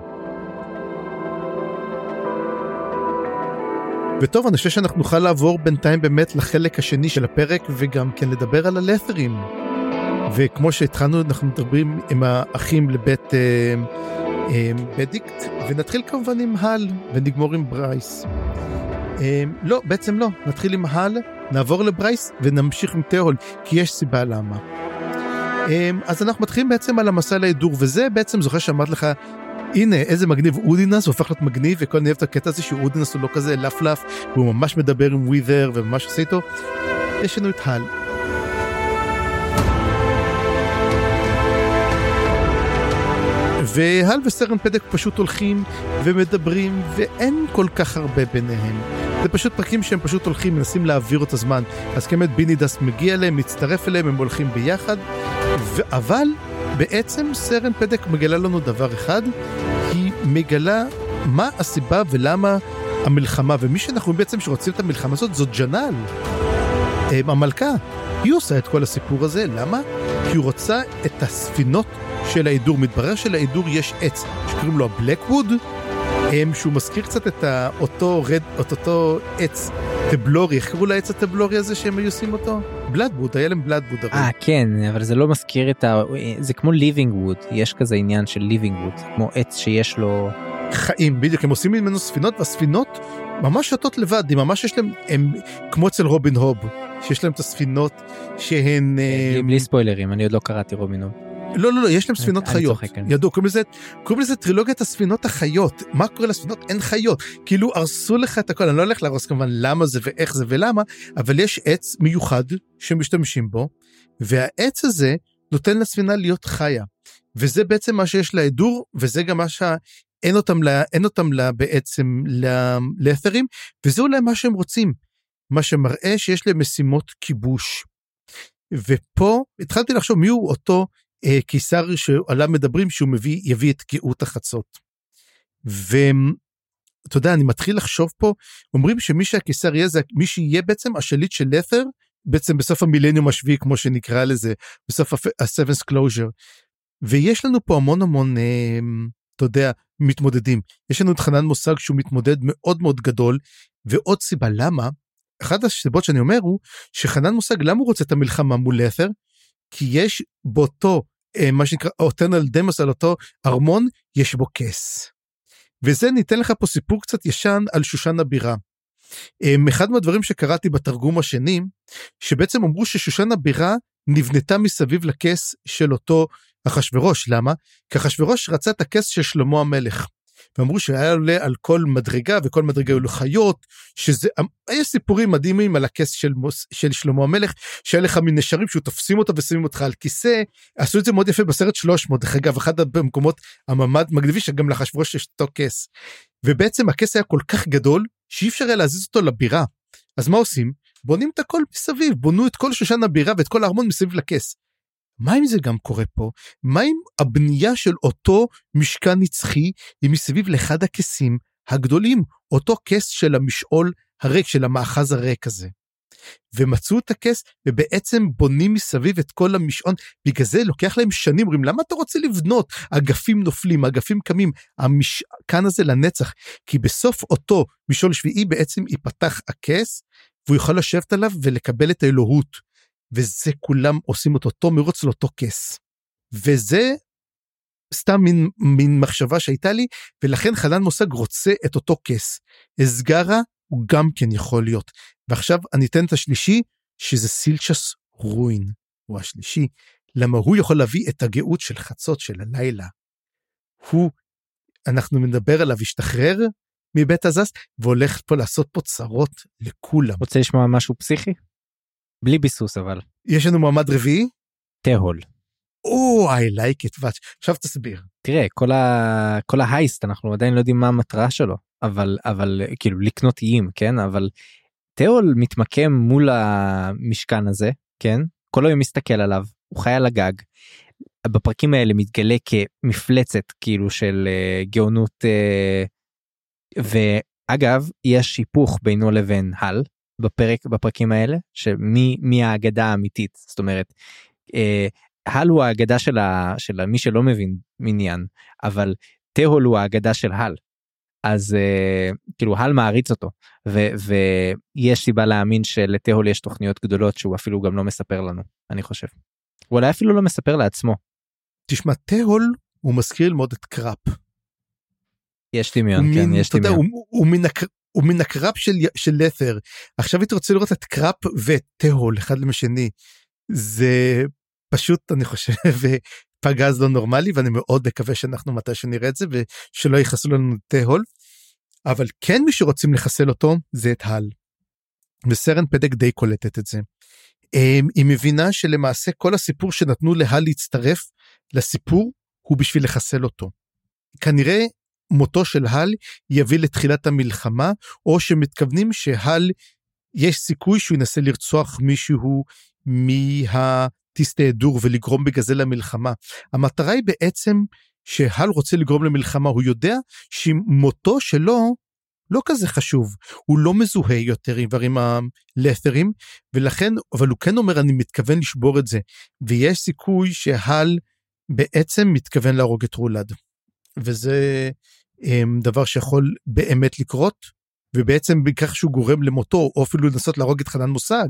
וטוב, אני חושב שאנחנו נוכל לעבור בינתיים באמת לחלק השני של הפרק, וגם כן לדבר על הלת'רים. וכמו שהתחלנו, אנחנו מדברים עם האחים לבית בדיקט, ונתחיל כמובן עם הל, ונגמור עם ברייס. לא, בעצם לא, נתחיל עם הל, נעבור לברייס, ונמשיך עם תיאול, כי יש סיבה למה. אז אנחנו מתחילים בעצם על המסע להידור, וזה בעצם זוכר שאמרת לך, הנה, איזה מגניב אודינס, הוא הופך להיות מגניב, וכל אני אוהב את הקטע הזה שהוא אודינס הוא לא כזה לפלף, והוא ממש מדבר עם ווית'ר, וממש עושה איתו. יש לנו את הל. והל וסרן פדק פשוט הולכים ומדברים, ואין כל כך הרבה ביניהם. זה פשוט פרקים שהם פשוט הולכים, מנסים להעביר את הזמן. אז כמת בינידס מגיע אליהם, מצטרף אליהם, הם הולכים ביחד, אבל בעצם סרן פדק מגלה לנו דבר אחד, היא מגלה מה הסיבה ולמה המלחמה, ומי שאנחנו בעצם שרוצים את המלחמה הזאת, זאת ג'נאל, המלכה. היא עושה את כל הסיפור הזה, למה? כי הוא רוצה את הספינות של העידור. מתברר שלעידור יש עץ שקוראים לו הבלקווד, שהוא מזכיר קצת את אותו עץ טבלורי. איך קראו לעץ הטבלורי הזה שהם היו עושים אותו? בלאדווד, היה להם בלאדווד. כן, אבל זה לא מזכיר זה כמו ליבינג ווד, יש כזה עניין של ליבינג ווד, כמו עץ שיש לו חיים, בדיוק, הם עושים ממנו ספינות, והספינות ממש שתות לבד, ממש יש להם, הם כמו אצל רובין הוב, שיש להם את הספינות שהן... בלי ספוילרים, אני עוד לא קראתי רובין הוב. לא, יש להם ספינות חיות. ידעו, קוראים לזה טרילוגיית הספינות החיות. מה קורה לספינות? אין חיות. כאילו הרסו לך את הכל, אני לא הולך להרוס כמובן למה זה ואיך זה ולמה, אבל יש עץ מיוחד שמשתמשים בו, והעץ הזה נותן לספינה להיות חיה. וזה בעצם מה שיש לעידור, וזה גם מה שאין אותם בעצם לאתרים, וזה אולי מה שהם רוצים. מה שמראה שיש להם משימות כיבוש. ופה התחלתי לחשוב מי הוא אותו קיסר שעליו מדברים שהוא יביא את גאות החצות. ואתה יודע, אני מתחיל לחשוב פה, אומרים שמי שהקיסר יהיה, זה מי שיהיה בעצם השליט של לת'ר, בעצם בסוף המילניום השביעי, כמו שנקרא לזה, בסוף ה-Seventh Closure. ויש לנו פה המון, אתה יודע, מתמודדים. יש לנו את חנן מושג שהוא מתמודד מאוד מאוד גדול, ועוד סיבה למה, אחת הסיבות שאני אומר הוא, שחנן מושג למה הוא רוצה את המלחמה מול לת'ר, כי יש באותו, מה שנקרא, אוטרנל דמוס על אותו ארמון, יש בו כס. וזה ניתן לך פה סיפור קצת ישן על שושן הבירה. אחד מהדברים שקראתי בתרגום השני, שבעצם אמרו ששושן הבירה נבנתה מסביב לכס של אותו אחשוורוש. למה? כי אחשוורוש רצה את הכס של שלמה המלך. ואמרו שהיה עולה על כל מדרגה, וכל מדרגה היו לו חיות, היה סיפורים מדהימים על הכס של שלמה המלך, שהיה לך מן נשרים שהוא תופסים אותו ושמים אותך על כיסא, עשו את זה מאוד יפה בסרט 300, דרך אגב, אחד במקומות הממד מגניבי, שגם לאחשוורוש יש אותו כס, ובעצם הכס היה כל כך גדול, שאי אפשר היה להזיז אותו לבירה, אז מה עושים? בונים את הכל מסביב, בונו את כל שושן הבירה, ואת כל הארמון מסביב לכס. מה אם זה גם קורה פה? מה אם הבנייה של אותו משכן נצחי היא מסביב לאחד הכסים הגדולים, אותו כס של המשעול הריק, של המאחז הריק הזה. ומצאו את הכס, ובעצם בונים מסביב את כל המשעון, בגלל זה לוקח להם שנים, אומרים, למה אתה רוצה לבנות? אגפים נופלים, אגפים קמים, המשכן הזה לנצח, כי בסוף אותו משעול שביעי בעצם ייפתח הכס, והוא יוכל לשבת עליו ולקבל את האלוהות. וזה כולם עושים את אותו מרוץ לאותו כס. וזה סתם מין מחשבה שהייתה לי, ולכן חנן מושג רוצה את אותו כס. הסגרה הוא גם כן יכול להיות. ועכשיו אני אתן את השלישי, שזה סילצ'ס רוין, הוא השלישי, למה הוא יכול להביא את הגאות של חצות של הלילה. אנחנו מדבר עליו, השתחרר מבית הזס, והולך פה לעשות פה צרות לכולם. רוצה לשמוע משהו פסיכי? בלי ביסוס אבל. יש לנו מעמד רביעי? תהול. I like it, עכשיו תסביר. תראה, כל ההייסט, אנחנו עדיין לא יודעים מה המטרה שלו, אבל כאילו לקנות איים, כן? אבל תהול מתמקם מול המשכן הזה, כן? כל היום מסתכל עליו, הוא חי על הגג, בפרקים האלה מתגלה כמפלצת כאילו של גאונות, ואגב, יש שיפוך בינו לבין הל, בפרקים האלה, שמי האגדה האמיתית, זאת אומרת, הל הוא האגדה של מי שלא מבין מניין, אבל תהול הוא האגדה של הל, אז כאילו הל מעריץ אותו, ויש סיבה להאמין שלתהול יש תוכניות גדולות, שהוא אפילו גם לא מספר לנו, אני חושב. הוא אולי אפילו לא מספר לעצמו. תשמע, תהול הוא מזכיר ללמוד את קראפ. יש דמיון, כן, יש דמיון. הוא מן הקראפ של לת'ר. עכשיו הייתי רוצה לראות את קראפ ותהול, אחד למשני. זה פשוט, אני חושב, פגז לא נורמלי, ואני מאוד מקווה שאנחנו מתי שנראה את זה, ושלא יחסו לנו תהול, אבל כן מי שרוצים לחסל אותו, זה את הל. וסרן פדק די קולטת את זה. היא מבינה שלמעשה כל הסיפור שנתנו להל להצטרף לסיפור, הוא בשביל לחסל אותו. כנראה מותו של הל יביא לתחילת המלחמה, או שמתכוונים שהל יש סיכוי שהוא ינסה לרצוח מישהו מהטיסטהדור ולגרום בגזל למלחמה. המטרה היא בעצם שהל רוצה לגרום למלחמה, הוא יודע שמותו שלו לא כזה חשוב, הוא לא מזוהה יותר עם דברים הלת'רים, ולכן, אבל הוא כן אומר אני מתכוון לשבור את זה, ויש סיכוי שהל בעצם מתכוון להרוג את רולד, וזה דבר שיכול באמת לקרות, ובעצם בכך שהוא גורם למותו, או אפילו לנסות להרוג את חנן מושג,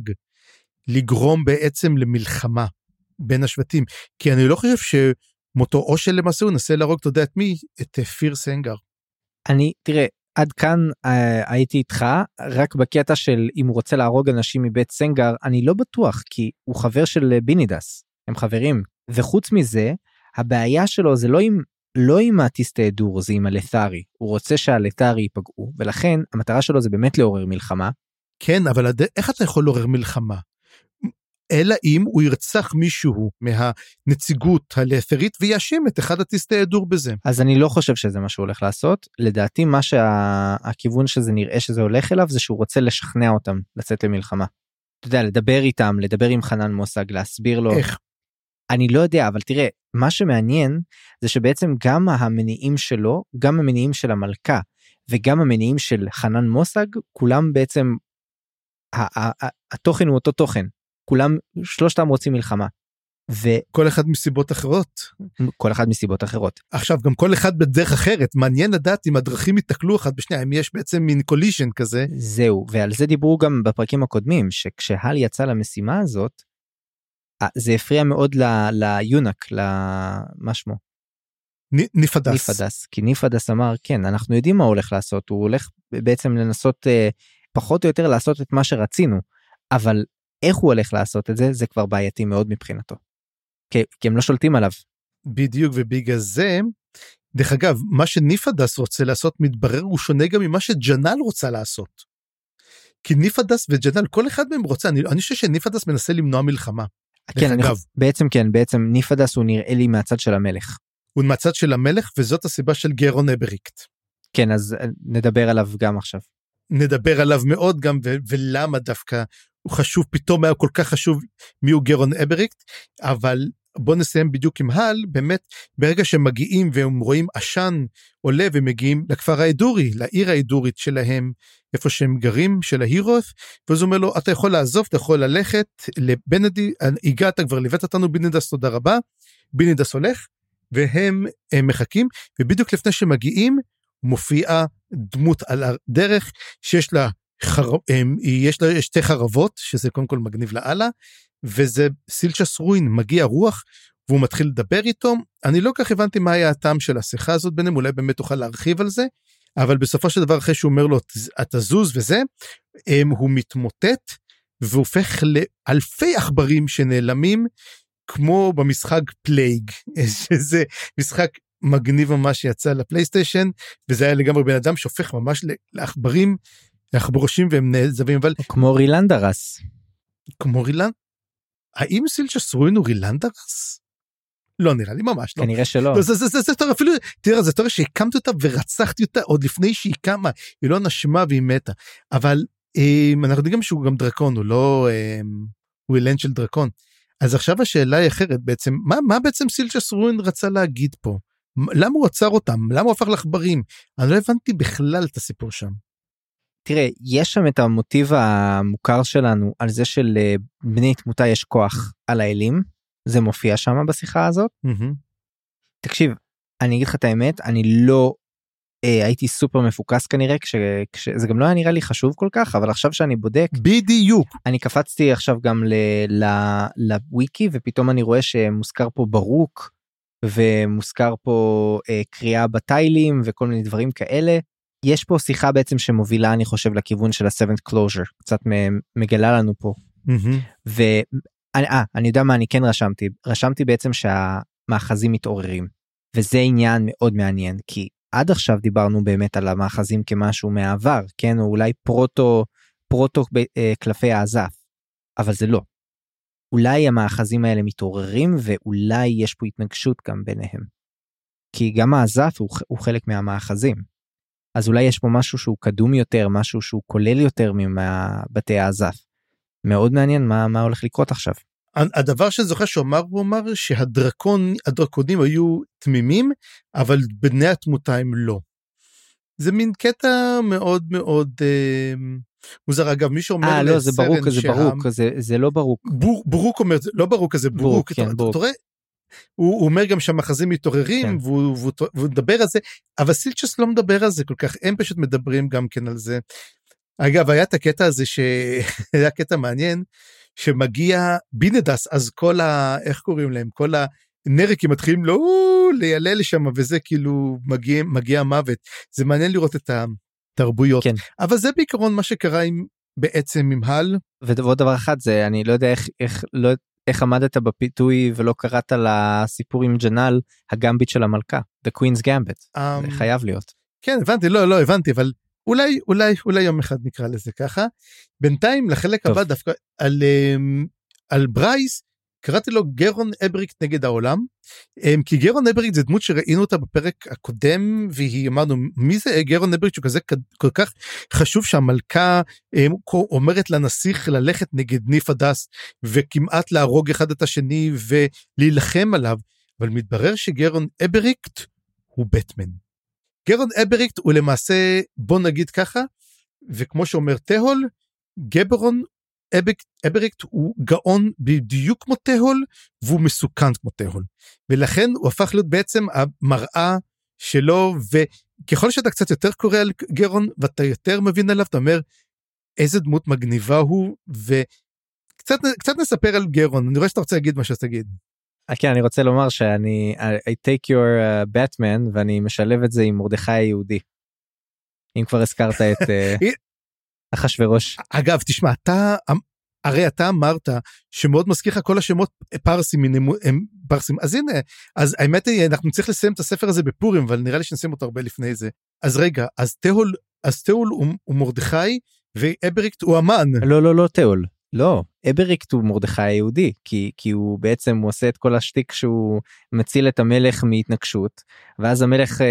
לגרום בעצם למלחמה בין השבטים, כי אני לא חושב שמותו, או שלמעשה הוא נסה להרוג, אתה יודע את מי? את פיר סנגר. תראה, עד כאן הייתי איתך, רק בקטע של אם הוא רוצה להרוג אנשים מבית סנגר, אני לא בטוח, כי הוא חבר של בינידס, הם חברים, וחוץ מזה, הבעיה שלו זה לא עם הטיסטהדור, זה עם הלת'רי, הוא רוצה שהלת'רי ייפגעו, ולכן המטרה שלו זה באמת לעורר מלחמה. כן, אבל איך אתה יכול לעורר מלחמה? אלא אם הוא ירצח מישהו מהנציגות הלת'רית, ויאשים את אחד הטיסטהדור בזה. אז אני לא חושב שזה מה שהוא הולך לעשות, לדעתי מה שהכיוון שזה נראה שזה הולך אליו, זה שהוא רוצה לשכנע אותם לצאת למלחמה. אתה יודע, לדבר איתם, לדבר עם חנן מושג, להסביר לו. איך? אני לא יודע, אבל תראה, מה שמעניין זה שבעצם גם המניעים שלו, גם המניעים של המלכה, וגם המניעים של חנן מושג, כולם בעצם, התוכן הוא אותו תוכן. כולם, שלושתם רוצים מלחמה. כל אחד מסיבות אחרות. כל אחד מסיבות אחרות. עכשיו, גם כל אחד בדרך אחרת, מעניין לדעת אם הדרכים יתקלו אחד בשנייה, אם יש בעצם מין קולישן כזה. זהו, ועל זה דיברו גם בפרקים הקודמים, שכשהל יצא למשימה הזאת, זה הפריע מאוד ליונק, מה שמו? ניפדס. ניפדס, כי ניפדס אמר, כן, אנחנו יודעים מה הוא הולך לעשות, הוא הולך בעצם לנסות פחות או יותר לעשות את מה שרצינו, אבל איך הוא הולך לעשות את זה, זה כבר בעייתי מאוד מבחינתו. כי הם לא שולטים עליו. בדיוק, ובגלל זה, דרך אגב, מה שניפדס רוצה לעשות, מתברר הוא שונה גם ממה שג'נל רוצה לעשות. כי ניפדס וג'נל, כל אחד מהם רוצה, אני חושב שניפדס מנסה למנוע מלחמה. כן, בעצם ניפדס הוא נראה לי מהצד של המלך. הוא מהצד של המלך, וזאת הסיבה של גרון אבריקט. כן, אז נדבר עליו גם עכשיו. נדבר עליו מאוד גם, ולמה דווקא הוא חשוב, פתאום היה כל כך חשוב מי הוא גרון אבריקט, אבל בוא נסיים בדיוק עם הל, באמת ברגע שהם מגיעים והם רואים עשן עולה ומגיעים לכפר האידורי, לעיר האידורית שלהם, איפה שהם גרים, של ההירוס, ואז הוא אומר לו, אתה יכול לעזוב, אתה יכול ללכת לבנדי, הגעת כבר, לבאת אותנו בינידס, תודה רבה, בינידס הולך, והם מחכים, ובדיוק לפני שמגיעים, מופיעה דמות על הדרך, שיש לה שתי חרבות, שזה קודם כל מגניב לאללה, וזה סילצ'ס רוין, מגיע רוח, והוא מתחיל לדבר איתו, אני לא כך הבנתי מה היה הטעם של השיחה הזאת ביניהם, אולי באמת תוכל להרחיב על זה, אבל בסופו של דבר אחרי שהוא אומר לו, אתה זוז וזה, הוא מתמוטט, והופך לאלפי עכברים שנעלמים, כמו במשחק פלייג, שזה משחק מגניב ממש שיצא לפלייסטיישן, וזה היה לגמרי בן אדם שהופך ממש לעכברים, לעכברושים והם נעזבים, אבל... כמו רילנדרס. כמו רילנד? האם סילצ'ס רוין הוא רילנדרס? לא נראה לי ממש לא. כנראה שלא. זה תורה, אפילו, תראה, זה תורה שהקמתי אותה ורצחתי אותה עוד לפני שהיא קמה, היא לא נשמה והיא מתה, אבל אנחנו יודעים גם שהוא גם דרקון, הוא לא, הוא אילן של דרקון, אז עכשיו השאלה היא אחרת בעצם, מה בעצם סילצ'ס רוין רצה להגיד פה? למה הוא עצר אותם? למה הוא הפך לעכברים? אני לא הבנתי בכלל את הסיפור שם. תראה, יש שם את המוטיב המוכר שלנו, על זה של בני תמותה יש כוח על האלים, זה מופיע שם בשיחה הזאת. תקשיב, אני אגיד לך את האמת, אני לא הייתי סופר מפוקס כנראה, זה גם לא היה נראה לי חשוב כל כך, אבל עכשיו שאני בודק, בדיוק. אני קפצתי עכשיו גם לוויקי, ופתאום אני רואה שמוזכר פה ברוק, ומוזכר פה קריאה בטיילים, וכל מיני דברים כאלה. יש פה שיחה בעצם שמובילה, אני חושב, לכיוון של ה-7th closure, קצת מגלה לנו פה. ואני יודע מה אני כן רשמתי בעצם המאחזים מתעוררים. וזה עניין מאוד מעניין, כי עד עכשיו דיברנו באמת על המאחזים כמשהו מהעבר, כן? או אולי פרוטו קלפי האזף, אבל זה לא. אולי המאחזים האלה מתעוררים, ואולי יש פה התנגשות גם ביניהם. כי גם האזף הוא חלק מהמאחזים. אז אולי יש פה משהו שהוא קדום יותר, משהו שהוא כולל יותר מבתי האזף. מאוד מעניין מה הולך לקרות עכשיו. הדבר שזוכר שאומר, הוא אמר שהדרקונים היו תמימים, אבל בני התמותה הם לא. זה מין קטע מאוד מאוד מוזר. אגב, מי שאומר לא, זה ברוק, זה ברוק, זה לא ברוק. ברוק אומר, לא ברוק, זה ברוק. כן, ברוק. אתה רואה? הוא אומר גם שהמאחזים מתעוררים, כן. והוא מדבר על זה, אבל סילצ'ס לא מדבר על זה כל כך, הם פשוט מדברים גם כן על זה. אגב, היה את הקטע הזה, היה קטע מעניין, שמגיע בינדס, אז כל איך קוראים להם, כל הנרקים מתחילים לילל לשם, וזה כאילו מגיע המוות. זה מעניין לראות את התרבויות. כן. אבל זה בעיקרון מה שקרה בעצם עם הל. כן, הבנתי, לא הבנתי, אבל אולי יום אחד נקרא לזה ככה. בינתיים לחלק הבא דווקא על ברייס, קראתי לו גרון אבריקט נגד העולם, כי גרון אבריקט זה דמות שראינו אותה בפרק הקודם, והיא אמרנו, מי זה גרון אבריקט שהוא כזה כל כך חשוב שהמלכה אומרת לנסיך ללכת נגד ניפדס, וכמעט להרוג אחד את השני ולהילחם עליו, אבל מתברר שגרון אבריקט הוא בטמן. גרון אבריקט הוא למעשה, בוא נגיד ככה, וכמו שאומר תהול, גברון אבריקט הוא גאון בדיוק כמו תהול, והוא מסוכן כמו תהול. ולכן הוא הפך להיות בעצם המראה שלו, וככל שאתה קצת יותר קורא על גרון, ואתה יותר מבין עליו, אתה אומר, איזה דמות מגניבה הוא, וקצת נספר על גרון. אני רואה שאתה רוצה להגיד מה שאתה תגיד. כן, אני רוצה לומר I take your Batman, ואני משלב את זה עם מרדכי היהודי. אם כבר הזכרת את אחשוורוש. אגב, תשמע, הרי אתה אמרת שמאוד מזכיר לך כל השמות פרסים, הם פרסים. אז הנה, אז האמת היא, אנחנו צריך לסיים את הספר הזה בפורים, אבל נראה לי שנסיים אותו הרבה לפני זה. אז רגע, אז תהול הוא מרדכי, ואבריקט הוא אמן. לא, תהול. לא, אבריקט הוא מרדכי היהודי, כי הוא בעצם עושה את כל השטיק שהוא מציל את המלך מהתנגשות, ואז המלך...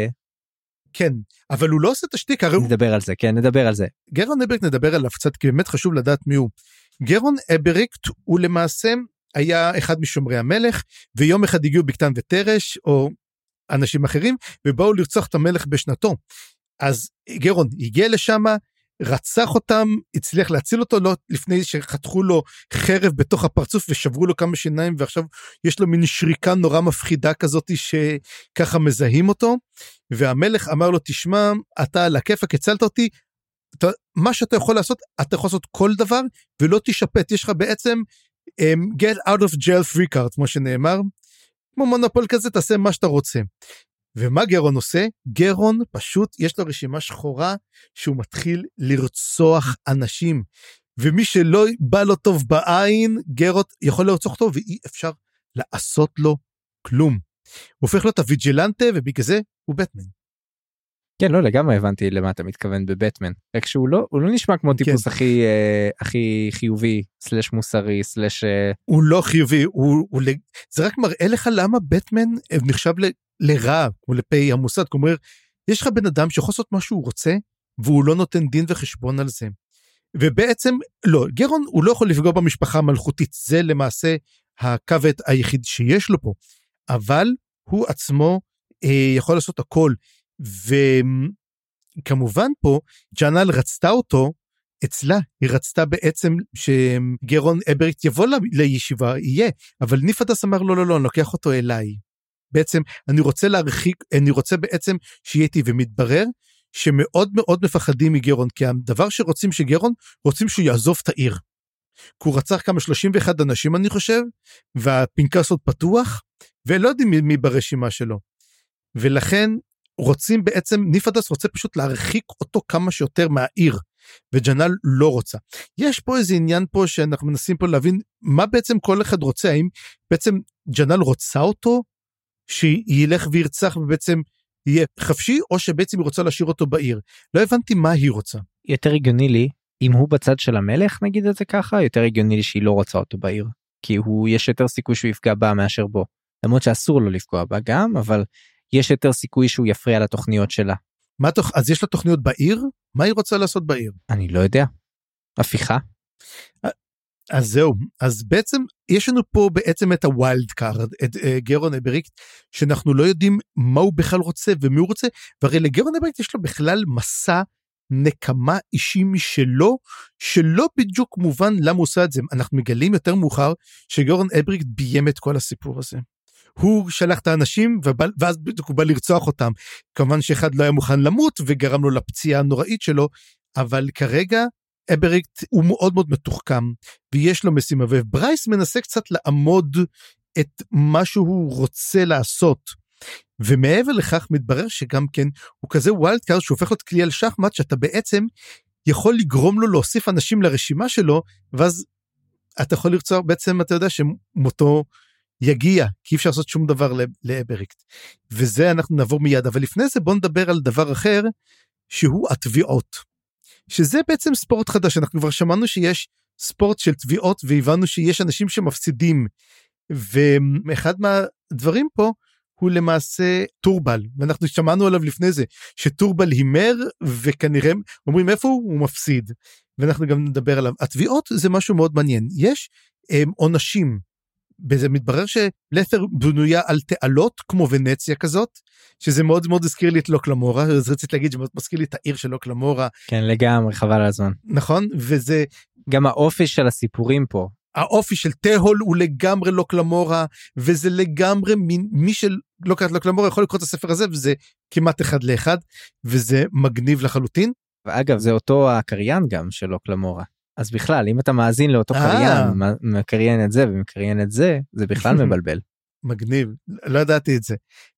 כן, אבל הוא לא עושה את השטיק, נדבר על זה. גרון אבריקט נדבר עליו קצת, כי באמת חשוב לדעת מי הוא. גרון אבריקט הוא למעשה היה אחד משומרי המלך, ויום אחד הגיעו בקטן ותרש, או אנשים אחרים, ובאו לרצוח את המלך בשנתו. אז גרון הגיע לשם, רצח אותם, הצליח להציל אותו, לא לפני שחתכו לו חרב בתוך הפרצוף, ושברו לו כמה שיניים, ועכשיו יש לו מין שריקה נורא מפחידה כזאת, שככה מזהים אותו, והמלך אמר לו, תשמע, אתה על הכיפק, הצלת אותי, מה שאתה יכול לעשות, אתה יכול לעשות כל דבר, ולא תשפט, יש לך בעצם, get out of jail free card, כמו שנאמר, כמו מונופול כזה, תעשה מה שאתה רוצה. ומה גרון עושה? גרון פשוט יש לו רשימה שחורה שהוא מתחיל לרצוח אנשים, ומי שלא בא לו טוב בעין, גרות יכול לרצוח אותו, ואי אפשר לעשות לו כלום. הוא הופך להיות הוויג'לנטה, ובגלל זה הוא בטמן. כן, לא, לגמרי הבנתי למה אתה מתכוון בבטמן, רק שהוא לא נשמע כמו טיפוס הכי חיובי, סלש מוסרי, סלש... הוא לא חיובי, זה רק מראה לך למה בטמן נחשב לרע, או לפי המוסד, כלומר, יש לך בן אדם שיכול לעשות מה שהוא רוצה, והוא לא נותן דין וחשבון על זה. ובעצם, לא, גרון הוא לא יכול לפגוע במשפחה המלכותית, זה למעשה הכבד היחיד שיש לו פה, אבל הוא עצמו יכול לעשות הכל, וכמובן פה, ג'אנל רצתה אותו, אצלה, היא רצתה בעצם שגרון אבריקט יבוא לישיבה, יהיה, אבל ניפדס אמר לא, אני לוקח אותו אליי. בעצם אני רוצה להרחיק, אני רוצה בעצם שיהיה איתי, ומתברר שמאוד מאוד מפחדים מגרון, כי הדבר שרוצים שגרון, רוצים שהוא יעזוב את העיר. כי הוא רצח כמה 31 אנשים אני חושב, והפנקס עוד פתוח, ולא יודעים מי ברשימה שלו. ולכן רוצים בעצם, ניפדס רוצה פשוט להרחיק אותו כמה שיותר מהעיר, וג'נל לא רוצה. יש פה איזה עניין פה שאנחנו מנסים פה להבין מה בעצם כל אחד רוצה, האם בעצם ג'נל רוצה אותו, שילך וירצח ובעצם יהיה חפשי, או שבעצם היא רוצה להשאיר אותו בעיר. לא הבנתי מה היא רוצה. יותר הגיוני לי, אם הוא בצד של המלך, נגיד את זה ככה, יותר הגיוני לי שהיא לא רוצה אותו בעיר. כי יש יותר סיכוי שהוא יפגע בה מאשר בו. למרות שאסור לו לפגוע בה גם, אבל יש יותר סיכוי שהוא יפריע לתוכניות שלה. אז יש לה תוכניות בעיר? מה היא רוצה לעשות בעיר? אני לא יודע. הפיכה? אז זהו, אז בעצם יש לנו פה בעצם את הווילד קארד, את גרון אבריקט, שאנחנו לא יודעים מה הוא בכלל רוצה ומי הוא רוצה, והרי לגרון אבריקט יש לו בכלל מסע נקמה אישי משלו, שלא בדיוק מובן למה הוא עושה את זה. אנחנו מגלים יותר מאוחר שגרון אבריקט ביים את כל הסיפור הזה. הוא שלח את האנשים, ואז בדיוק הוא בא לרצוח אותם. כמובן שאחד לא היה מוכן למות, וגרם לו לפציעה הנוראית שלו, אבל כרגע אבריקט הוא מאוד מאוד מתוחכם, ויש לו משימה, וברייס מנסה קצת לעמוד את מה שהוא רוצה לעשות, ומעבר לכך מתברר שגם כן, הוא כזה ווילד קארד שהופך להיות כלי על שחמט, שאתה בעצם יכול לגרום לו להוסיף אנשים לרשימה שלו, ואז אתה יכול לרצוח, בעצם אתה יודע שמותו יגיע, כי אי אפשר לעשות שום דבר לאבריקט, וזה אנחנו נעבור מיד, אבל לפני זה בוא נדבר על דבר אחר, שהוא התביעות, שזה בעצם ספורט חדש, אנחנו כבר שמענו שיש ספורט של תביעות, והבנו שיש אנשים שמפסידים, ואחד מהדברים פה, הוא למעשה טורבל, ואנחנו שמענו עליו לפני זה, שטורבל הימר, וכנראה אומרים איפה הוא מפסיד, ואנחנו גם נדבר עליו. התביעות זה משהו מאוד מעניין, יש עונשים, וזה מתברר שלת'ר בנויה על תעלות, כמו ונציה כזאת, שזה מאוד מאוד הזכיר לי את לוקלמורה, אז רציתי להגיד שמאוד מזכיר לי את העיר של לוקלמורה. כן, לגמרי, חבל על הזמן. נכון, וזה... גם האופי של הסיפורים פה. האופי של תהול הוא לגמרי לוקלמורה, וזה לגמרי מי שלא קראת לוקלמורה יכול לקרוא את הספר הזה, וזה כמעט אחד לאחד, וזה מגניב לחלוטין. ואגב, זה אותו הקריין גם של לוקלמורה. אז בכלל, אם אתה מאזין לאותו קריין, מקריין את זה ומקריין את זה, זה בכלל מבלבל. מגניב, לא ידעתי את זה.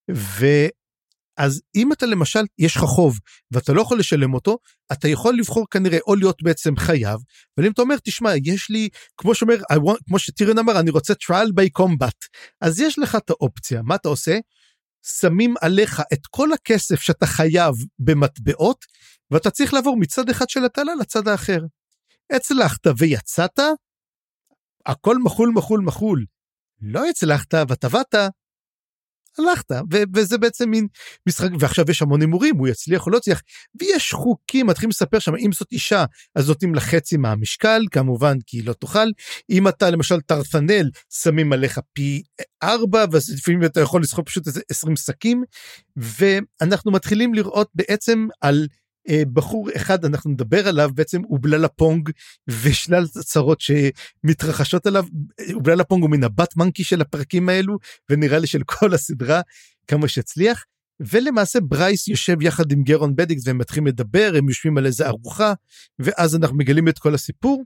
אז אם אתה למשל, יש לך חוב, ואתה לא יכול לשלם אותו, אתה יכול לבחור כנראה, או להיות בעצם חייב, אבל אם אתה אומר, תשמע, יש לי, כמו שטירן אמר, אני רוצה trial by combat, אז יש לך את האופציה, מה אתה עושה? שמים עליך את כל הכסף שאתה חייב במטבעות, ואתה צריך לעבור מצד אחד של התעלה לצד האחר. הצלחת ויצאת, הכל מחול מחול מחול, לא הצלחת וטבעת, הלכת, וזה בעצם מין משחק, ועכשיו יש המון הימורים, הוא יצליח או לא יצליח, ויש חוקים, מתחילים לספר שם, אם זאת אישה, אז נותנים לה חצי מהמשקל, כמובן, כי היא לא תוכל, אם אתה למשל טרפנל, שמים עליך פי 4, ולפעמים אתה יכול לסחוב פשוט איזה 20 שקים, ואנחנו מתחילים לראות בעצם על בחור אחד, אנחנו נדבר עליו, בעצם אובללה פונג, ושלל צרות שמתרחשות עליו, אובללה פונג הוא מן הבת מנקי של הפרקים האלו, ונראה לי של כל הסדרה, כמה שהצליח, ולמעשה ברייס יושב יחד עם גרון בדיקס, והם מתחילים לדבר, הם יושבים על איזה ארוחה, ואז אנחנו מגלים את כל הסיפור,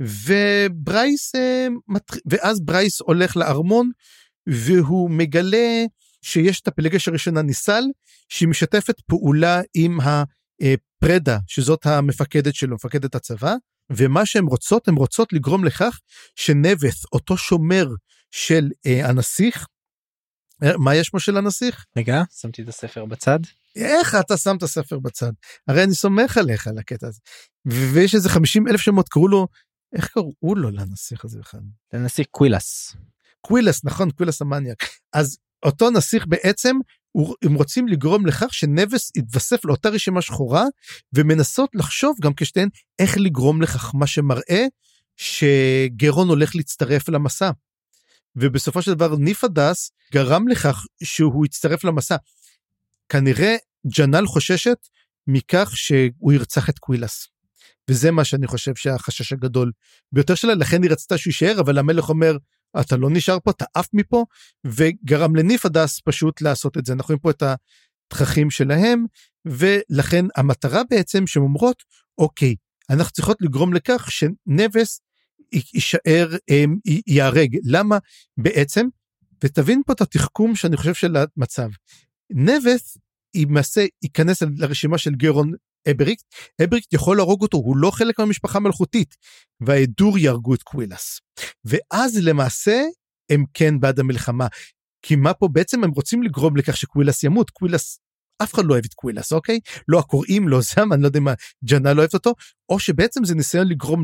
ואז ברייס הולך לארמון, והוא מגלה שיש את הפלגש הראשונה ניסל, שהיא משתפת פעולה עם פרדה, שזאת המפקדת שלו, מפקדת הצבא, ומה שהן רוצות, הן רוצות לגרום לכך שנבeth, אותו שומר של הנסיך, מה יש פה של הנסיך? רגע, שמתי את הספר בצד. איך אתה שם את הספר בצד? הרי אני סומך עליך על הקטע הזה. ויש איזה 50,000 שמות, קראו לו, איך קראו לו לנסיך הזה בכלל? לנסיך קווילס. קווילס, נכון, קווילס המניאק. אז אותו נסיך בעצם, הם רוצים לגרום לכך שנבס יתווסף לאותה רשימה שחורה, ומנסות לחשוב גם כשתיהן איך לגרום לכך, מה שמראה שגרון הולך להצטרף למסע. ובסופו של דבר ניפדס גרם לכך שהוא יצטרף למסע. כנראה ג'נל חוששת מכך שהוא ירצח את קווילס. וזה מה שאני חושב שהחשש הגדול ביותר שלה, לכן היא רצתה שהוא יישאר, אבל המלך אומר, אתה לא נשאר פה, אתה עף מפה, וגרם לניפדס פשוט לעשות את זה. אנחנו רואים פה את התככים שלהם, ולכן המטרה בעצם שאומרות, אוקיי, אנחנו צריכות לגרום לכך שנבס יישאר, יהרג. למה בעצם? ותבין פה את התחכום שאני חושב של המצב. נבס ייכנס לרשימה של גרון אבריקט, אבריקט יכול להרוג אותו, הוא לא חלק מהמשפחה המלכותית, והעדור יהרגו את קווילס. ואז למעשה הם כן בעד המלחמה, כי מה פה בעצם הם רוצים לגרום לכך שקווילס ימות, קווילס, אף אחד לא אוהב את קווילס, אוקיי? לא הקוראים, לא זם, אני לא יודע מה, ג'נה לא אוהבת אותו, או שבעצם זה ניסיון לגרום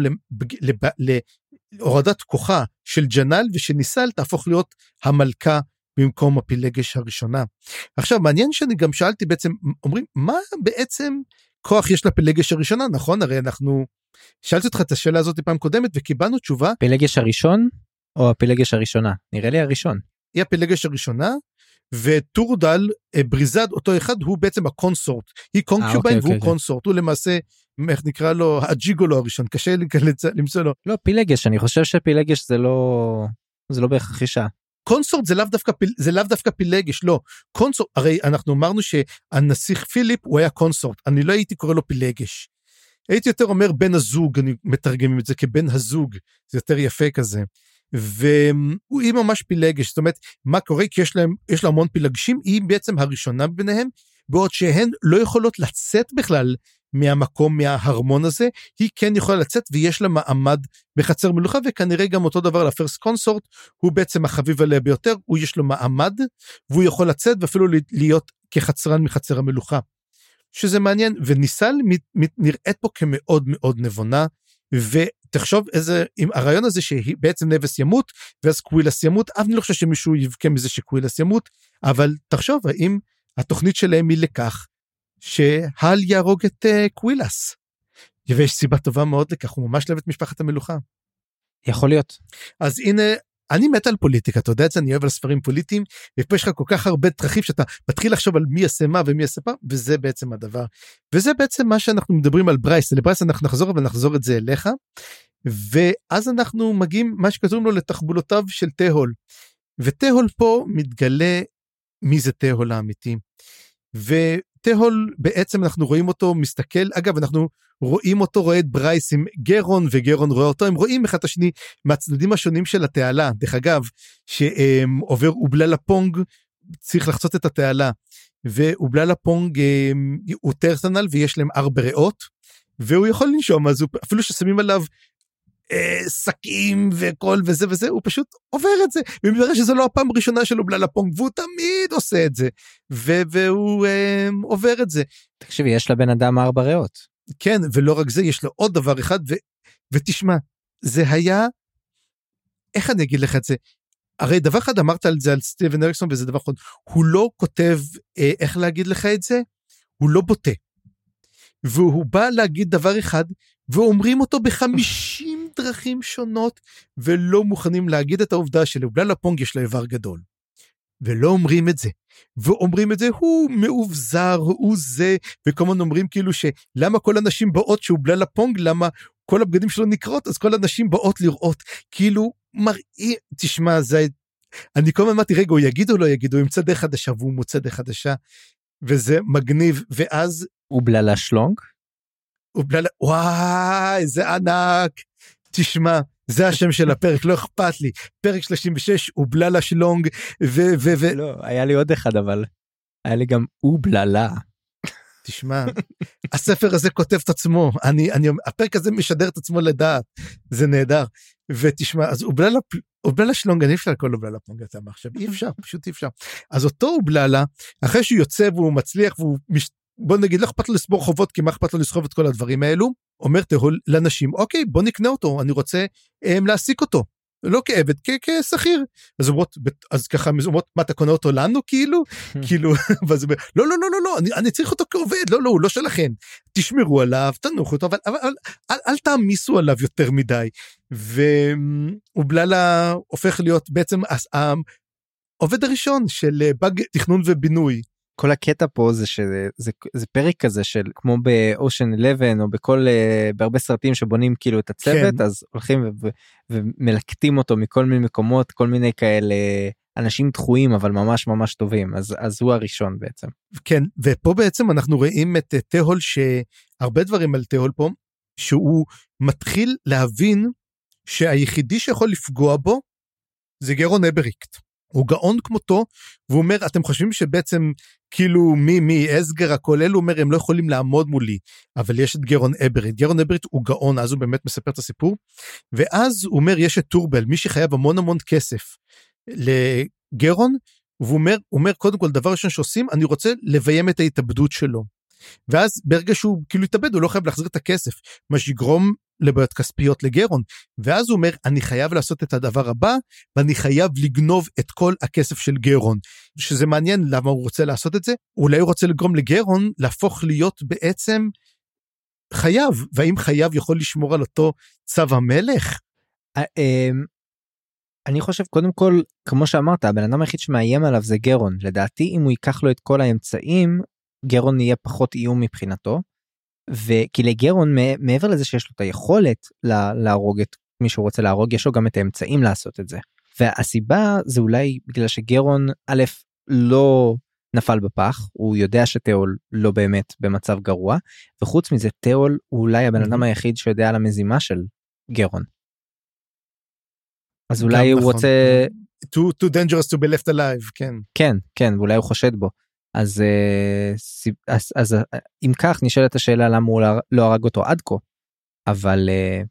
להורדת כוחה של ג'נל, ושניסל תהפוך להיות המלכה במקום הפילגש הראשונה. עכשיו, מעניין שאני גם שאלתי בעצם, אומרים, מה בעצם כוח יש לפילגש הראשונה, נכון? הרי אנחנו, שאלתי אותך את השאלה הזאת פעם קודמת, וקיבלנו תשובה. פילגש הראשון, או הפילגש הראשונה? נראה לי הראשון. היא הפילגש הראשונה, וטורדל, בריזד, אותו אחד, הוא בעצם הקונסורט. היא קונקיוביין והוא קונסורט. הוא למעשה, איך נקרא לו, הג'יגולו הראשון. קשה למצוא לו. לא, פילגש, אני חושב שפילגש זה לא בהכרח אישה. קונסורט זה לאו דווקא פילגש, לא. קונסורט, הרי אנחנו אמרנו שהנסיך פיליפ הוא היה קונסורט. אני לא הייתי קורא לו פילגש. הייתי יותר אומר בן הזוג, אני מתרגמים את זה כבן הזוג. זה יותר יפה כזה. והיא ממש פילגש, זאת אומרת, מה קורה? כי יש לה המון פילגשים, היא בעצם הראשונה ביניהם, בעוד שהן לא יכולות לצאת בכלל מהמקום, מההרמון הזה, היא כן יכולה לצאת, ויש לה מעמד בחצר מלוכה, וכנראה גם אותו דבר לפרס קונסורט, הוא בעצם החביב עליה ביותר, הוא יש לו מעמד, והוא יכול לצאת, ואפילו להיות כחצרן מחצר המלוכה, שזה מעניין, וניסל נראית פה כמאוד מאוד נבונה, ותחשוב אם הרעיון הזה שהיא בעצם נבס ימות, ואז קווילס ימות, אבל אני לא חושב שמישהו יבכה מזה שקווילס ימות, אבל תחשוב, האם התוכנית שלהם היא לכך, שהל יהרוג את קווילס, ויש סיבה טובה מאוד לכך, הוא ממש לב את משפחת המלוכה. יכול להיות. אז הנה, אני מת על פוליטיקה, אתה יודע את זה, אני אוהב על ספרים פוליטיים, ופה יש לך כל כך הרבה דרכים, שאתה מתחיל לחשוב על מי יעשה מה ומי יעשה מה, וזה בעצם הדבר. וזה בעצם מה שאנחנו מדברים על ברייס, לברייס אנחנו נחזור את זה אליך, ואז אנחנו מגיעים, מה שכתוב לו לתחבולותיו של תהול, ותהול פה מתגלה מי זה תהול האמיתי, ותהול בעצם אנחנו רואים אותו מסתכל, אגב אנחנו רואים אותו, רואה את ברייס עם גרון, וגרון רואה אותו, הם רואים אחד השני מהצדדים השונים של התעלה, דרך אגב, שעובר אובלל הפונג, צריך לחצות את התעלה, ואובלל הפונג הוא טרסנל, ויש להם 4 ריאות, והוא יכול לנשום, אז אפילו ששמים עליו סקים וכל וזה, הוא פשוט עובר את זה, ומדבר שזו לא הפעם הראשונה של אובלל הפונג, והוא תמיד עושה את זה, והוא עובר את זה. תקשיבי, יש לבן אדם 4 ריאות. כן, ולא רק זה, יש לו עוד דבר אחד, ותשמע, זה היה, איך אני אגיד לך את זה, הרי דבר אחד אמרת על זה, על סטיבן אריקסון, וזה דבר אחד, הוא לא כותב, איך להגיד לך את זה, הוא לא בוטה, והוא בא להגיד דבר אחד, ואומרים אותו ב50 דרכים שונות, ולא מוכנים להגיד את העובדה שלאובלל הפונג יש לו איבר גדול, ולא אומרים את זה, ואומרים את זה, הוא מאובזר, הוא זה, וכמובן אומרים כאילו שלמה כל הנשים באות שאובלל הפונג, למה כל הבגדים שלו נקרות, אז כל הנשים באות לראות, כאילו מראי, תשמע, זה, אני כל הזמן אמרתי, רגע, הוא יגיד או לא יגיד, הוא ימצא דרך חדשה, והוא מוצא דרך חדשה, וזה מגניב, ואז... אובלל שלונג? אובלל, וואי, זה ענק, תשמע, זה השם של הפרק, לא אכפת לי, פרק 36, אובללה שלונג, לא, היה לי עוד אחד, אבל היה לי גם אובללה. תשמע, הספר הזה כותב את עצמו, הפרק הזה משדר את עצמו לדעת, זה נהדר, ותשמע, אז אובללה שלונג, אני אפשר לכל אובללה פונג, אתה עכשיו, אי אפשר, פשוט אי אפשר. אז אותו אובללה, אחרי שהוא יוצא והוא מצליח, והוא בוא נגיד, לא אכפת לו לסבור חובות, כי מה אכפת לו לסחוב את כל הדברים האלו, אומר תהול לנשים, אוקיי, בוא נקנה אותו, אני רוצה להעסיק אותו, לא כעבד, כשכיר. אז אומרות, אז ככה אומרות, מה, אתה קונה אותו לנו, כאילו? כאילו, ואז אומר, לא, לא, לא, לא, לא, אני צריך אותו כעובד, לא, לא, הוא לא שלכם, תשמרו עליו, תנוחו אותו, אבל אל תעמיסו עליו יותר מדי, ובללה הופך להיות בעצם העובד הראשון של בג תכנון ובינוי, כל הקטע פה זה שזה פרק כזה של כמו באושן 11 או בהרבה סרטים שבונים כאילו את הצוות, כן. אז הולכים ומלקטים אותו מכל מיני מקומות, כל מיני כאלה אנשים דחויים אבל ממש ממש טובים, אז הוא הראשון בעצם. כן, ופה בעצם אנחנו רואים את תהול, שהרבה דברים על תהול פה, שהוא מתחיל להבין שהיחידי שיכול לפגוע בו זה גרון אבריקט. הוא גאון כמותו, והוא אומר, אתם חושבים שבעצם, כאילו, אסגר, הכל אלו, הוא אומר, הם לא יכולים לעמוד מולי, אבל יש את גרון אברית, גרון אברית הוא גאון, אז הוא באמת מספר את הסיפור, ואז הוא אומר, יש את טורבל, מי שחייב המון כסף לגרון, והוא אומר, קודם כל, דבר ראשון שעושים, אני רוצה לביים את ההתאבדות שלו, ואז ברגע שהוא כאילו יתאבד, הוא לא חייב להחזיר את הכסף, מה שיגרום לבעיות כספיות לגרון, ואז הוא אומר, אני חייב לעשות את הדבר הבא, ואני חייב לגנוב את כל הכסף של גרון, שזה מעניין למה הוא רוצה לעשות את זה, אולי הוא רוצה לגרום לגרון, להפוך להיות בעצם חייב, והאם חייב יכול לשמור על אותו צו המלך? אני חושב קודם כל, כמו שאמרת, הבן אדם היחיד שמאיים עליו זה גרון, לדעתי אם הוא ייקח לו את כל האמצעים, גרון יהיה פחות איום מבחינתו, וכי לגרון מעבר לזה שיש לו את היכולת להרוג את מי שהוא רוצה להרוג, יש לו גם את האמצעים לעשות את זה, והסיבה זה אולי בגלל שגרון א' לא נפל בפח, הוא יודע שתיאול לא באמת במצב גרוע, וחוץ מזה תיאול הוא אולי הבן אדם היחיד שיודע על המזימה של גרון, אז אולי הוא רוצה too dangerous to be left alive, כן, ואולי הוא חושד בו, אז אם כך נשאלת השאלה למה הוא לא הרג אותו עד כה, אבל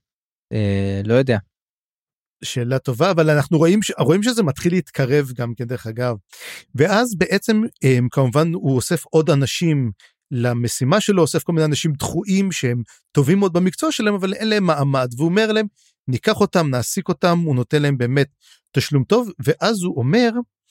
לא יודע. שאלה טובה, אבל אנחנו רואים שזה מתחיל להתקרב גם כדרך אגב, ואז בעצם כמובן הוא אוסף עוד אנשים למשימה שלו, אוסף כל מיני אנשים דחויים שהם טובים מאוד במקצוע שלהם, אבל אין להם מעמד, והוא אומר להם, ניקח אותם, נעסיק אותם, הוא נותן להם באמת תשלום טוב, ואז הוא אומר,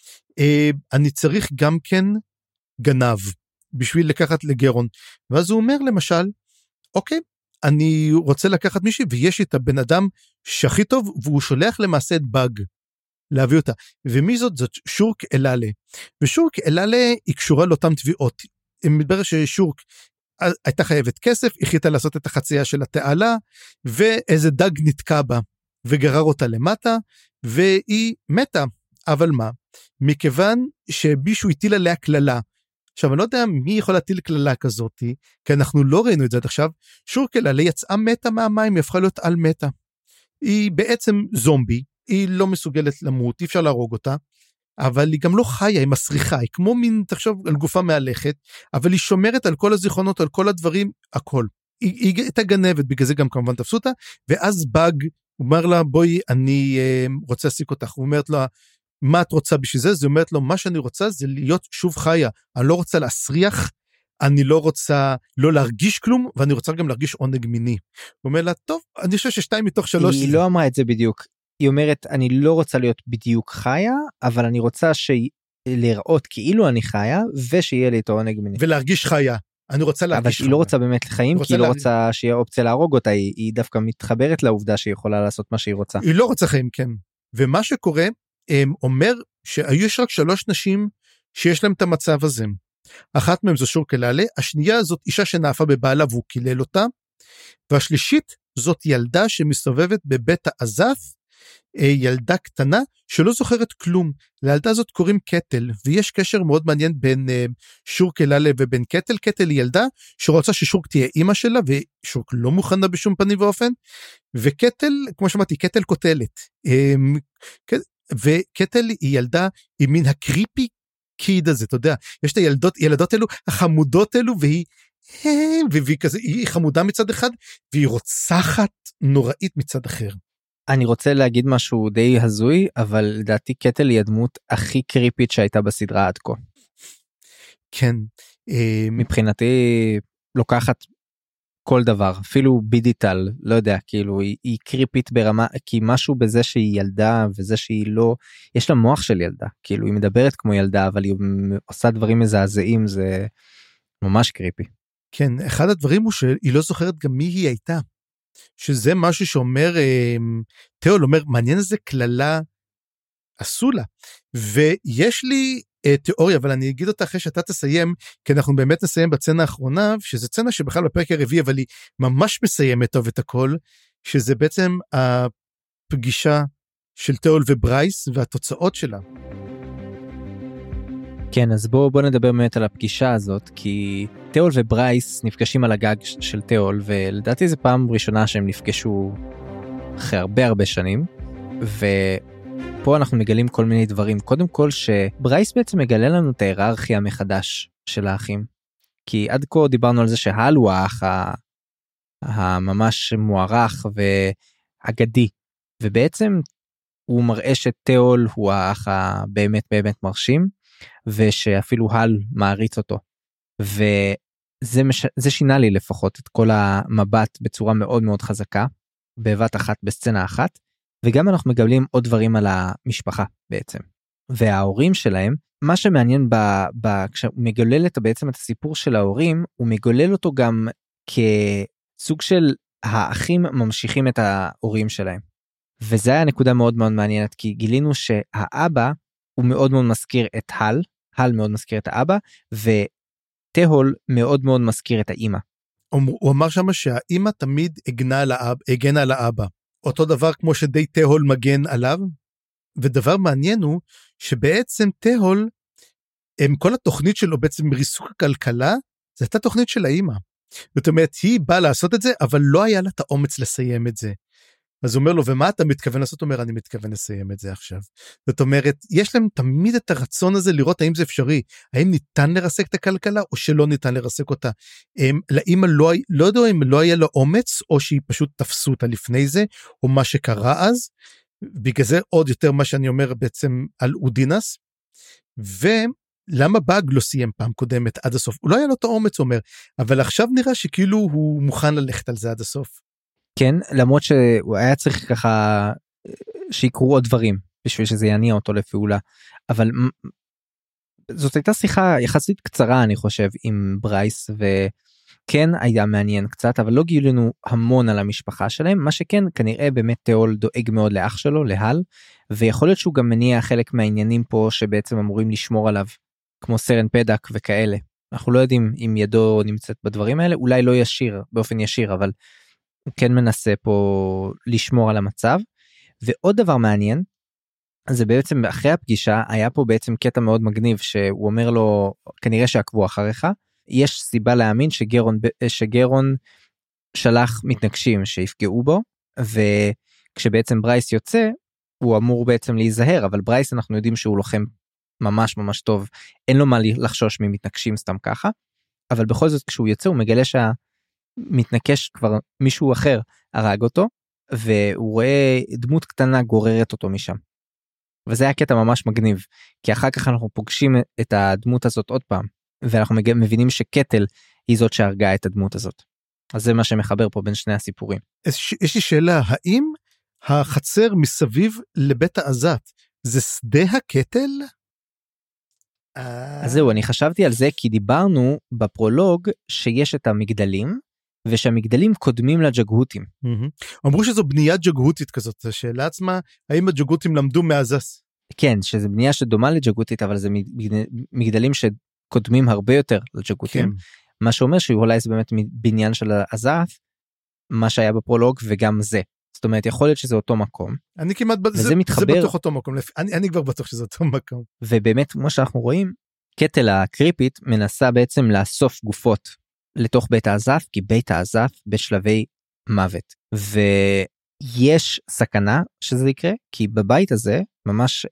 אני צריך גם כן גנב, בשביל לקחת לגרון, ואז הוא אומר למשל, אוקיי, אני רוצה לקחת מישהי, ויש את הבן אדם שהכי טוב, והוא שולח למעשה את באג, להביא אותה, ומי זאת? זאת שורק אלאלה, ושורק אלאלה היא קשורה לאותם תביעות, מדבר ששורק הייתה חייבת כסף, החליטה לעשות את החצייה של התעלה, ואיזה דג נתקע בה, וגרר אותה למטה, והיא מתה, אבל מה? מכיוון שמישהו הטיל עליה כללה, עכשיו אני לא יודע מי יכול להטיל כללה כזאת, כי אנחנו לא ראינו את זה עד עכשיו, שורק אלאלה יצאה מתה מהמים, היא הפכה להיות על מתה, היא בעצם זומבי, היא לא מסוגלת למות, אי אפשר להרוג אותה, אבל היא גם לא חיה, היא מסריחה, היא כמו מין, תחשוב על גופה מהלכת, אבל היא שומרת על כל הזיכרונות, על כל הדברים, הכל. היא הייתה גנבת, בגלל זה גם כמובן תפסו אותה, ואז באג, הוא אומר לה, בואי, אני רוצה להסיק אותך, הוא אומרת לה, מה את רוצה בשביל זה? זה אומרת לו, מה שאני רוצה זה להיות שוב חיה, אני לא רוצה להסריח, אני לא רוצה לא להרגיש כלום, ואני רוצה גם להרגיש עונג מיני. הוא אומר לה, טוב, אני חושב ששתיים מתוך שלוש... היא לא אמרה את זה בדיוק. היא אומרת, אני לא רוצה להיות בדיוק חיה, אבל אני רוצה לראות כאילו אני חיה, ושיהיה לי את העונג מיני. ולהרגיש חיה. אני רוצה להרגיש אבל חיה. היא לא רוצה באמת לחיים, כי היא לא רוצה שיהיה אופציה להרוג אותה, היא דווקא מתחברת לעובדה שהיא יכולה לעשות מה שהיא רוצה. היא לא רוצה חיים, כן. ומה שקורה, אומר שיש רק 3 נשים שיש להם את המצב הזה. אחת מהם זו שורק אלאלה, השנייה זאת אישה שנאפה בבעלה והוא קילל אותה, והשלישית זאת ילדה שמסתובבת בבית האזף, ילדה קטנה שלא זוכרת כלום, לילדה הזאת קוראים קטל, ויש קשר מאוד מעניין בין שורק אלאלה ובין קטל, קטל היא ילדה שרוצה ששורק תהיה אימא שלה, ושורק לא מוכנה בשום פנים ואופן, וקטל, כמו שאמרתי, קטל קוטלת, וקטל היא ילדה עם מין הקריפי קיד הזה, אתה יודע, יש את הילדות אלו, החמודות אלו, והיא כזה, היא חמודה מצד אחד, והיא רוצחת נוראית מצד אחר. אני רוצה להגיד משהו די הזוי, אבל לדעתי קטל היא הדמות הכי קריפית שהייתה בסדרה עד כה. כן. מבחינתי לוקחת כל דבר, אפילו בידיטל, לא יודע, כאילו היא קריפית ברמה, כי משהו בזה שהיא ילדה, וזה שהיא לא, יש לה מוח של ילדה, כאילו היא מדברת כמו ילדה, אבל היא עושה דברים מזעזעים, זה ממש קריפי. כן, אחד הדברים הוא שהיא לא זוכרת גם מי היא הייתה, שזה משהו שאומר, תיאול אומר, מעניין איזה כללה עשו לה, ויש לי תיאוריה, אבל אני אגיד אותה אחרי שאתה תסיים, כי אנחנו באמת נסיים בצנה האחרונה, שזה צנה שבכלל בפרק הרביעי, אבל היא ממש מסיימת טוב את הכל, שזה בעצם הפגישה של תיאול וברייס, והתוצאות שלה. כן, אז בוא נדבר באמת על הפגישה הזאת, כי תיאול וברייס נפגשים על הגג של תיאול, ולדעתי זו פעם ראשונה שהם נפגשו אחרי הרבה שנים, פה אנחנו מגלים כל מיני דברים. קודם כל שברייס בעצם מגלה לנו את ההיררכיה מחדש של האחים. כי עד כה דיברנו על זה שהל הוא האח הממש מוערך ואגדי, ובעצם הוא מראה שתיאול הוא האח הבאמת באמת מרשים, ושאפילו הל מעריץ אותו. וזה שינה לי לפחות את כל המבט בצורה מאוד מאוד חזקה, בבת אחת בסצנה אחת, וגם אנחנו מגלים עוד דברים על המשפחה בעצם. וההורים שלהם, מה שמעניין כשהוא מגולל בעצם את הסיפור של ההורים, הוא מגולל אותו גם כסוג של האחים ממשיכים את ההורים שלהם. וזה היה נקודה מאוד מאוד מעניינת, כי גילינו שהאבא הוא מאוד מאוד מזכיר את הל מאוד מזכיר את האבא, ותהול מאוד מאוד מזכיר את האמא. הוא אמר שם שהאמא תמיד הגנה על האבא, אותו דבר כמו שדי תהול מגן עליו, ודבר מעניין הוא שבעצם תהול, כל התוכנית שלו בעצם מריסוק הכלכלה, זה הייתה תוכנית של האמא. זאת אומרת, היא באה לעשות את זה, אבל לא היה לה את האומץ לסיים את זה. אז הוא אומר לו, ומה אתה מתכוון לעשות? הוא אומר, אני מתכוון לסיים את זה עכשיו. זאת אומרת, יש להם תמיד את הרצון הזה לראות האם זה אפשרי, האם ניתן לרסק את הכלכלה, או שלא ניתן לרסק אותה. לאמא לא יודע אם לא היה לה אומץ, או שהיא פשוט תפסו אותה לפני זה, או מה שקרה אז, בגלל זה עוד יותר מה שאני אומר בעצם על אודינס, ולמה באג לא סיים פעם קודמת עד הסוף? הוא לא היה לו את האומץ, אומר, אבל עכשיו נראה שכאילו הוא מוכן ללכת על זה עד הסוף. כן, למרות שהוא היה צריך ככה שיקרו עוד דברים, בשביל שזה יניע אותו לפעולה, אבל זאת הייתה שיחה יחסית קצרה אני חושב עם ברייס, וכן היה מעניין קצת, אבל לא גילינו המון על המשפחה שלהם, מה שכן כנראה באמת תיאול דואג מאוד לאח שלו, להל, ויכול להיות שהוא גם מניע חלק מהעניינים פה שבעצם אמורים לשמור עליו, כמו סרן פדק וכאלה, אנחנו לא יודעים אם ידו נמצאת בדברים האלה, אולי לא ישיר, באופן ישיר, אבל הוא כן מנסה פה לשמור על המצב. ועוד דבר מעניין, זה בעצם אחרי הפגישה, היה פה בעצם קטע מאוד מגניב, שהוא אומר לו, כנראה שעקבו אחריך, יש סיבה להאמין שגרון שלח מתנגשים שיפגעו בו, וכשבעצם ברייס יוצא, הוא אמור בעצם להיזהר, אבל ברייס אנחנו יודעים שהוא לוחם ממש ממש טוב, אין לו מה לחשוש ממתנגשים סתם ככה, אבל בכל זאת כשהוא יוצא, הוא מגלה מתנקש כבר מישהו אחר הרג אותו, והוא רואה דמות קטנה גוררת אותו משם. וזה היה קטע ממש מגניב, כי אחר כך אנחנו פוגשים את הדמות הזאת עוד פעם, ואנחנו מבינים שקטל היא זאת שהרגה את הדמות הזאת. אז זה מה שמחבר פה בין שני הסיפורים. יש לי שאלה, האם החצר מסביב לבית העזת, זה שדה הקטל? אז זהו, אני חשבתי על זה, כי דיברנו בפרולוג שיש את המגדלים, ושהמגדלים קודמים לג'גהותים. אמרו שזו בנייה ג'גהותית כזאת, השאלה עצמה, האם הג'גהותים למדו מעזס? כן, שזו בנייה שדומה לג'גהותית, אבל זה מגדלים שקודמים הרבה יותר לג'גהותים, מה שאומר שאולי זה באמת בניין של עזס, מה שהיה בפרולוג וגם זה. זאת אומרת, יכול להיות שזה אותו מקום. אני כמעט, זה בטוח אותו מקום, אני כבר בטוח שזה אותו מקום. ובאמת, כמו שאנחנו רואים, קטל הקריפית מנסה בעצם לאסוף גופות לתוך בית העזף, כי בית העזף בשלבי מוות. ויש סכנה שזה יקרה, כי בבית הזה, ממש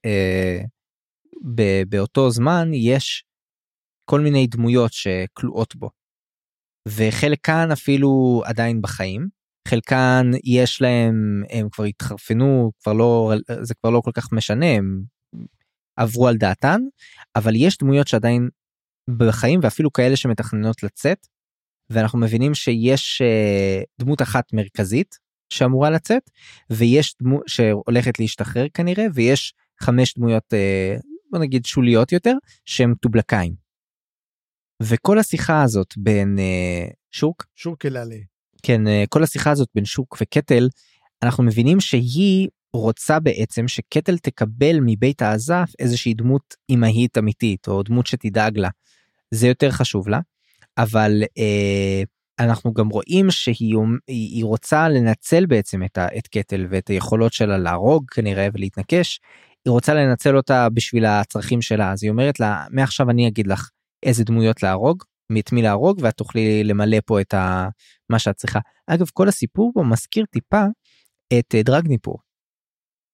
באותו זמן, יש כל מיני דמויות שכלואות בו. וחלקן אפילו עדיין בחיים, חלקן יש להם, הם כבר התחרפנו, זה כבר לא כל כך משנה, הם עברו על דעתן, אבל יש דמויות שעדיין בחיים, ואפילו כאלה שמתכננות לצאת, ואנחנו מבינים שיש דמות אחת מרכזית שאמורה לצאת, ויש דמות שהולכת להשתחרר כנראה, ויש 5 דמויות, בוא נגיד שוליות יותר, שהן טובלקיים. וכל השיחה הזאת בין שוק אלעלי. כן, כל השיחה הזאת בין שוק וקטל, אנחנו מבינים שהיא רוצה בעצם שקטל תקבל מבית העזף איזושהי דמות אמהית אמיתית, או דמות שתדאג לה. זה יותר חשוב לה, אבל אנחנו גם רואים שהיא רוצה לנצל בעצם את קטל ואת היכולות שלה להרוג כנראה ולהתנקש, היא רוצה לנצל אותה בשביל הצרכים שלה, אז היא אומרת לה, מעכשיו אני אגיד לך איזה דמויות להרוג, את מי להרוג, ואת תוכלי למלא פה את מה שאת צריכה. אגב, כל הסיפור פה מזכיר טיפה את דרגניפור.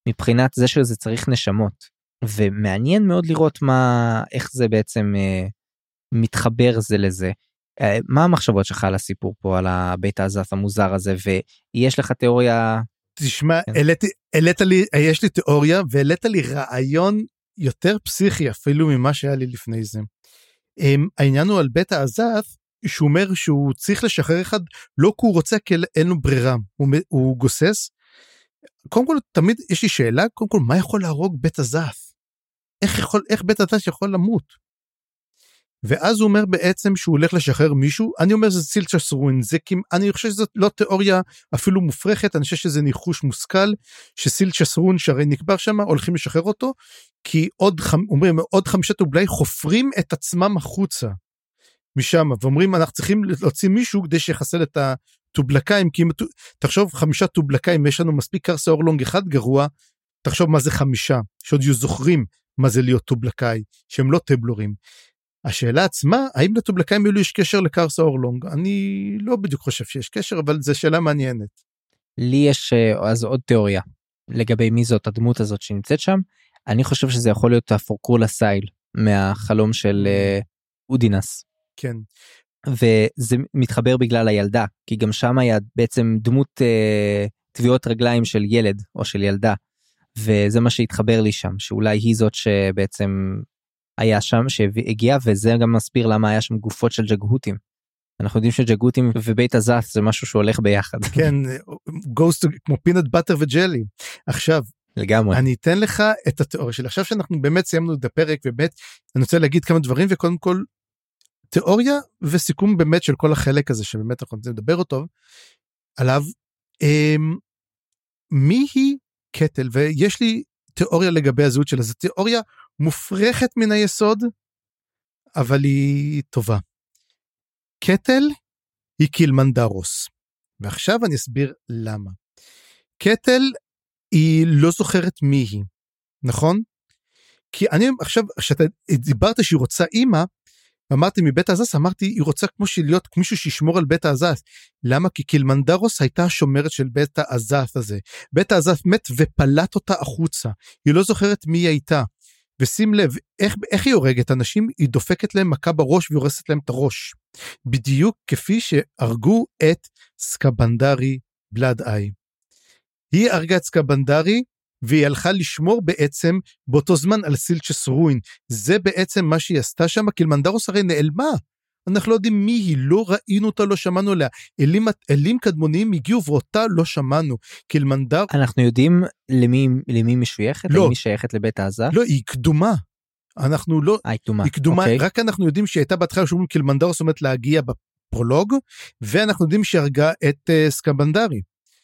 מבחינת זה שזה צריך נשמות, ומעניין מאוד לראות איך זה בעצם מתחבר זה לזה. מה המחשבות שלך על הסיפור פה, על הבית העזת המוזר הזה, ויש לך תיאוריה? תשמע, יש לי תיאוריה, והעלית לי רעיון יותר פסיכי אפילו ממה שהיה לי לפני זה. העניין הוא על בית העזת, שהוא אומר שהוא צריך לשחרר אחד, לא כי הוא רוצה, כי אין לו ברירה, הוא גוסס. קודם כל, תמיד יש לי שאלה, קודם כל, מה יכול להרוג בית עזת? איך בית עזת יכול למות? ואז הוא אומר בעצם שהוא הולך לשחרר מישהו, אני אומר זה סילצ'סרון, אני חושב שזאת לא תיאוריה אפילו מופרכת, אני חושב שזה ניחוש מושכל, שסילצ'סרון שהרי נקבר שם, הולכים לשחרר אותו, כי אומרים, עוד 5 טובלאי חופרים את עצמם החוצה, משם, ואומרים אנחנו צריכים להוציא מישהו, כדי שיחסל את הטובלקאים, כי אם תחשוב 5 טובלקאים, יש לנו מספיק קרסה אורלונג אחד גרוע, תחשוב מה זה 5, שעוד זוכרים מה זה להיות טובלקאי, שהם לא טבלורים, השאלה עצמה, האם לטובלקאים האלו יש קשר לקרסה אורלונג? אני לא בדיוק חושב שיש קשר, אבל זו שאלה מעניינת. לי יש אז עוד תיאוריה, לגבי מי זאת הדמות הזאת שנמצאת שם, אני חושב שזה יכול להיות הפורקולה סייל, מהחלום של אודינס. כן. וזה מתחבר בגלל הילדה, כי גם שם היה בעצם דמות טביעות רגליים של ילד, או של ילדה, וזה מה שהתחבר לי שם, שאולי היא זאת שבעצם היה שם שהגיע, וזה גם מסביר למה היה שם גופות של ג'גהותים. אנחנו יודעים שג'גהותים ובית עזת זה משהו שהולך ביחד. כן, כמו פינט בטר וג'לי. עכשיו, לגמרי. אני אתן לך את התיאוריה שלי. עכשיו שאנחנו באמת סיימנו את הפרק, ובאמת אני רוצה להגיד כמה דברים, וקודם כל, תיאוריה וסיכום באמת של כל החלק הזה, שבאמת אנחנו רוצים לדבר אותו, עליו, מי היא קטל? ויש לי תיאוריה לגבי הזהות שלה, זו תיאוריה מופרכת מן היסוד, אבל היא טובה. קטל היא קילמנדרוס, ועכשיו אני אסביר למה. קטל היא לא זוכרת מי היא, נכון? כי אני עכשיו, כשאתה דיברת שהיא רוצה אימא, אמרתי מבית העזת, אמרתי היא רוצה כמו להיות מישהו שישמור על בית העזת. למה? כי קילמנדרוס הייתה השומרת של בית העזת הזה. בית העזת מת ופלט אותה החוצה, היא לא זוכרת מי היא הייתה. ושים לב, איך היא הורגת אנשים? היא דופקת להם מכה בראש והורסת להם את הראש. בדיוק כפי שהרגו את סקבנדרי בלאד איי. היא הרגה את סקבנדרי, והיא הלכה לשמור בעצם באותו זמן על סילצ'סרון. זה בעצם מה שהיא עשתה שם, קילמנדרוס הרי נעלמה. אנחנו לא יודעים מי היא, לא ראינו אותה, לא שמענו עליה. אלים קדמוניים הגיעו ואותה לא שמענו. אנחנו יודעים למי משויכת? לא. האם היא שייכת לבית העזת? לא, היא קדומה. אנחנו לא... היא קדומה. היא קדומה, אוקיי. רק אנחנו יודעים שהיא הייתה בהתחלה שאומרים קילמנדרוס עומדת להגיע בפרולוג, ואנחנו יודעים שהיא הרגה את סקבנדרי.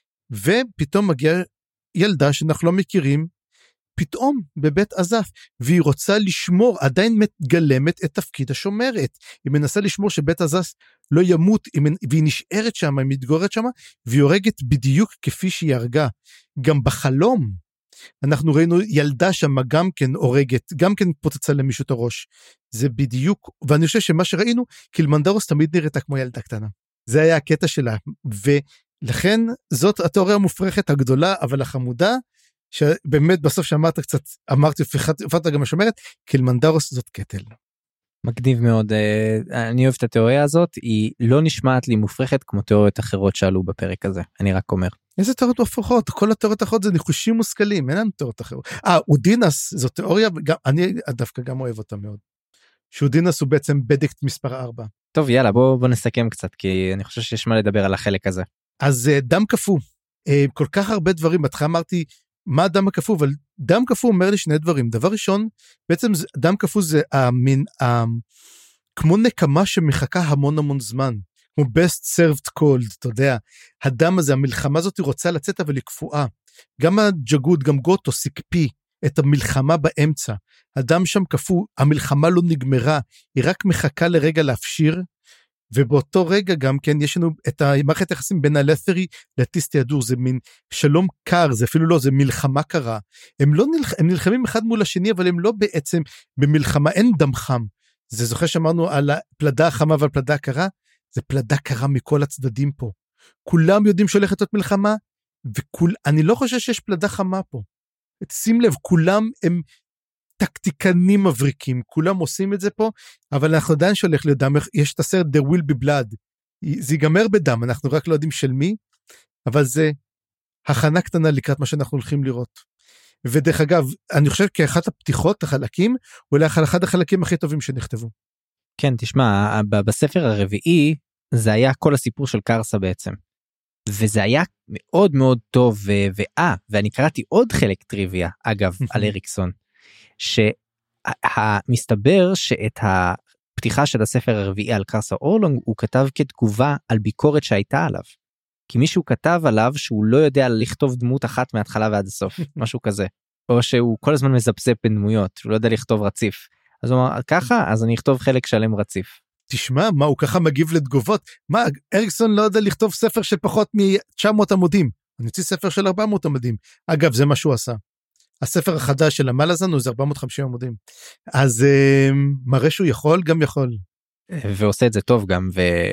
ופתאום מגיעה ילדה שאנחנו לא מכירים, פתאום בבית עזת, והיא רוצה לשמור, עדיין מגלמת את תפקיד השומרת, היא מנסה לשמור שבית עזת לא ימות, והיא נשארת שם, היא מתגוררת שם, והיא הורגת בדיוק כפי שהיא הרגה, גם בחלום, אנחנו ראינו ילדה שם גם כן הורגת, גם כן פוצצה למישהו את הראש, זה בדיוק, ואני חושב שמה שראינו, קילמנדרוס תמיד נראתה כמו ילדה קטנה, זה היה הקטע שלה, ולכן זאת התיאוריה המופרכת הגדולה, אבל החמודה, שבאמת בסוף שאמרת קצת, אמרתי, הופעת גם השומרת, קילמנדרוס זאת קטל. מגניב מאוד, אני אוהב את התיאוריה הזאת, היא לא נשמעת לי מופרכת כמו תיאוריות אחרות שעלו בפרק הזה, אני רק אומר. איזה תיאוריות מופרכות? כל התיאוריות האחרות זה ניחושים מושכלים, אין לנו תיאוריות אחרות. אודינס זו תיאוריה, אני דווקא גם אוהב אותה מאוד. שאודינס הוא בעצם בדקט מספר 4. טוב יאללה בוא נסכם קצת, כי אני חושב שיש מה לדבר על החלק הזה. אז דם קפוא, כל כך הרבה דברים, בתך אמרתי, מה דם הקפוא? אבל דם קפוא אומר לי שני דברים. דבר ראשון, בעצם דם קפוא זה כמו נקמה שמחכה המון זמן, כמו best served cold, אתה יודע, הדם הזה, המלחמה הזאת היא רוצה לצאת, אבל היא קפואה. גם הג'גוד, גם גוטו, סקפי את המלחמה באמצע. הדם שם קפוא, המלחמה לא נגמרה, היא רק מחכה לרגע להפשיר, ובאותו רגע גם כן יש לנו את המערכת היחסים בין הלת'רי לטיסטיאדור, זה מין שלום קר, זה אפילו לא, זה מלחמה קרה, הם נלחמים אחד מול השני, אבל הם לא בעצם במלחמה, אין דם חם, זה זוכר שאמרנו על הפלדה החמה ועל פלדה הקרה, זה פלדה קרה מכל הצדדים פה, כולם יודעים שהולכת להיות מלחמה, אני לא חושב שיש פלדה חמה פה, שים לב, כולם הם טקטיקנים מבריקים, כולם עושים את זה פה, אבל אנחנו עדיין שהולך לדם, יש את הסרט There Will Be Blood, זה ייגמר בדם, אנחנו רק לא יודעים של מי, אבל זה הכנה קטנה לקראת מה שאנחנו הולכים לראות. ודרך אגב, אני חושב כאחת הפתיחות, החלקים, אולי אחד החלקים הכי טובים שנכתבו. כן, תשמע, בספר הרביעי, זה היה כל הסיפור של קרסה בעצם. וזה היה מאוד מאוד טוב, ואני קראתי עוד חלק טריוויה, אגב, על אריקסון, שמסתבר שאת הפתיחה של הספר הרביעי על קרסה אורלונג, הוא כתב כתגובה על ביקורת שהייתה עליו. כי מישהו כתב עליו שהוא לא יודע לכתוב דמות אחת מההתחלה ועד הסוף, משהו כזה. או שהוא כל הזמן מזפזפ בין דמויות, הוא לא יודע לכתוב רציף. אז הוא אמר, ככה, אז אני אכתוב חלק שלם רציף. תשמע, מה, הוא ככה מגיב לתגובות? מה, אריקסון לא יודע לכתוב ספר של פחות מ-900 עמודים. אני יוצא ספר של 400 עמודים. אגב, זה מה שהוא עשה. הספר החדש של המלאזן הוא זה 450 עמודים. אז מראה שהוא יכול, גם יכול. ועושה את זה טוב גם,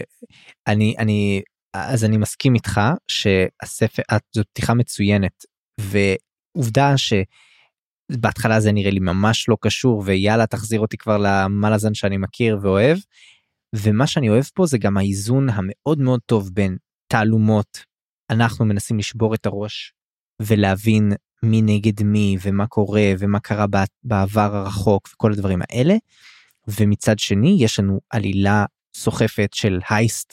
אז אני מסכים איתך שהספר, זו פתיחה מצוינת, ועובדה שבהתחלה זה נראה לי ממש לא קשור, ויאללה תחזיר אותי כבר למלאזן שאני מכיר ואוהב, ומה שאני אוהב פה זה גם האיזון המאוד מאוד טוב בין תעלומות, אנחנו מנסים לשבור את הראש, ולהבין מי נגד מי, ומה קורה, ומה קרה בעבר הרחוק, וכל הדברים האלה, ומצד שני יש לנו עלילה סוחפת של הייסט,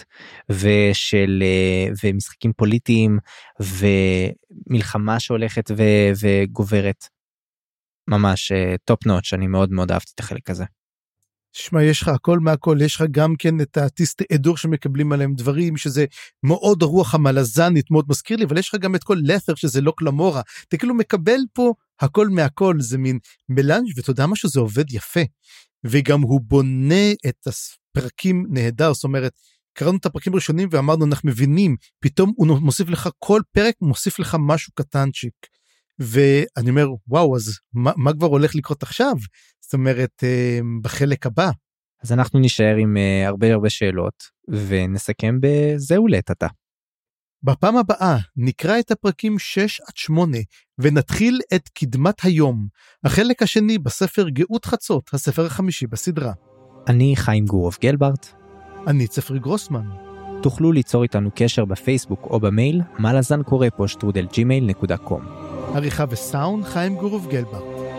ומשחקים פוליטיים, ומלחמה שהולכת וגוברת. ממש טופ נוטש, אני מאוד מאוד אהבתי את החלק הזה. תשמע, יש לך הכל מהכל, יש לך גם כן את הטיסט עדור שמקבלים עליהם דברים, שזה מאוד הרוח המלזנית, מאוד מזכיר לי, אבל יש לך גם את כל לת'ר, שזה לא קלמורה, אתה כאילו מקבל פה הכל מהכל, זה מין מלנג' ותודה משהו, זה עובד יפה, וגם הוא בונה את הפרקים נהדר, זאת אומרת, קראנו את הפרקים הראשונים ואמרנו, אנחנו מבינים, פתאום הוא מוסיף לך, כל פרק מוסיף לך משהו קטנצ'יק, ואני אומר, וואו, אז מה כבר הולך לקרות עכשיו? זאת אומרת, בחלק הבא. אז אנחנו נשאר עם הרבה שאלות, ונסכם בזהו לטאטה. בפעם הבאה נקרא את הפרקים 6-8, ונתחיל את קדמת היום, החלק השני בספר גאות חצות, הספר החמישי בסדרה. אני חיים גורוב גלברט. אני צפרי גרוסמן. תוכלו ליצור איתנו קשר בפייסבוק או במייל, malazankorepo@gmail.com. עריכה וסאונד חיים גורוב גלברט.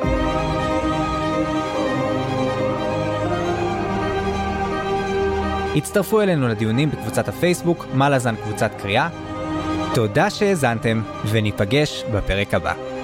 הצטרפו אלינו לדיונים בקבוצת הפייסבוק, מלאזן קבוצת קריאה. תודה שהאזנתם, וניפגש בפרק הבא.